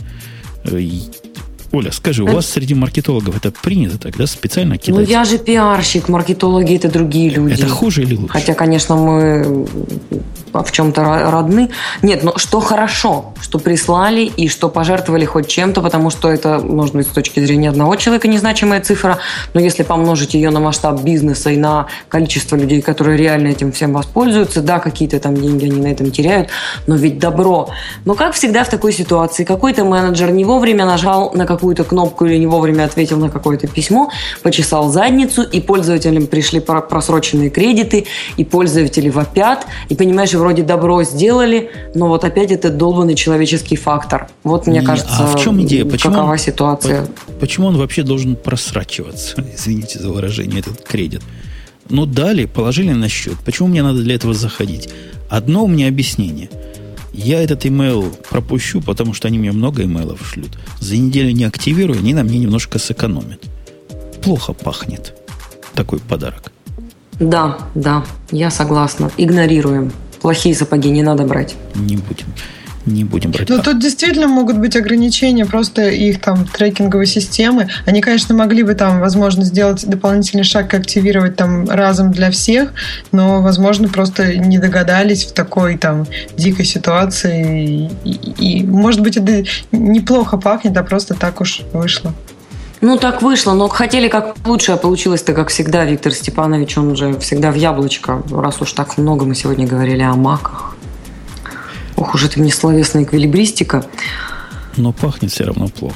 Оля, скажи, у вас среди маркетологов это принято тогда специально кидать? Ну, я же пиарщик, маркетологи – это другие люди. Это хуже или лучше? Хотя, конечно, мы в чем-то родны. Нет, но что хорошо, что прислали и что пожертвовали хоть чем-то, потому что это, может быть, с точки зрения одного человека незначимая цифра, но если помножить ее на масштаб бизнеса и на количество людей, которые реально этим всем воспользуются, да, какие-то там деньги они на этом теряют, но ведь добро. Но как всегда в такой ситуации, какой-то менеджер не вовремя нажал на какую-то кнопку или не вовремя ответил на какое-то письмо, почесал задницу, и пользователям пришли просроченные кредиты, и пользователи вопят, и, понимаешь, вроде добро сделали, но вот опять этот долбанный человеческий фактор. Вот, мне Не, кажется, а в чем идея? Почему какова он, ситуация. Почему он вообще должен просрачиваться? Извините за выражение, этот кредит. Ну, дали, положили на счет. Почему мне надо для этого заходить? Одно у меня объяснение. Я этот имейл пропущу, потому что они мне много имейлов шлют. За неделю не активирую, они на мне немножко сэкономят. Плохо пахнет такой подарок. Да, да, я согласна. Игнорируем. Плохие сапоги не надо брать. Не будем. Не будем брать. Ну, тут действительно могут быть ограничения просто их там трекинговой системы. Они, конечно, могли бы там, возможно, сделать дополнительный шаг и активировать там разом для всех, но, возможно, просто не догадались в такой там дикой ситуации. И, и, и может быть, это неплохо пахнет, а просто так уж вышло. Ну, так вышло, но хотели как лучше, а получилось-то, как всегда, Виктор Степанович, он же всегда в яблочко, раз уж так много мы сегодня говорили о маках. Ох уж это мне словесная эквилибристика. Но пахнет все равно плохо.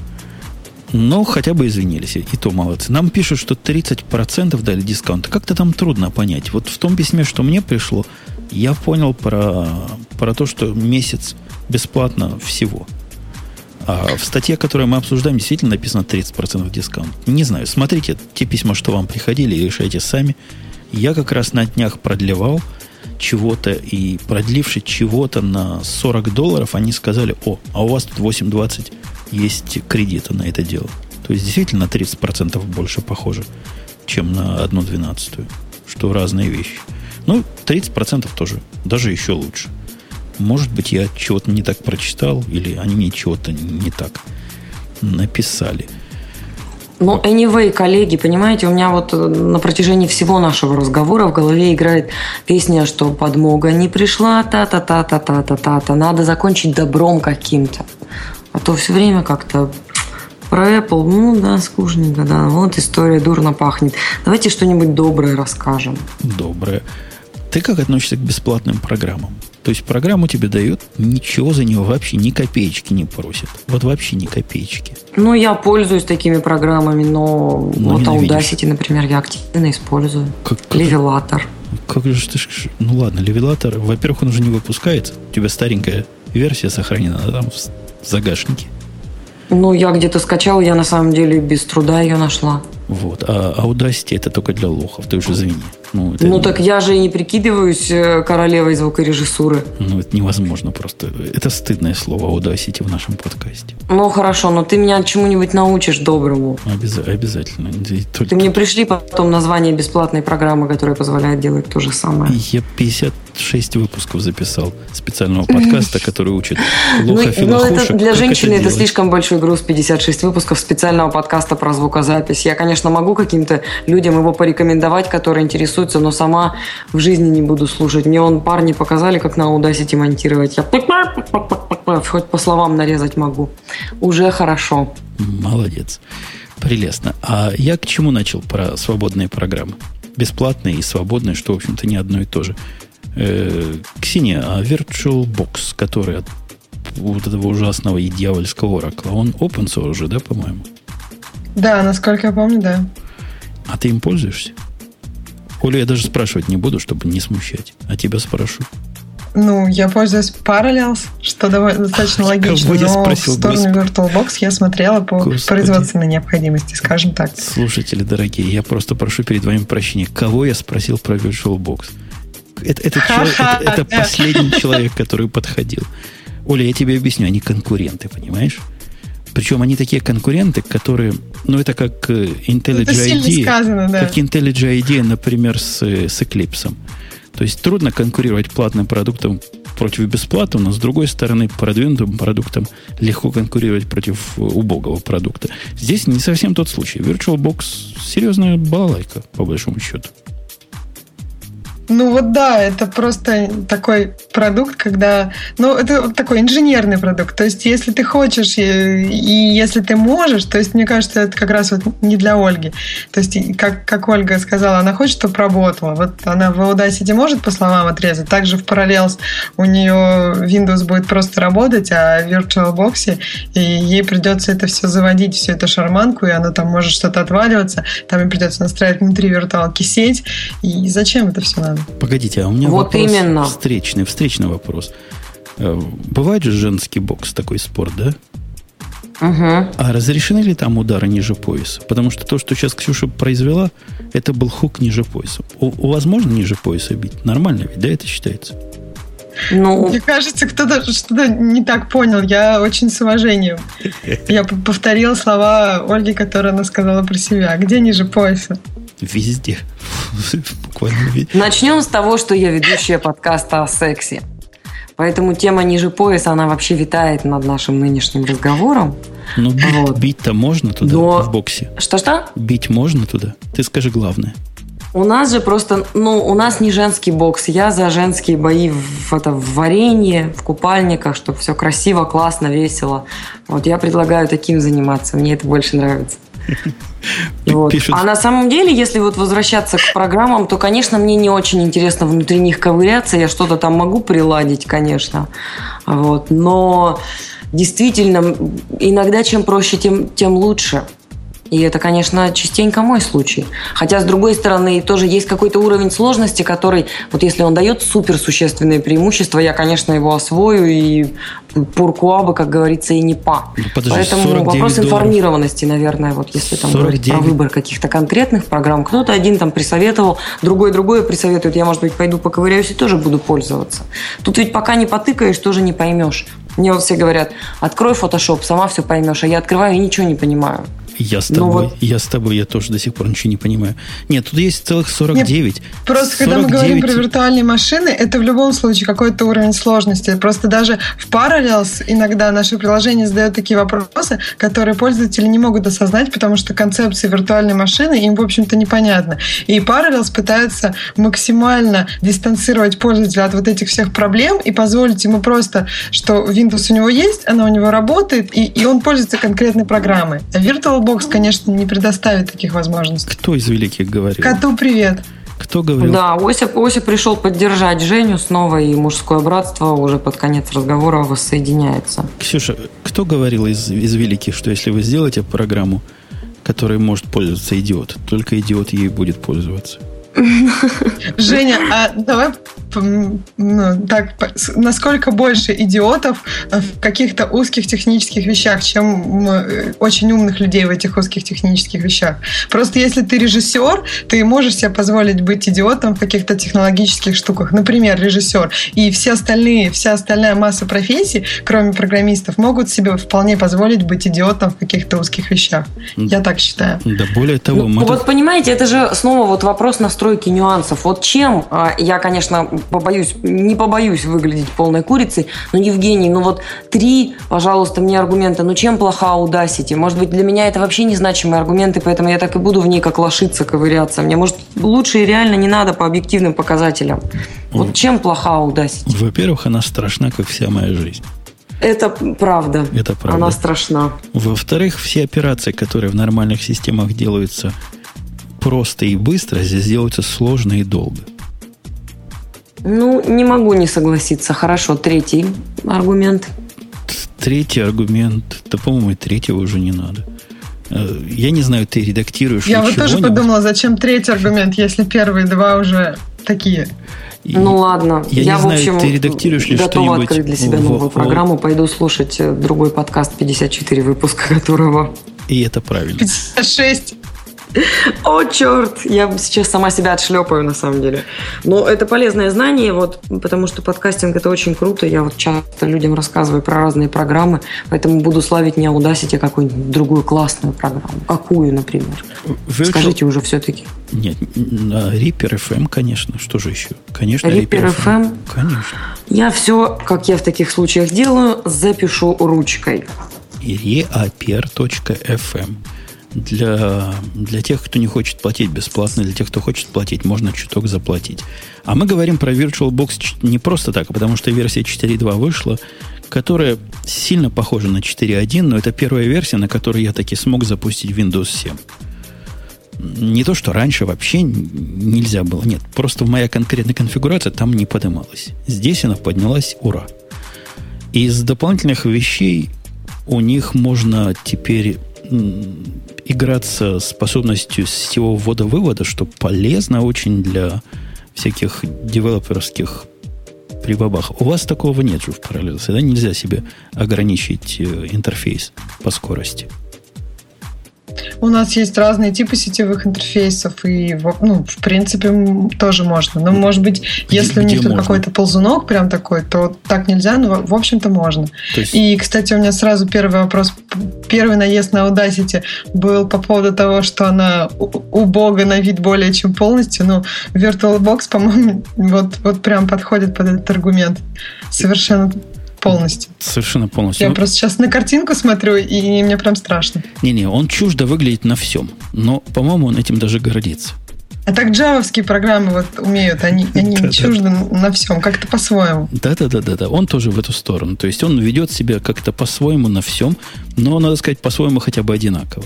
Но хотя бы извинились, и то молодцы. Нам пишут, что тридцать процентов дали дискаунт. Как-то там трудно понять. Вот в том письме, что мне пришло, я понял про, про то, что месяц бесплатно всего. А в статье, которую мы обсуждаем, действительно написано тридцать процентов дискаунт. Не знаю, смотрите те письма, что вам приходили, и решайте сами. Я как раз на днях продлевал чего-то, и продливши чего-то на сорок долларов, они сказали: о, а у вас тут восемь двадцать есть кредита на это дело. То есть действительно на тридцать процентов больше похоже, чем на одну двенадцатую, что разные вещи. Ну, тридцать процентов тоже, даже еще лучше. Может быть, я чего-то не так прочитал, или они мне чего-то не так написали. Ну, anyway, коллеги, понимаете, у меня вот на протяжении всего нашего разговора в голове играет песня, что подмога не пришла, та-та-та-та-та-та-та, надо закончить добром каким-то. А то все время как-то про Apple, ну да, скучненько, да, вот история дурно пахнет. Давайте что-нибудь доброе расскажем. Доброе. Ты как относишься к бесплатным программам? То есть программу тебе дают, ничего за нее вообще ни копеечки не просят. Вот вообще ни копеечки. Ну, я пользуюсь такими программами, но, но вот ненавидишь. Audacity, например, я активно использую. Как, как, Левелатор. Как же ты... Ну ладно, Левелатор, во-первых, он уже не выпускается. У тебя старенькая версия сохранена там в загашнике. Ну, я где-то скачал, я на самом деле без труда ее нашла. Вот. А Audacity это только для лохов, ты уж извини. Ну, это ну не... так я же и не прикидываюсь королевой звукорежиссуры. Ну, это невозможно просто. Это стыдное слово Audacity в нашем подкасте. Ну, хорошо, но ты меня чему-нибудь научишь доброму. Обяз... Обязательно. Только... Ты мне пришли потом название бесплатной программы, которая позволяет делать то же самое. Я пятьдесят шесть выпусков записал специального подкаста, который учит лохофилохушек. Ну, для женщины это слишком большой груз, пятьдесят шесть выпусков специального подкаста про звукозапись. Я, конечно, могу каким-то людям его порекомендовать, которые интересуются, но сама в жизни не буду слушать. Мне вон парни показали, как на Audacity монтировать. Я хоть по словам нарезать могу. Уже хорошо. Молодец. Прелестно. А я к чему начал про свободные программы? Бесплатные и свободные, что, в общем-то, не одно и то же. Э, Ксения, а VirtualBox, который от вот этого ужасного и дьявольского Oracle, он open source уже, да, по-моему? Да, насколько я помню, да. А ты им пользуешься? Олю я даже спрашивать не буду, чтобы не смущать. А тебя спрошу. Ну, я пользуюсь Parallels, что довольно достаточно логично, но спросил, в сторону VirtualBox я смотрела по Господи. производственной необходимости, скажем так. Слушатели дорогие, я просто прошу перед вами прощения. Кого я спросил про VirtualBox? Это, это, человек, это, это последний человек, который подходил. Оля, я тебе объясню, они конкуренты, понимаешь? Причем они такие конкуренты, которые... Ну, это как IntelliJ IDEA. Сказано, да. Как IntelliJ IDEA, например, с, с Eclipse. То есть трудно конкурировать платным продуктом против бесплатного, но с другой стороны, продвинутым продуктом легко конкурировать против убогого продукта. Здесь не совсем тот случай. VirtualBox серьезная балалайка, по большому счету. Ну вот да, это просто такой продукт, когда... Ну, это такой инженерный продукт. То есть, если ты хочешь и, и если ты можешь, то есть, мне кажется, это как раз вот не для Ольги. То есть, как, как Ольга сказала, она хочет, чтобы работала. Вот она в Audacity может по словам отрезать. Также в Parallels у нее Windows будет просто работать, а в VirtualBox и ей придется это все заводить, всю эту шарманку, и она там может что-то отваливаться. Там ей придется настраивать внутри виртуалки сеть. И зачем это все надо? Погодите, а у меня вот вопрос именно. встречный, встречный вопрос. Бывает же женский бокс, такой спорт, да? Угу. А разрешены ли там удары ниже пояса? Потому что то, что сейчас Ксюша произвела, это был хук ниже пояса. У, у вас можно ниже пояса бить? Нормально ведь, да, это считается? Ну... Мне кажется, кто-то что-то не так понял. Я очень с уважением. Я повторила слова Ольги, которые она сказала про себя. Где ниже пояса? Везде. Буквально везде. Начнем с того, что я ведущая подкаста о сексе. Поэтому тема ниже пояса, она вообще витает над нашим нынешним разговором. Ну, бить, вот. бить-то можно туда, Но... в боксе? Что-что? Бить можно туда? Ты скажи главное. У нас же просто, ну, у нас не женский бокс. Я за женские бои в, это, в варенье, в купальниках, чтобы все красиво, классно, весело. Вот я предлагаю таким заниматься. Мне это больше нравится. Вот. А на самом деле, если вот возвращаться к программам, то, конечно, мне не очень интересно внутри них ковыряться. Я что-то там могу приладить, конечно. Вот. Но действительно, иногда чем проще, тем, тем лучше. И это, конечно, частенько мой случай. Хотя, с другой стороны, тоже есть какой-то уровень сложности, который, вот если он дает суперсущественные преимущества, я, конечно, его освою, и пуркуаба, как говорится, и не па. Ну, подожди, поэтому вопрос информированности, наверное, вот если там говорить про выбор каких-то конкретных программ. Кто-то один там присоветовал, другой другое присоветует. Я, может быть, пойду поковыряюсь и тоже буду пользоваться. Тут ведь пока не потыкаешь, тоже не поймешь. Мне вот все говорят, открой Photoshop, сама все поймешь. А я открываю и ничего не понимаю. Я с тобой, вот... я с тобой, я тоже до сих пор ничего не понимаю. Нет, тут есть целых сорок девять. Нет, просто когда мы говорим про виртуальные машины, это в любом случае какой-то уровень сложности. Просто даже в Parallels иногда наше приложение задает такие вопросы, которые пользователи не могут осознать, потому что концепция виртуальной машины им, в общем-то, непонятна. И Parallels пытается максимально дистанцировать пользователя от вот этих всех проблем и позволить ему просто, что Windows у него есть, она у него работает, и, и он пользуется конкретной программой. А VirtualBox, конечно, не предоставит таких возможностей. Кто из великих говорил? Коту привет. Кто говорил? Да, Ося, Ося пришел поддержать Женю снова, и мужское братство уже под конец разговора воссоединяется. Ксюша, кто говорил из, из великих, что если вы сделаете программу, которой может пользоваться идиот, только идиот ей будет пользоваться? Женя, а давай ну, так, насколько больше идиотов в каких-то узких технических вещах, чем очень умных людей в этих узких технических вещах. Просто если ты режиссер, ты можешь себе позволить быть идиотом в каких-то технологических штуках. Например, режиссер. И все остальные, вся остальная масса профессий, кроме программистов, могут себе вполне позволить быть идиотом в каких-то узких вещах. Я так считаю. Да, более того... Ну, вот понимаете, это же снова вот вопрос настройки нюансов. Вот чем, я, конечно, побоюсь, не побоюсь выглядеть полной курицей, но, Евгений, ну вот три, пожалуйста, мне аргумента. Ну чем плоха Audacity? Может быть, для меня это вообще незначимые аргументы, поэтому я так и буду в ней как лошица ковыряться. Мне, может, лучше и реально не надо по объективным показателям. Вот чем плоха Audacity? Во-первых, она страшна, как вся моя жизнь. Это правда. Это правда. Она страшна. Во-вторых, все операции, которые в нормальных системах делаются просто и быстро, здесь делаются сложно и долго. Ну, не могу не согласиться. Хорошо, третий аргумент. Третий аргумент. Да, по-моему, и третьего уже не надо. Я не знаю, ты редактируешь Я вот тоже подумала, зачем третий аргумент, если первые два уже такие. И ну ладно, я, я не в знаю, общем ты редактируешь ли готова открыть для себя в, новую в, программу, пойду слушать другой подкаст, пятьдесят четыре выпуска которого. И это правильно. пятьдесят шесть. О, черт! Я сейчас сама себя отшлепаю, на самом деле. Но это полезное знание, вот, потому что подкастинг – это очень круто. Я вот часто людям рассказываю про разные программы, поэтому буду славить не Audacity, а какую-нибудь другую классную программу. Какую, например? Virtual... Скажите уже все-таки. Нет, Reaper эф эм, конечно. Что же еще? Конечно, Reaper, Reaper эф эм? Конечно. Я все, как я в таких случаях делаю, запишу ручкой. reaper точка эф эм. Для, для тех, кто не хочет платить бесплатно, для тех, кто хочет платить, можно чуток заплатить. А мы говорим про VirtualBox не просто так, а потому что версия четыре точка два вышла, которая сильно похожа на четыре точка один, но это первая версия, на которой я таки смог запустить Windows семь. Не то, что раньше вообще нельзя было. Нет, просто моя конкретная конфигурация там не поднималась. Здесь она поднялась, ура. Из дополнительных вещей у них можно теперь играться с способностью сетевого ввода-вывода, что полезно очень для всяких девелоперских прибабах. У вас такого нет же в Parallels, да? Нельзя себе ограничить интерфейс по скорости. У нас есть разные типы сетевых интерфейсов, и, ну, в принципе, тоже можно. Но, может быть, где, если у них тут какой-то ползунок прям такой, то так нельзя, но, в общем-то, можно. Есть... И, кстати, у меня сразу первый вопрос. Первый наезд на Audacity был по поводу того, что она убога на вид более чем полностью. Но VirtualBox, по-моему, вот, вот прям подходит под этот аргумент. Совершенно полностью. Совершенно полностью. Я ну, просто сейчас на картинку смотрю, и мне прям страшно. Не-не, он чуждо выглядит на всем. Но, по-моему, он этим даже гордится. А так джавовские программы вот умеют, они, они чужды на всем, как-то по-своему. Да-да-да-да, он тоже в эту сторону. То есть он ведет себя как-то по-своему на всем, но, надо сказать, по-своему хотя бы одинаково.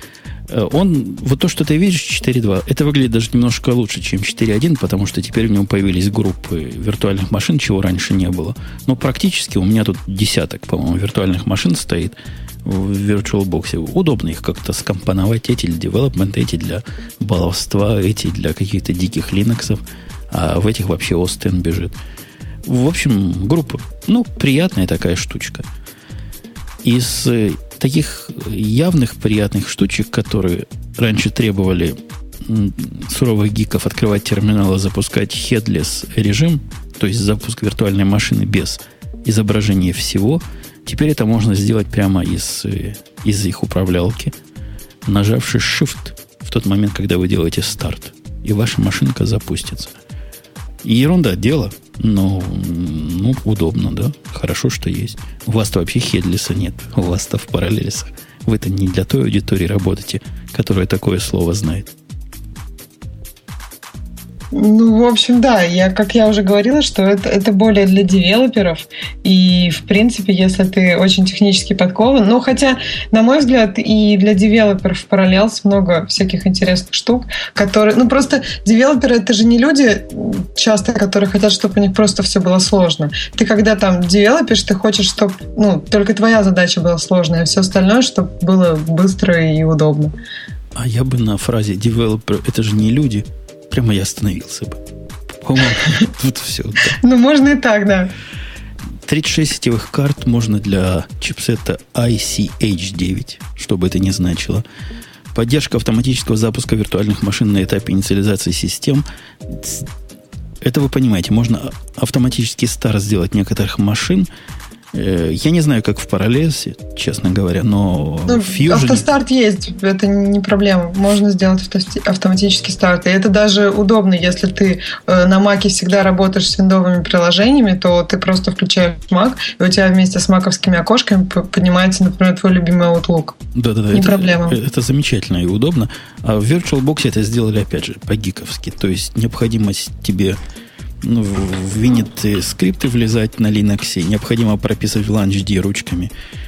Он, вот то, что ты видишь, четыре точка два, это выглядит даже немножко лучше, чем четыре точка один, потому что теперь в нем появились группы виртуальных машин, чего раньше не было. Но практически у меня тут десяток, по-моему, виртуальных машин стоит в VirtualBox. Удобно их как-то скомпоновать. Эти для development, эти для баловства, эти для каких-то диких линоксов. А в этих вообще Остен бежит. В общем, группа, ну, приятная такая штучка. Из таких явных приятных штучек, которые раньше требовали суровых гиков открывать терминал и запускать headless режим, то есть запуск виртуальной машины без изображения всего, теперь это можно сделать прямо из, из их управлялки, нажавши Shift в тот момент, когда вы делаете старт, и ваша машинка запустится. И ерунда дело, но ну, удобно, да? Хорошо, что есть. У вас-то вообще хедлиса нет. У вас-то в параллелисах. Вы-то не для той аудитории работаете, которая такое слово знает. Ну, в общем, да. Я, как я уже говорила, что это, это более для девелоперов. И, в принципе, если ты очень технически подкован, ну, хотя, на мой взгляд, и для девелоперов в Parallels много всяких интересных штук, которые... Ну, просто девелоперы — это же не люди часто, которые хотят, чтобы у них просто все было сложно. Ты, когда там девелопишь, ты хочешь, чтобы, ну, только твоя задача была сложная, а все остальное, чтобы было быстро и удобно. А я бы на фразе «девелопер» — это же не люди... Прямо я остановился бы. По-моему, тут все. Да. Ну, можно и так, да. тридцать шесть сетевых карт можно для чипсета ай си эйч девять, что бы это ни значило. Поддержка автоматического запуска виртуальных машин на этапе инициализации систем. Это вы понимаете, можно автоматический старт сделать некоторых машин. Я не знаю, как в Parallels, честно говоря, но ну, в Fusion... Автостарт есть, это не проблема. Можно сделать автоматический старт. И это даже удобно, если ты на Маке всегда работаешь с виндовыми приложениями, то ты просто включаешь Mac, и у тебя вместе с маковскими окошками поднимается, например, твой любимый Outlook. Да-да-да. Не это, проблема. Это замечательно и удобно. А в VirtualBox это сделали, опять же, по-гиковски. То есть необходимость тебе... Ну, в Winit скрипты влезать на Linux, необходимо прописывать в LaunchD ручками.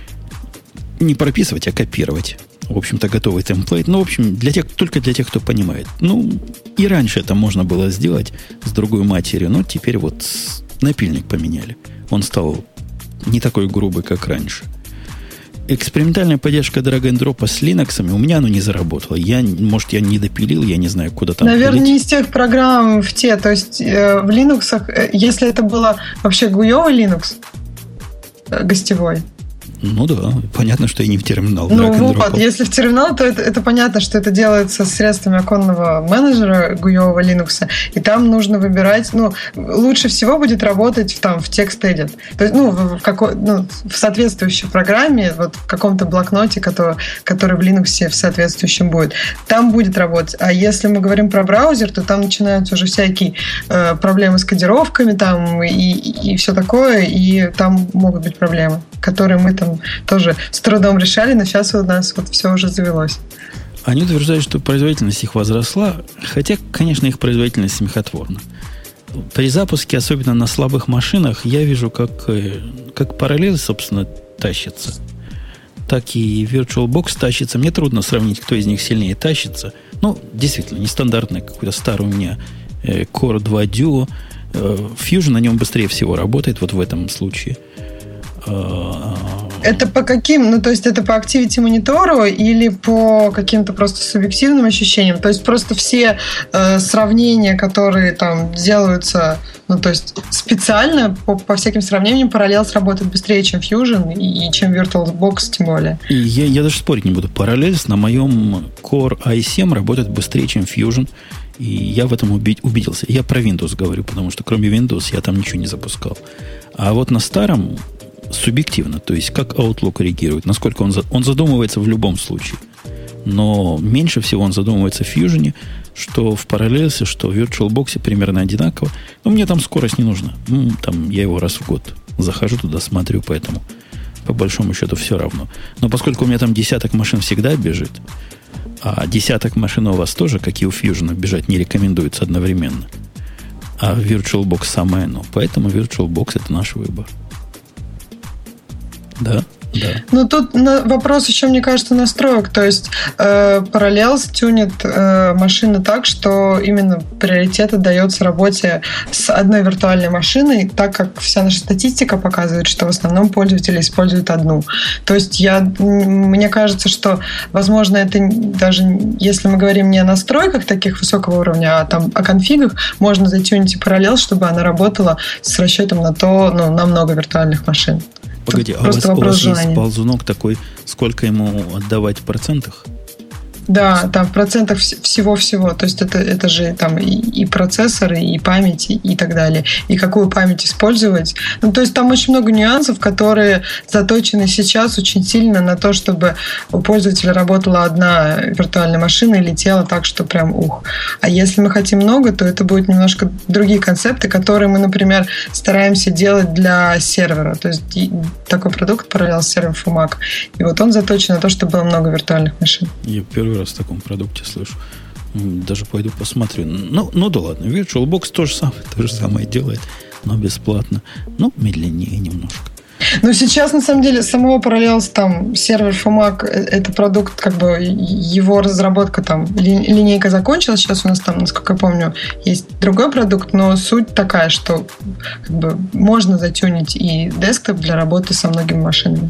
Не прописывать, а копировать. В общем-то, готовый темплейт. Ну, в общем, для тех, только для тех, кто понимает. Ну, и раньше это можно было сделать с другой матерью, но теперь вот напильник поменяли. Он стал не такой грубый, как раньше. Экспериментальная поддержка драг-н-дропа с Linux, у меня оно не заработало. Я, может, я не допилил, я не знаю, куда там. Наверное, пилить. Не из тех программ в те. То есть э, в Linux, э, если это было вообще гуевый Linux, э, гостевой. Ну да, понятно, что и не в терминал. Ну вот, если в терминал, то это, это понятно, что это делается средствами оконного менеджера гуевого Linux, и там нужно выбирать, ну, лучше всего будет работать там, в TextEdit, то есть, ну, в, какой, ну, в соответствующей программе, вот в каком-то блокноте, который, который в Linux в соответствующем будет, там будет работать. А если мы говорим про браузер, то там начинаются уже всякие э, проблемы с кодировками там, и, и, и все такое, и там могут быть проблемы, которые мы там тоже с трудом решали, но сейчас у нас вот все уже завелось. Они утверждают, что производительность их возросла, хотя, конечно, их производительность смехотворна. При запуске, особенно на слабых машинах, я вижу, как, как параллель, собственно, тащится. Так и VirtualBox тащится. Мне трудно сравнить, кто из них сильнее тащится. Ну, действительно, нестандартный какой-то старый у меня Core два Duo. Fusion на нем быстрее всего работает, вот в этом случае. Это по каким? Ну, то есть это по Activity монитору или по каким-то просто субъективным ощущениям? То есть просто все э, сравнения, которые там делаются, ну, то есть специально по, по всяким сравнениям Parallels работает быстрее, чем Fusion и, и чем VirtualBox, тем более. И я, я даже спорить не буду. Parallels на моем Core ай семь работает быстрее, чем Fusion. И я в этом убедился. Я про Windows говорю, потому что кроме Windows я там ничего не запускал. А вот на старом субъективно, то есть как Outlook реагирует, насколько он, он задумывается в любом случае. Но меньше всего он задумывается в Fusion, что в Parallels, что в VirtualBox примерно одинаково. Но мне там скорость не нужна. Ну, там я его раз в год захожу туда, смотрю, поэтому по большому счету все равно. Но поскольку у меня там десяток машин всегда бежит, а десяток машин у вас тоже, как и у Fusion, бежать не рекомендуется одновременно, а VirtualBox самое оно. Поэтому VirtualBox это наш выбор. Да, да. Ну, тут на, вопрос еще, мне кажется, настроек. То есть э, Parallels тюнит э, машины так, что именно приоритет отдается работе с одной виртуальной машиной, так как вся наша статистика показывает, что в основном пользователи используют одну. То есть я, мне кажется, что, возможно, это даже если мы говорим не о настройках таких высокого уровня, а там о конфигах, можно затюнить и Parallels, чтобы она работала с расчетом на то, ну, на много виртуальных машин. Погоди, а у вас, у вас есть ползунок такой, сколько ему отдавать в процентах? Да, там в процентах всего-всего. То есть это, это же там и, и процессоры, и память, и, и так далее. И какую память использовать. Ну, то есть там очень много нюансов, которые заточены сейчас очень сильно на то, чтобы у пользователя работала одна виртуальная машина и летела так, что прям ух. А если мы хотим много, то это будут немножко другие концепты, которые мы, например, стараемся делать для сервера. То есть такой продукт Parallels сервер for Mac. И вот он заточен на то, чтобы было много виртуальных машин. Я первый раз в таком продукте слышу. Даже пойду посмотрю. Ну, ну да ладно. VirtualBox то же самое, то же самое делает, но бесплатно. Ну, медленнее немножко. Ну, сейчас, на самом деле, самого Parallels, там, сервер for Mac, это продукт, как бы, его разработка, там, ли, линейка закончилась. Сейчас у нас там, насколько я помню, есть другой продукт, но суть такая, что, как бы, можно затюнить и десктоп для работы со многими машинами.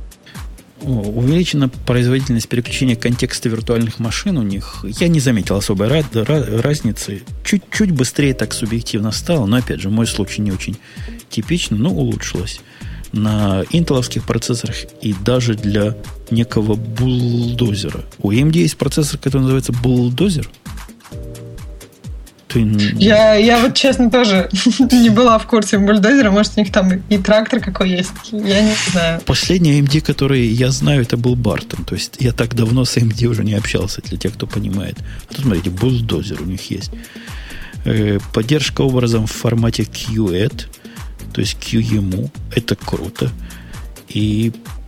Увеличена производительность переключения контекста виртуальных машин у них. Я не заметил особой разницы. Чуть-чуть быстрее так субъективно стало, но, опять же, мой случай не очень типичный, но улучшилось. На интеловских процессорах и даже для некого бульдозера. У эй эм ди есть процессор, который называется бульдозер. Ты... Я, я вот, честно, тоже не была в курсе бульдозера. Может, у них там и трактор какой есть. Я не знаю. Последний эй эм ди, который я знаю, это был Бартон. То есть я так давно с эй эм ди уже не общался, для тех, кто понимает. А тут, смотрите, бульдозер у них есть. Поддержка образом в формате кью и эй ти, то есть кью и эм ю. Это круто. И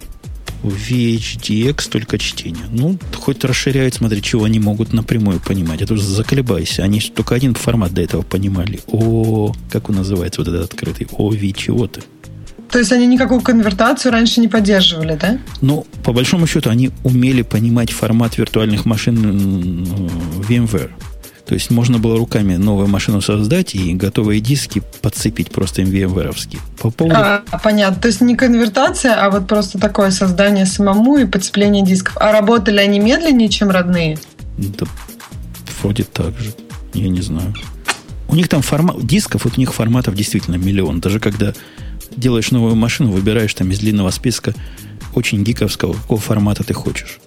ви эйч ди экс только чтение. Ну, хоть расширяют, смотри, чего они могут напрямую понимать. Это уже заколебайся. Они только один формат до этого понимали. О, как он называется, вот этот открытый? О, ви чего-то. То есть они никакую конвертацию раньше не поддерживали, да? Ну, по большому счету, они умели понимать формат виртуальных машин VMware. То есть можно было руками новую машину создать и готовые диски подцепить просто им VMware-овские. По поводу... А, понятно. То есть не конвертация, а вот просто такое создание самому и подцепление дисков. А работали они медленнее, чем родные? Да, вроде так же. Я не знаю. У них там формат... Дисков, вот у них форматов действительно миллион. Даже когда делаешь новую машину, выбираешь там из длинного списка очень гиковского, какого формата ты хочешь.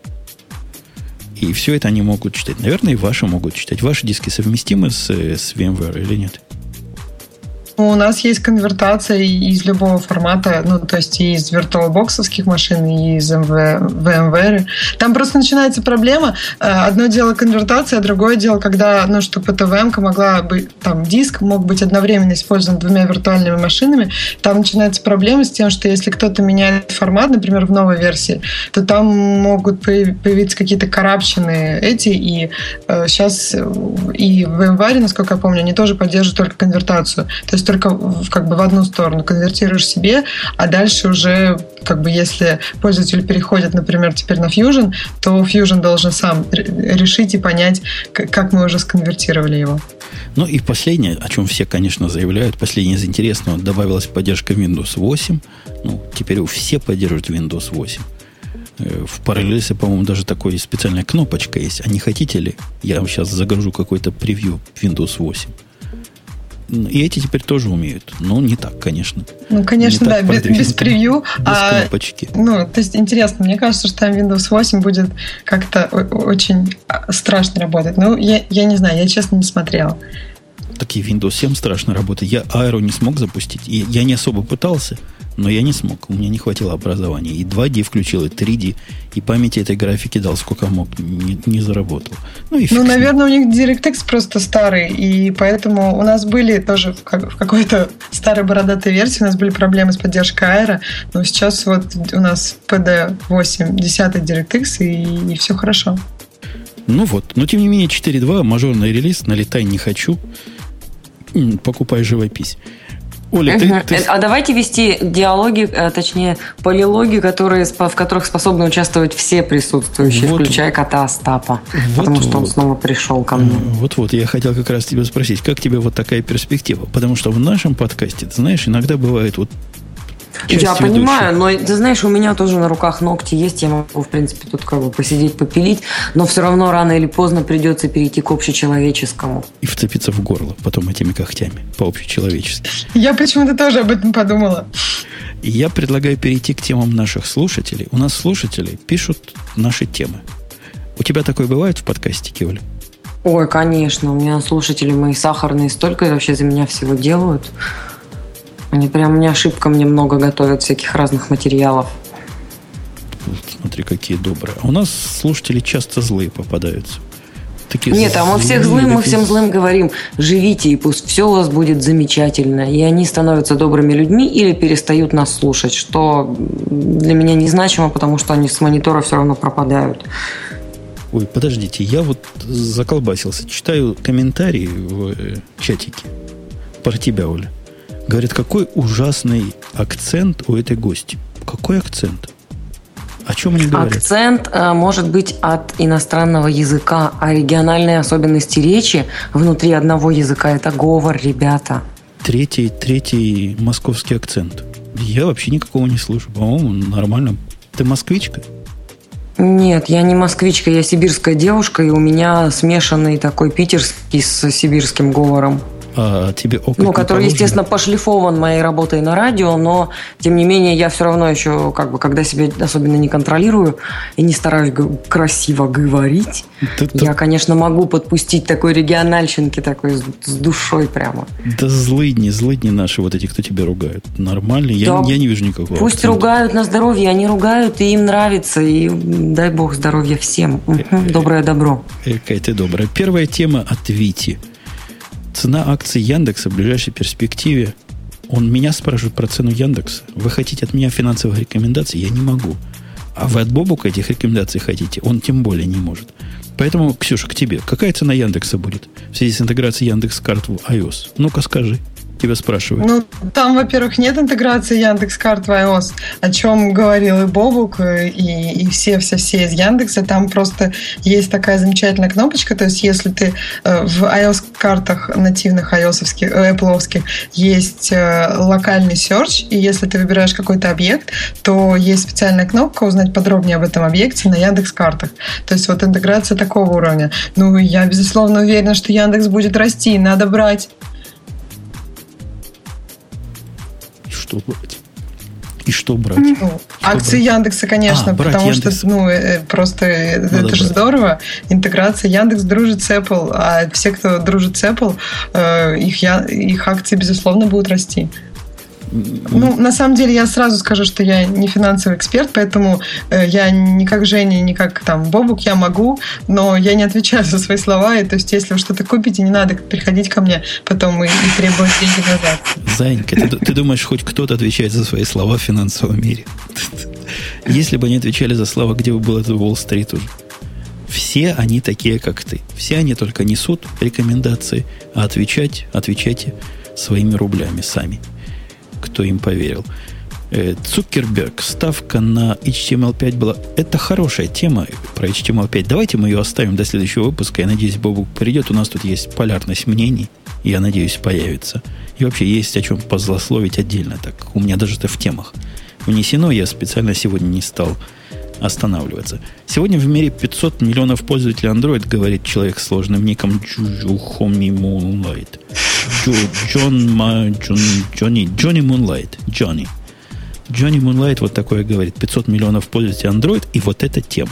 И все это они могут читать. Наверное, и ваши могут читать. Ваши диски совместимы с, с VMware или нет? у нас есть конвертация из любого формата, ну, то есть и из VirtualBox-овских машин, и из VMware. Там просто начинается проблема. Одно дело конвертация, а другое дело, когда, ну, чтобы эта ви эм-ка могла быть, там, диск мог быть одновременно использован двумя виртуальными машинами, там начинается проблема с тем, что если кто-то меняет формат, например, в новой версии, то там могут появиться какие-то коррупшены эти, и э, сейчас и в VMware, насколько я помню, они тоже поддерживают только конвертацию. То есть только в, как бы в одну сторону конвертируешь себе, а дальше уже, как бы, если пользователь переходит, например, теперь на Fusion, то Fusion должен сам решить и понять, как мы уже сконвертировали его. Ну и последнее, о чем все, конечно, заявляют, последнее из интересного, добавилась поддержка Windows восемь. Ну, теперь все поддерживают Windows восемь. В Parallels, по-моему, даже такой специальная кнопочка есть. А не хотите ли? Я вам сейчас загружу какой-то превью Windows восемь. И эти теперь тоже умеют. Но не так, конечно. Ну, конечно, да, без, без превью. Без а, кнопочки. Ну, то есть, интересно, мне кажется, что там Windows восемь будет как-то очень страшно работать. Ну, я, я не знаю, я, честно, не смотрела. Так и Windows семь страшно работает. Я Aero не смог запустить. И я не особо пытался, но я не смог. У меня не хватило образования. И два ди включил, и три ди. И памяти этой графики дал сколько мог. Не, не заработал. Ну, и ну наверное, у них DirectX просто старый. И поэтому у нас были тоже в, как, в какой-то старой бородатой версии у нас были проблемы с поддержкой Aero. Но сейчас вот у нас пи ди восемь, десятый DirectX, и, и все хорошо. Ну вот. Но тем не менее, четыре два, мажорный релиз. Налетай не хочу. Покупай живопись. Оля, uh-huh. ты, ты... А давайте вести диалоги, точнее, полилоги, которые, в которых способны участвовать все присутствующие, вот, включая кота Остапа. Вот, потому что он снова пришел ко мне. Вот-вот, я хотел как раз тебя спросить, как тебе вот такая перспектива? Потому что в нашем подкасте, ты знаешь, иногда бывает вот я понимаю, но ты знаешь, у меня тоже на руках ногти есть, я могу, в принципе, тут как бы посидеть, попилить, но все равно рано или поздно придется перейти к общечеловеческому. И вцепиться в горло потом этими когтями по-общечеловечески. Я почему-то тоже об этом подумала. И я предлагаю перейти к темам наших слушателей. У нас слушатели пишут наши темы. У тебя такое бывает в подкасте, Оля? Ой, конечно, у меня слушатели мои сахарные столько вообще за меня всего делают. Они прям не ошибка, мне много готовят всяких разных материалов. Смотри, какие добрые. А у нас слушатели часто злые попадаются. Такие Нет, а мы всех злым, мы всем злым говорим: живите, и пусть все у вас будет замечательно. И они становятся добрыми людьми или перестают нас слушать, что для меня незначимо, потому что они с монитора все равно пропадают. Ой, подождите, я вот заколбасился. Читаю комментарии в чатике про тебя, Оля. Говорят, какой ужасный акцент у этой гости. Какой акцент? О чем они говорят? Акцент а, может быть от иностранного языка, а региональные особенности речи внутри одного языка – это говор, ребята. Третий, третий московский акцент. Я вообще никакого не слышу. По-моему, нормально. Ты москвичка? Нет, я не москвичка, я сибирская девушка, и у меня смешанный такой питерский с сибирским говором. А тебе опыт ну, который, положено? Естественно, пошлифован моей работой на радио, но, тем не менее, я все равно еще, как бы, когда себя особенно не контролирую и не стараюсь г- красиво говорить, да, я, да, конечно, могу подпустить такой региональщинки, такой с, с душой прямо. Да злыдни, злыдни наши, вот эти, кто тебя ругают. Нормально, я, да, я не вижу никакого пусть акцента. Ругают на здоровье, они ругают, и им нравится, и дай бог здоровья всем. Доброе добро. Какая ты добрая. Первая тема от Вити. Цена акций Яндекса в ближайшей перспективе. Он меня спрашивает про цену Яндекса. Вы хотите от меня финансовых рекомендаций? Я не могу. А вы от Бобука этих рекомендаций хотите? Он тем более не может. Поэтому, Ксюша, к тебе. Какая цена Яндекса будет в связи с интеграцией Яндекс.Карт в iOS? Ну-ка скажи. Тебя спрашивают. Ну, там, во-первых, нет интеграции Яндекс.Карт в iOS, о чем говорил и Бобук, и, и все-все-все из Яндекса. Там просто есть такая замечательная кнопочка, то есть если ты э, в iOS-картах нативных iOS-овских, э, Apple-овских есть э, локальный search, и если ты выбираешь какой-то объект, то есть специальная кнопка «Узнать подробнее об этом объекте» на Яндекс.Картах. То есть вот интеграция такого уровня. Ну, я, безусловно, уверена, что Яндекс будет расти, надо брать. Что брать? И что брать? Ну, что акции брать? Яндекса, конечно, а, потому Яндекс. что ну, просто Надо это брать. Же здорово. Интеграция. Яндекс дружит с Apple, а все, кто дружит с Apple, их, их акции, безусловно, будут расти. Ну, на самом деле, я сразу скажу, что я не финансовый эксперт, поэтому я не как Женя, не как там Бобук, я могу, но я не отвечаю за свои слова. И, то есть, если вы что-то купите, не надо приходить ко мне потом и, и требовать деньги назад. Занька, ты, ты думаешь, хоть кто-то отвечает за свои слова в финансовом мире? Если бы они отвечали за слова, где бы был этот Уолл-стрит уже? Все они такие, как ты. Все они только несут рекомендации, а отвечать, отвечайте своими рублями сами. Кто им поверил. Цукерберг, ставка на эйч ти эм эл пять была... Это хорошая тема про эйч ти эм эл пять. Давайте мы ее оставим до следующего выпуска. Я надеюсь, Бобук придет. У нас тут есть полярность мнений. Я надеюсь, появится. И вообще есть о чем позлословить отдельно. Так, у меня даже это в темах внесено. Я специально сегодня не стал останавливаться. Сегодня в мире пятьсот миллионов пользователей Android, говорит человек с сложным ником Джуджухоми Moonlight. Джон Ма Джонни Джонни Moonlight. Джонни. Джонни Moonlight вот такое говорит. пятьсот миллионов пользователей Android, и вот эта тема.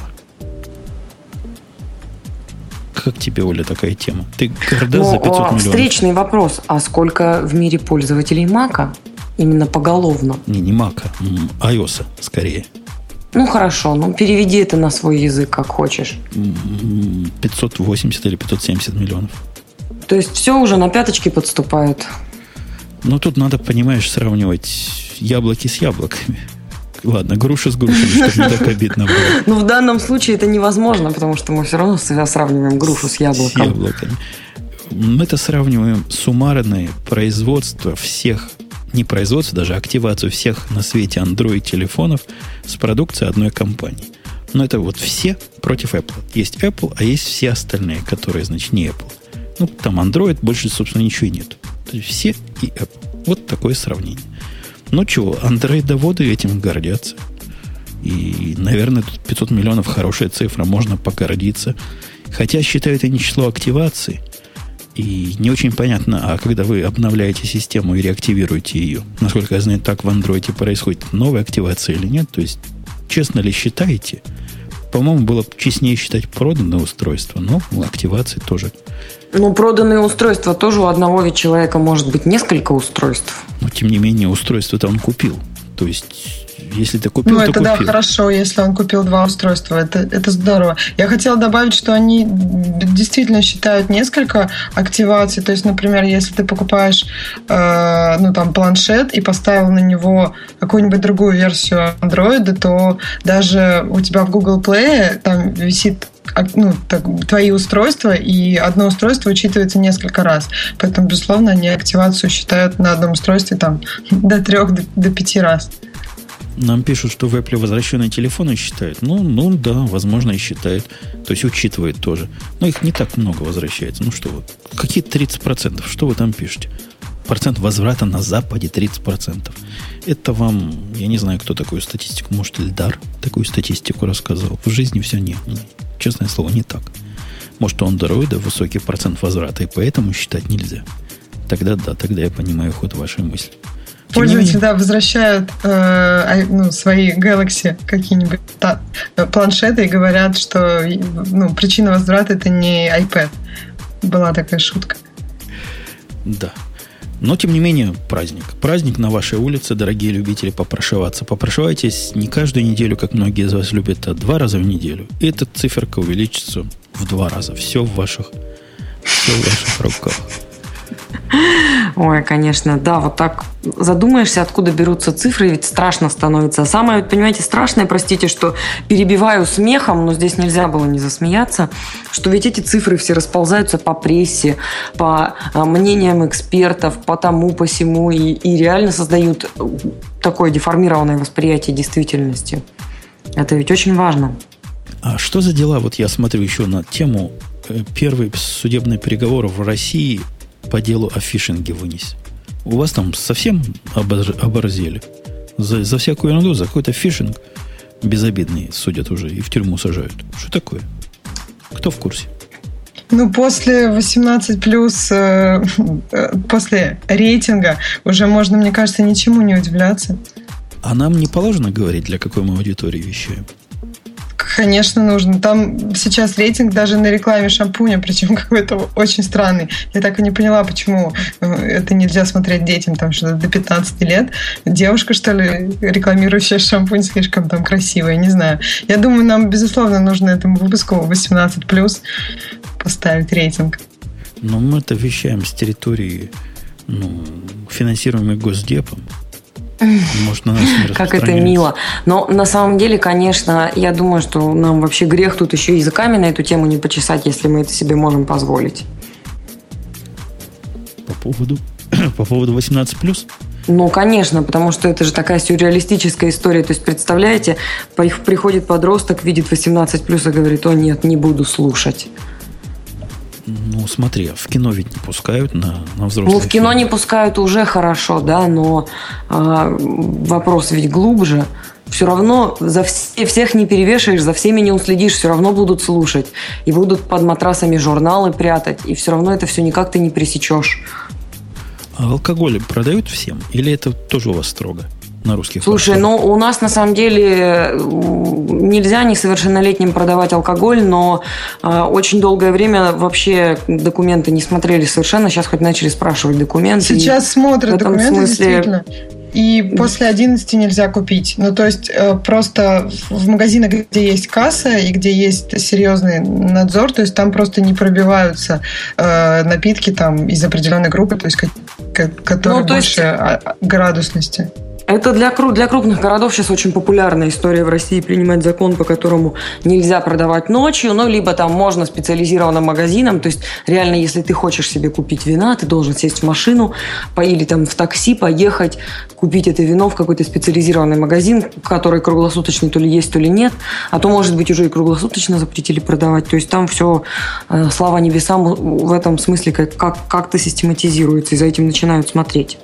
Как тебе, Оля, такая тема? Ты горда за пятьсот миллионов? Встречный вопрос. А сколько в мире пользователей Мака? Именно поголовно. Не, не Мака. iOS скорее. Ну, хорошо. Ну, переведи это на свой язык, как хочешь. пятьсот восемьдесят или пятьсот семьдесят миллионов. То есть, все уже на пяточки подступают. Ну, тут надо, понимаешь, сравнивать яблоки с яблоками. Ладно, груши с грушами, чтобы не так обидно было. Ну, в данном случае это невозможно, потому что мы все равно сравниваем грушу с яблоком. С яблоками. Мы это сравниваем суммарное производство всех, не производство, даже активацию всех на свете Android-телефонов с продукцией одной компании. Но это вот все против Apple. Есть Apple, а есть все остальные, которые, значит, не Apple. Ну, там Android, больше, собственно, ничего и нет. То есть все и Apple. Вот такое сравнение. Ну чего, андроидоводы этим гордятся. И, наверное, тут пятьсот миллионов хорошая цифра, можно погордиться. Хотя считают они число активаций. И не очень понятно, а когда вы обновляете систему и реактивируете ее, насколько я знаю, так в андроиде происходит, новая активация или нет. То есть, честно ли считаете? По-моему, было бы честнее считать проданное устройство, но у активации тоже. Ну, проданные устройства тоже у одного ведь человека может быть несколько устройств. Но, тем не менее, устройство-то он купил. То есть, если ты купил, ну, то это купил. Да, хорошо, если он купил два устройства. Это, это здорово. Я хотела добавить, что они действительно считают несколько активаций. То есть, например, если ты покупаешь э, ну, там, планшет и поставил на него какую-нибудь другую версию Android, то даже у тебя в Google Play там висит ну, так, твои устройства, и одно устройство учитывается несколько раз. Поэтому, безусловно, они активацию считают на одном устройстве там, до трех, до, до пяти раз. Нам пишут, что в Apple возвращенные телефоны считают. Ну, ну да, возможно, и считают. То есть учитывают тоже. Но их не так много возвращается. Ну что вот, какие тридцать процентов? Что вы там пишете? Процент возврата на Западе тридцать процентов. Это вам, я не знаю, кто такую статистику, может, Эльдар такую статистику рассказал. В жизни все не, не честное слово, не так. Может, у андроида высокий процент возврата, и поэтому считать нельзя. Тогда да, тогда я понимаю ход вашей мысли. Пользователи, да, возвращают э, ну, свои Galaxy какие-нибудь та, планшеты и говорят, что ну, причина возврата это не iPad. Была такая шутка. Да. Но, тем не менее, праздник. Праздник на вашей улице, дорогие любители попрошиваться. Попрошивайтесь не каждую неделю, как многие из вас любят, а два раза в неделю. И эта циферка увеличится в два раза. Все в ваших, все в ваших руках. Ой, конечно, да, вот так задумаешься, откуда берутся цифры, ведь страшно становится. Самое, понимаете, страшное, простите, что перебиваю смехом, но здесь нельзя было не засмеяться, что ведь эти цифры все расползаются по прессе, по мнениям экспертов, по тому, по сему, и, и реально создают такое деформированное восприятие действительности. Это ведь очень важно. А что за дела? Вот я смотрю еще на тему первый судебный переговор в России по делу о фишинге вынес. У вас там совсем оборзели. За, за всякую ерунду, за какой-то фишинг безобидный судят уже и в тюрьму сажают. Что такое? Кто в курсе? Ну, после восемнадцать плюс, э, э, после рейтинга уже можно, мне кажется, ничему не удивляться. А нам не положено говорить, для какой мы аудитории вещаем? Конечно, нужно. Там сейчас рейтинг даже на рекламе шампуня, причем какой-то очень странный. Я так и не поняла, почему это нельзя смотреть детям там что-то до пятнадцати лет. Девушка, что ли, рекламирующая шампунь, слишком там красивая, не знаю. Я думаю, нам, безусловно, нужно этому выпуску восемнадцать плюс поставить рейтинг. Но мы это вещаем с территории, ну, финансируемой Госдепом. Может, на нас не как это мило. Но на самом деле, конечно, я думаю, что нам вообще грех тут еще языками на эту тему не почесать, если мы это себе можем позволить. По поводу, по поводу восемнадцать плюс? Ну, конечно, потому что это же такая сюрреалистическая история. То есть, представляете, приходит подросток, видит восемнадцать плюс и говорит: о нет, не буду слушать. Ну, смотри, в кино ведь не пускают на, на взрослых. Ну, в кино не пускают уже хорошо, да, но э, вопрос ведь глубже. Все равно за все, всех не перевешаешь, за всеми не уследишь, все равно будут слушать. И будут под матрасами журналы прятать, и все равно это все никак ты не пресечешь. А алкоголь продают всем? Или это тоже у вас строго? На русских Слушай, парках? ну у нас на самом деле нельзя несовершеннолетним продавать алкоголь, но э, очень долгое время вообще документы не смотрели совершенно. Сейчас хоть начали спрашивать документы. Сейчас смотрят документы, смысле... действительно. И после одиннадцати нельзя купить. Ну, то есть, просто в магазинах, где есть касса и где есть серьезный надзор, то есть там просто не пробиваются э, напитки там из определенной группы, то есть, которые ну, то больше есть... градусности. Это для, для крупных городов сейчас очень популярная история в России принимать закон, по которому нельзя продавать ночью, ну, либо там можно специализированным магазинам, то есть реально, если ты хочешь себе купить вина, ты должен сесть в машину или там в такси поехать, купить это вино в какой-то специализированный магазин, который круглосуточный то ли есть, то ли нет, а то, может быть, уже и круглосуточно запретили продавать, то есть там все, слава небесам, в этом смысле как, как, как-то систематизируется, и за этим начинают смотреть.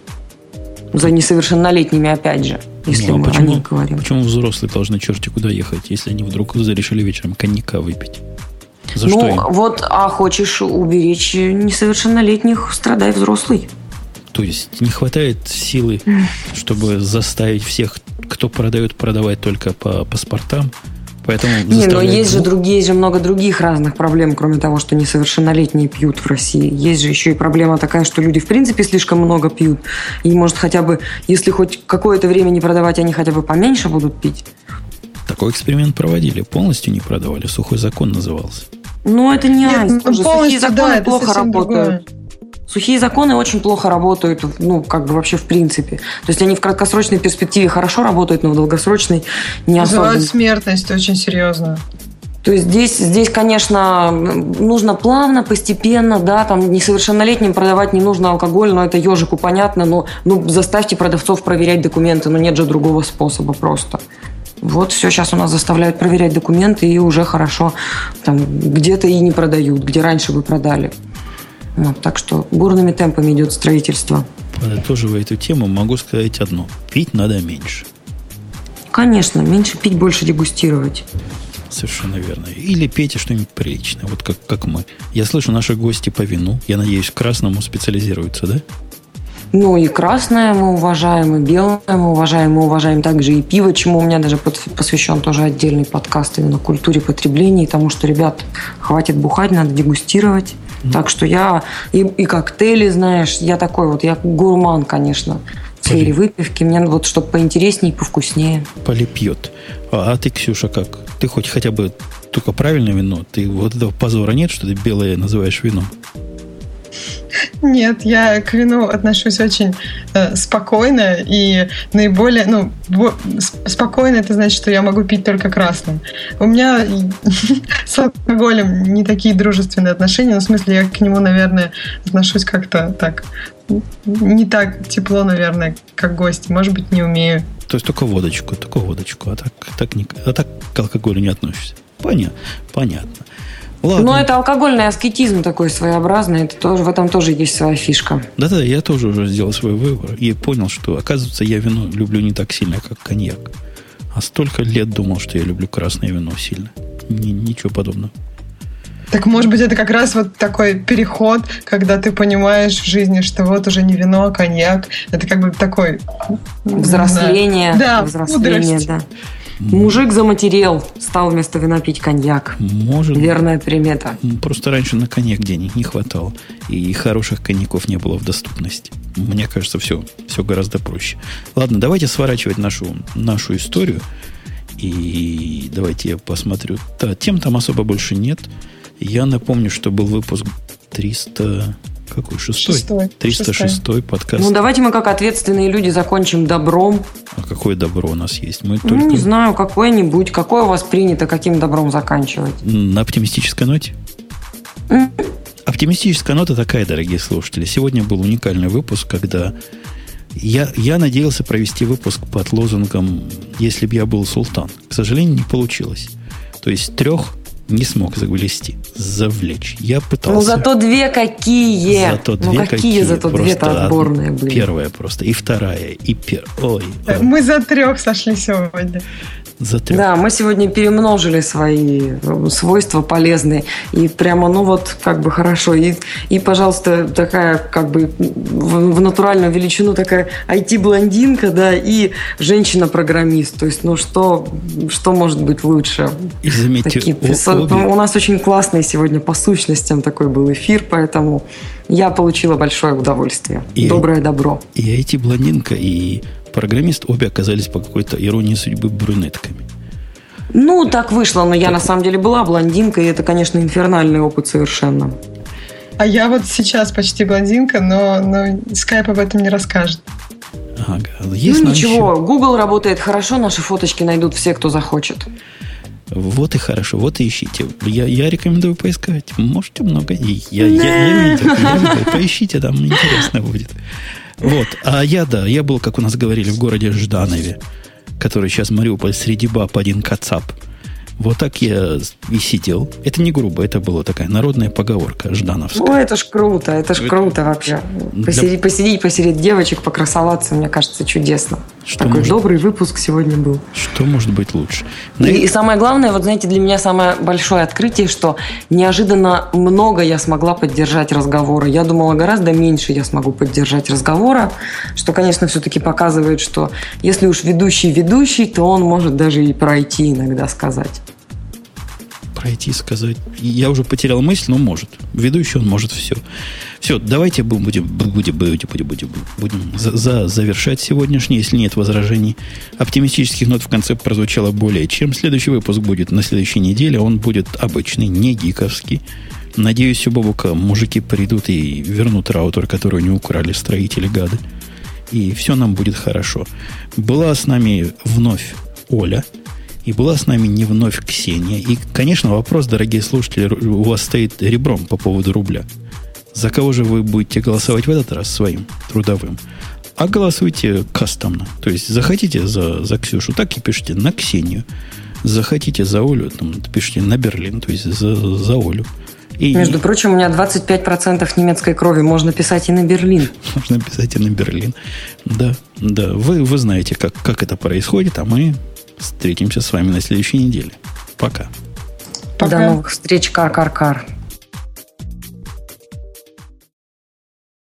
За несовершеннолетними, опять же, если ну, а мы почему, о них говорим. Почему взрослые должны черти куда ехать, если они вдруг решили вечером коньяка выпить? За ну, что им? вот, а хочешь уберечь несовершеннолетних, страдай взрослый. То есть не хватает силы, чтобы заставить всех, кто продает, продавать только по паспортам? Поэтому не, но есть же другие, есть же много других разных проблем, кроме того, что несовершеннолетние пьют в России. Есть же еще и проблема такая, что люди в принципе слишком много пьют. И может хотя бы, если хоть какое-то время не продавать, они хотя бы поменьше будут пить. Такой эксперимент проводили. Полностью не продавали. Сухой закон назывался. Ну, это не айс. Ну, сухие законы да, плохо работают. Другое. Сухие законы очень плохо работают, ну, как бы вообще в принципе. То есть они в краткосрочной перспективе хорошо работают, но в долгосрочной не особо. Вызывают смертность очень серьезно. То есть здесь, здесь, конечно, нужно плавно, постепенно, да, там несовершеннолетним продавать не нужно алкоголь, но это ежику понятно, но ну, заставьте продавцов проверять документы, но нет же другого способа просто. Вот все, сейчас у нас заставляют проверять документы, и уже хорошо там где-то и не продают, где раньше бы продали. Вот, так что бурными темпами идет строительство. Подытоживая эту тему, могу сказать одно. Пить надо меньше. Конечно, меньше пить, больше дегустировать. Совершенно верно. Или пейте что-нибудь приличное, вот как, как мы. Я слышу, наши гости по вину, я надеюсь, к красному специализируются, да? Ну и красное мы уважаем, и белое мы уважаем, мы уважаем также и пиво, чему у меня даже посвящен тоже отдельный подкаст именно культуре потребления, и тому, что, ребят, хватит бухать, надо дегустировать. Mm. Так что я и, и коктейли, знаешь, я такой вот, я гурман, конечно, в сфере выпивки. Мне вот, чтобы поинтереснее и повкуснее. Поли пьет. А, а ты, Ксюша, как? Ты хоть хотя бы только правильное вино? Ты вот этого позора нет, что ты белое называешь вином? Нет, я к вину отношусь очень э, спокойно и наиболее, ну, бо, спокойно это значит, что я могу пить только красным. У меня с алкоголем не такие дружественные отношения, но в смысле я к нему, наверное, отношусь как-то так, не так тепло, наверное, как гости, может быть, не умею. То есть только водочку, только водочку, а так, так, не, а так к алкоголю не относишься. Понятно, понятно. Ладно. Но это алкогольный аскетизм такой своеобразный. Это тоже, в этом тоже есть своя фишка. Да-да, я тоже уже сделал свой выбор и понял, что, оказывается, я вино люблю не так сильно, как коньяк. А столько лет думал, что я люблю красное вино сильно. Н- ничего подобного. Так, может быть, это как раз вот такой переход, когда ты понимаешь в жизни, что вот уже не вино, а коньяк. Это как бы такой... Взросление. Да, взросление, мудрость. да. Мужик заматерел, стал вместо вина пить коньяк. Может, верная примета. Просто раньше на коньяк денег не хватало. И хороших коньяков не было в доступности. Мне кажется, все, все гораздо проще. Ладно, давайте сворачивать нашу, нашу историю. И давайте я посмотрю. Да, тем там особо больше нет. Я напомню, что был выпуск триста... Какой? Шестой? Шестой. триста шестой подкаст. Ну, давайте мы, как ответственные люди, закончим добром. А какое добро у нас есть? Мы Ну, только... не знаю, какое-нибудь. Какое у вас принято, каким добром заканчивать? На оптимистической ноте? М? Оптимистическая нота такая, дорогие слушатели. Сегодня был уникальный выпуск, когда я, я надеялся провести выпуск под лозунгом «Если бы я был султан». К сожалению, не получилось. То есть трех не смог завлечь, завлечь. Я пытался. Ну, зато две какие! Зато две ну, какие, какие зато две-то отборные, од... блин. Первая просто, и вторая, и пер... Ой, ой. Мы за трех сошли сегодня. За трех. Да, мы сегодня перемножили свои свойства полезные. И прямо, ну вот, как бы хорошо. И, и пожалуйста, такая, как бы, в, в натуральную величину такая ай ти-блондинка, да, и женщина-программист. То есть, ну что, что может быть лучше? И заметьте, Такие, о, обе... У нас очень классный сегодня по сущностям такой был эфир, поэтому я получила большое удовольствие. И, Доброе добро. И ай ти-блондинка, и программист обе оказались по какой-то иронии судьбы брюнетками. Ну, так вышло, но я так... на самом деле была блондинкой, и это, конечно, инфернальный опыт совершенно. А я вот сейчас почти блондинка, но, но скайп об этом не расскажет. Ага. Есть ну ничего, еще... Google работает хорошо, наши фоточки найдут все, кто захочет. Вот и хорошо, вот и ищите. Я, я рекомендую поискать. Можете много. Я, я, я, я видел, я видел. Поищите, там интересно будет. Вот. А я, да, я был, как у нас говорили, в городе Жданове, который сейчас Мариуполь, среди баб один кацап. Вот так я и сидел. Это не грубо, это была такая народная поговорка ждановская. Ой, это ж круто, это ж это... круто вообще. Посидеть, Для... посидеть посреди девочек, покрасоваться, мне кажется, чудесно. Что Такой может... добрый выпуск сегодня был. Что может быть лучше? И, и самое главное, вот знаете, для меня самое большое открытие, что неожиданно много я смогла поддержать разговора. Я думала, гораздо меньше я смогу поддержать разговора, что, конечно, все-таки показывает, что если уж ведущий ведущий, то он может даже и пройти иногда сказать. Пройти, сказать. Я уже потерял мысль, но может. Ведущий он может все. Все, давайте будем, будем, будем, будем, будем, будем за, за, завершать сегодняшний, если нет возражений. Оптимистических нот в конце прозвучало более чем. Следующий выпуск будет на следующей неделе. Он будет обычный, не гиковский. Надеюсь, у Бобука мужики придут и вернут раутер, который у него украли строители гады. И все нам будет хорошо. Была с нами вновь Оля. И была с нами не вновь Ксения. И, конечно, вопрос, дорогие слушатели, у вас стоит ребром по поводу рубля. За кого же вы будете голосовать в этот раз своим трудовым? А голосуйте кастомно. То есть, захотите за, за Ксюшу, так и пишите на Ксению. Захотите за Олю, там, пишите на Берлин, то есть за, за Олю. И, Между прочим, у меня двадцать пять процентов немецкой крови. Можно писать и на Берлин. Можно писать и на Берлин. Да, да. Вы, вы знаете, как, как это происходит, а мы... Встретимся с вами на следующей неделе. Пока. Пока. До новых встреч, кар-кар-кар.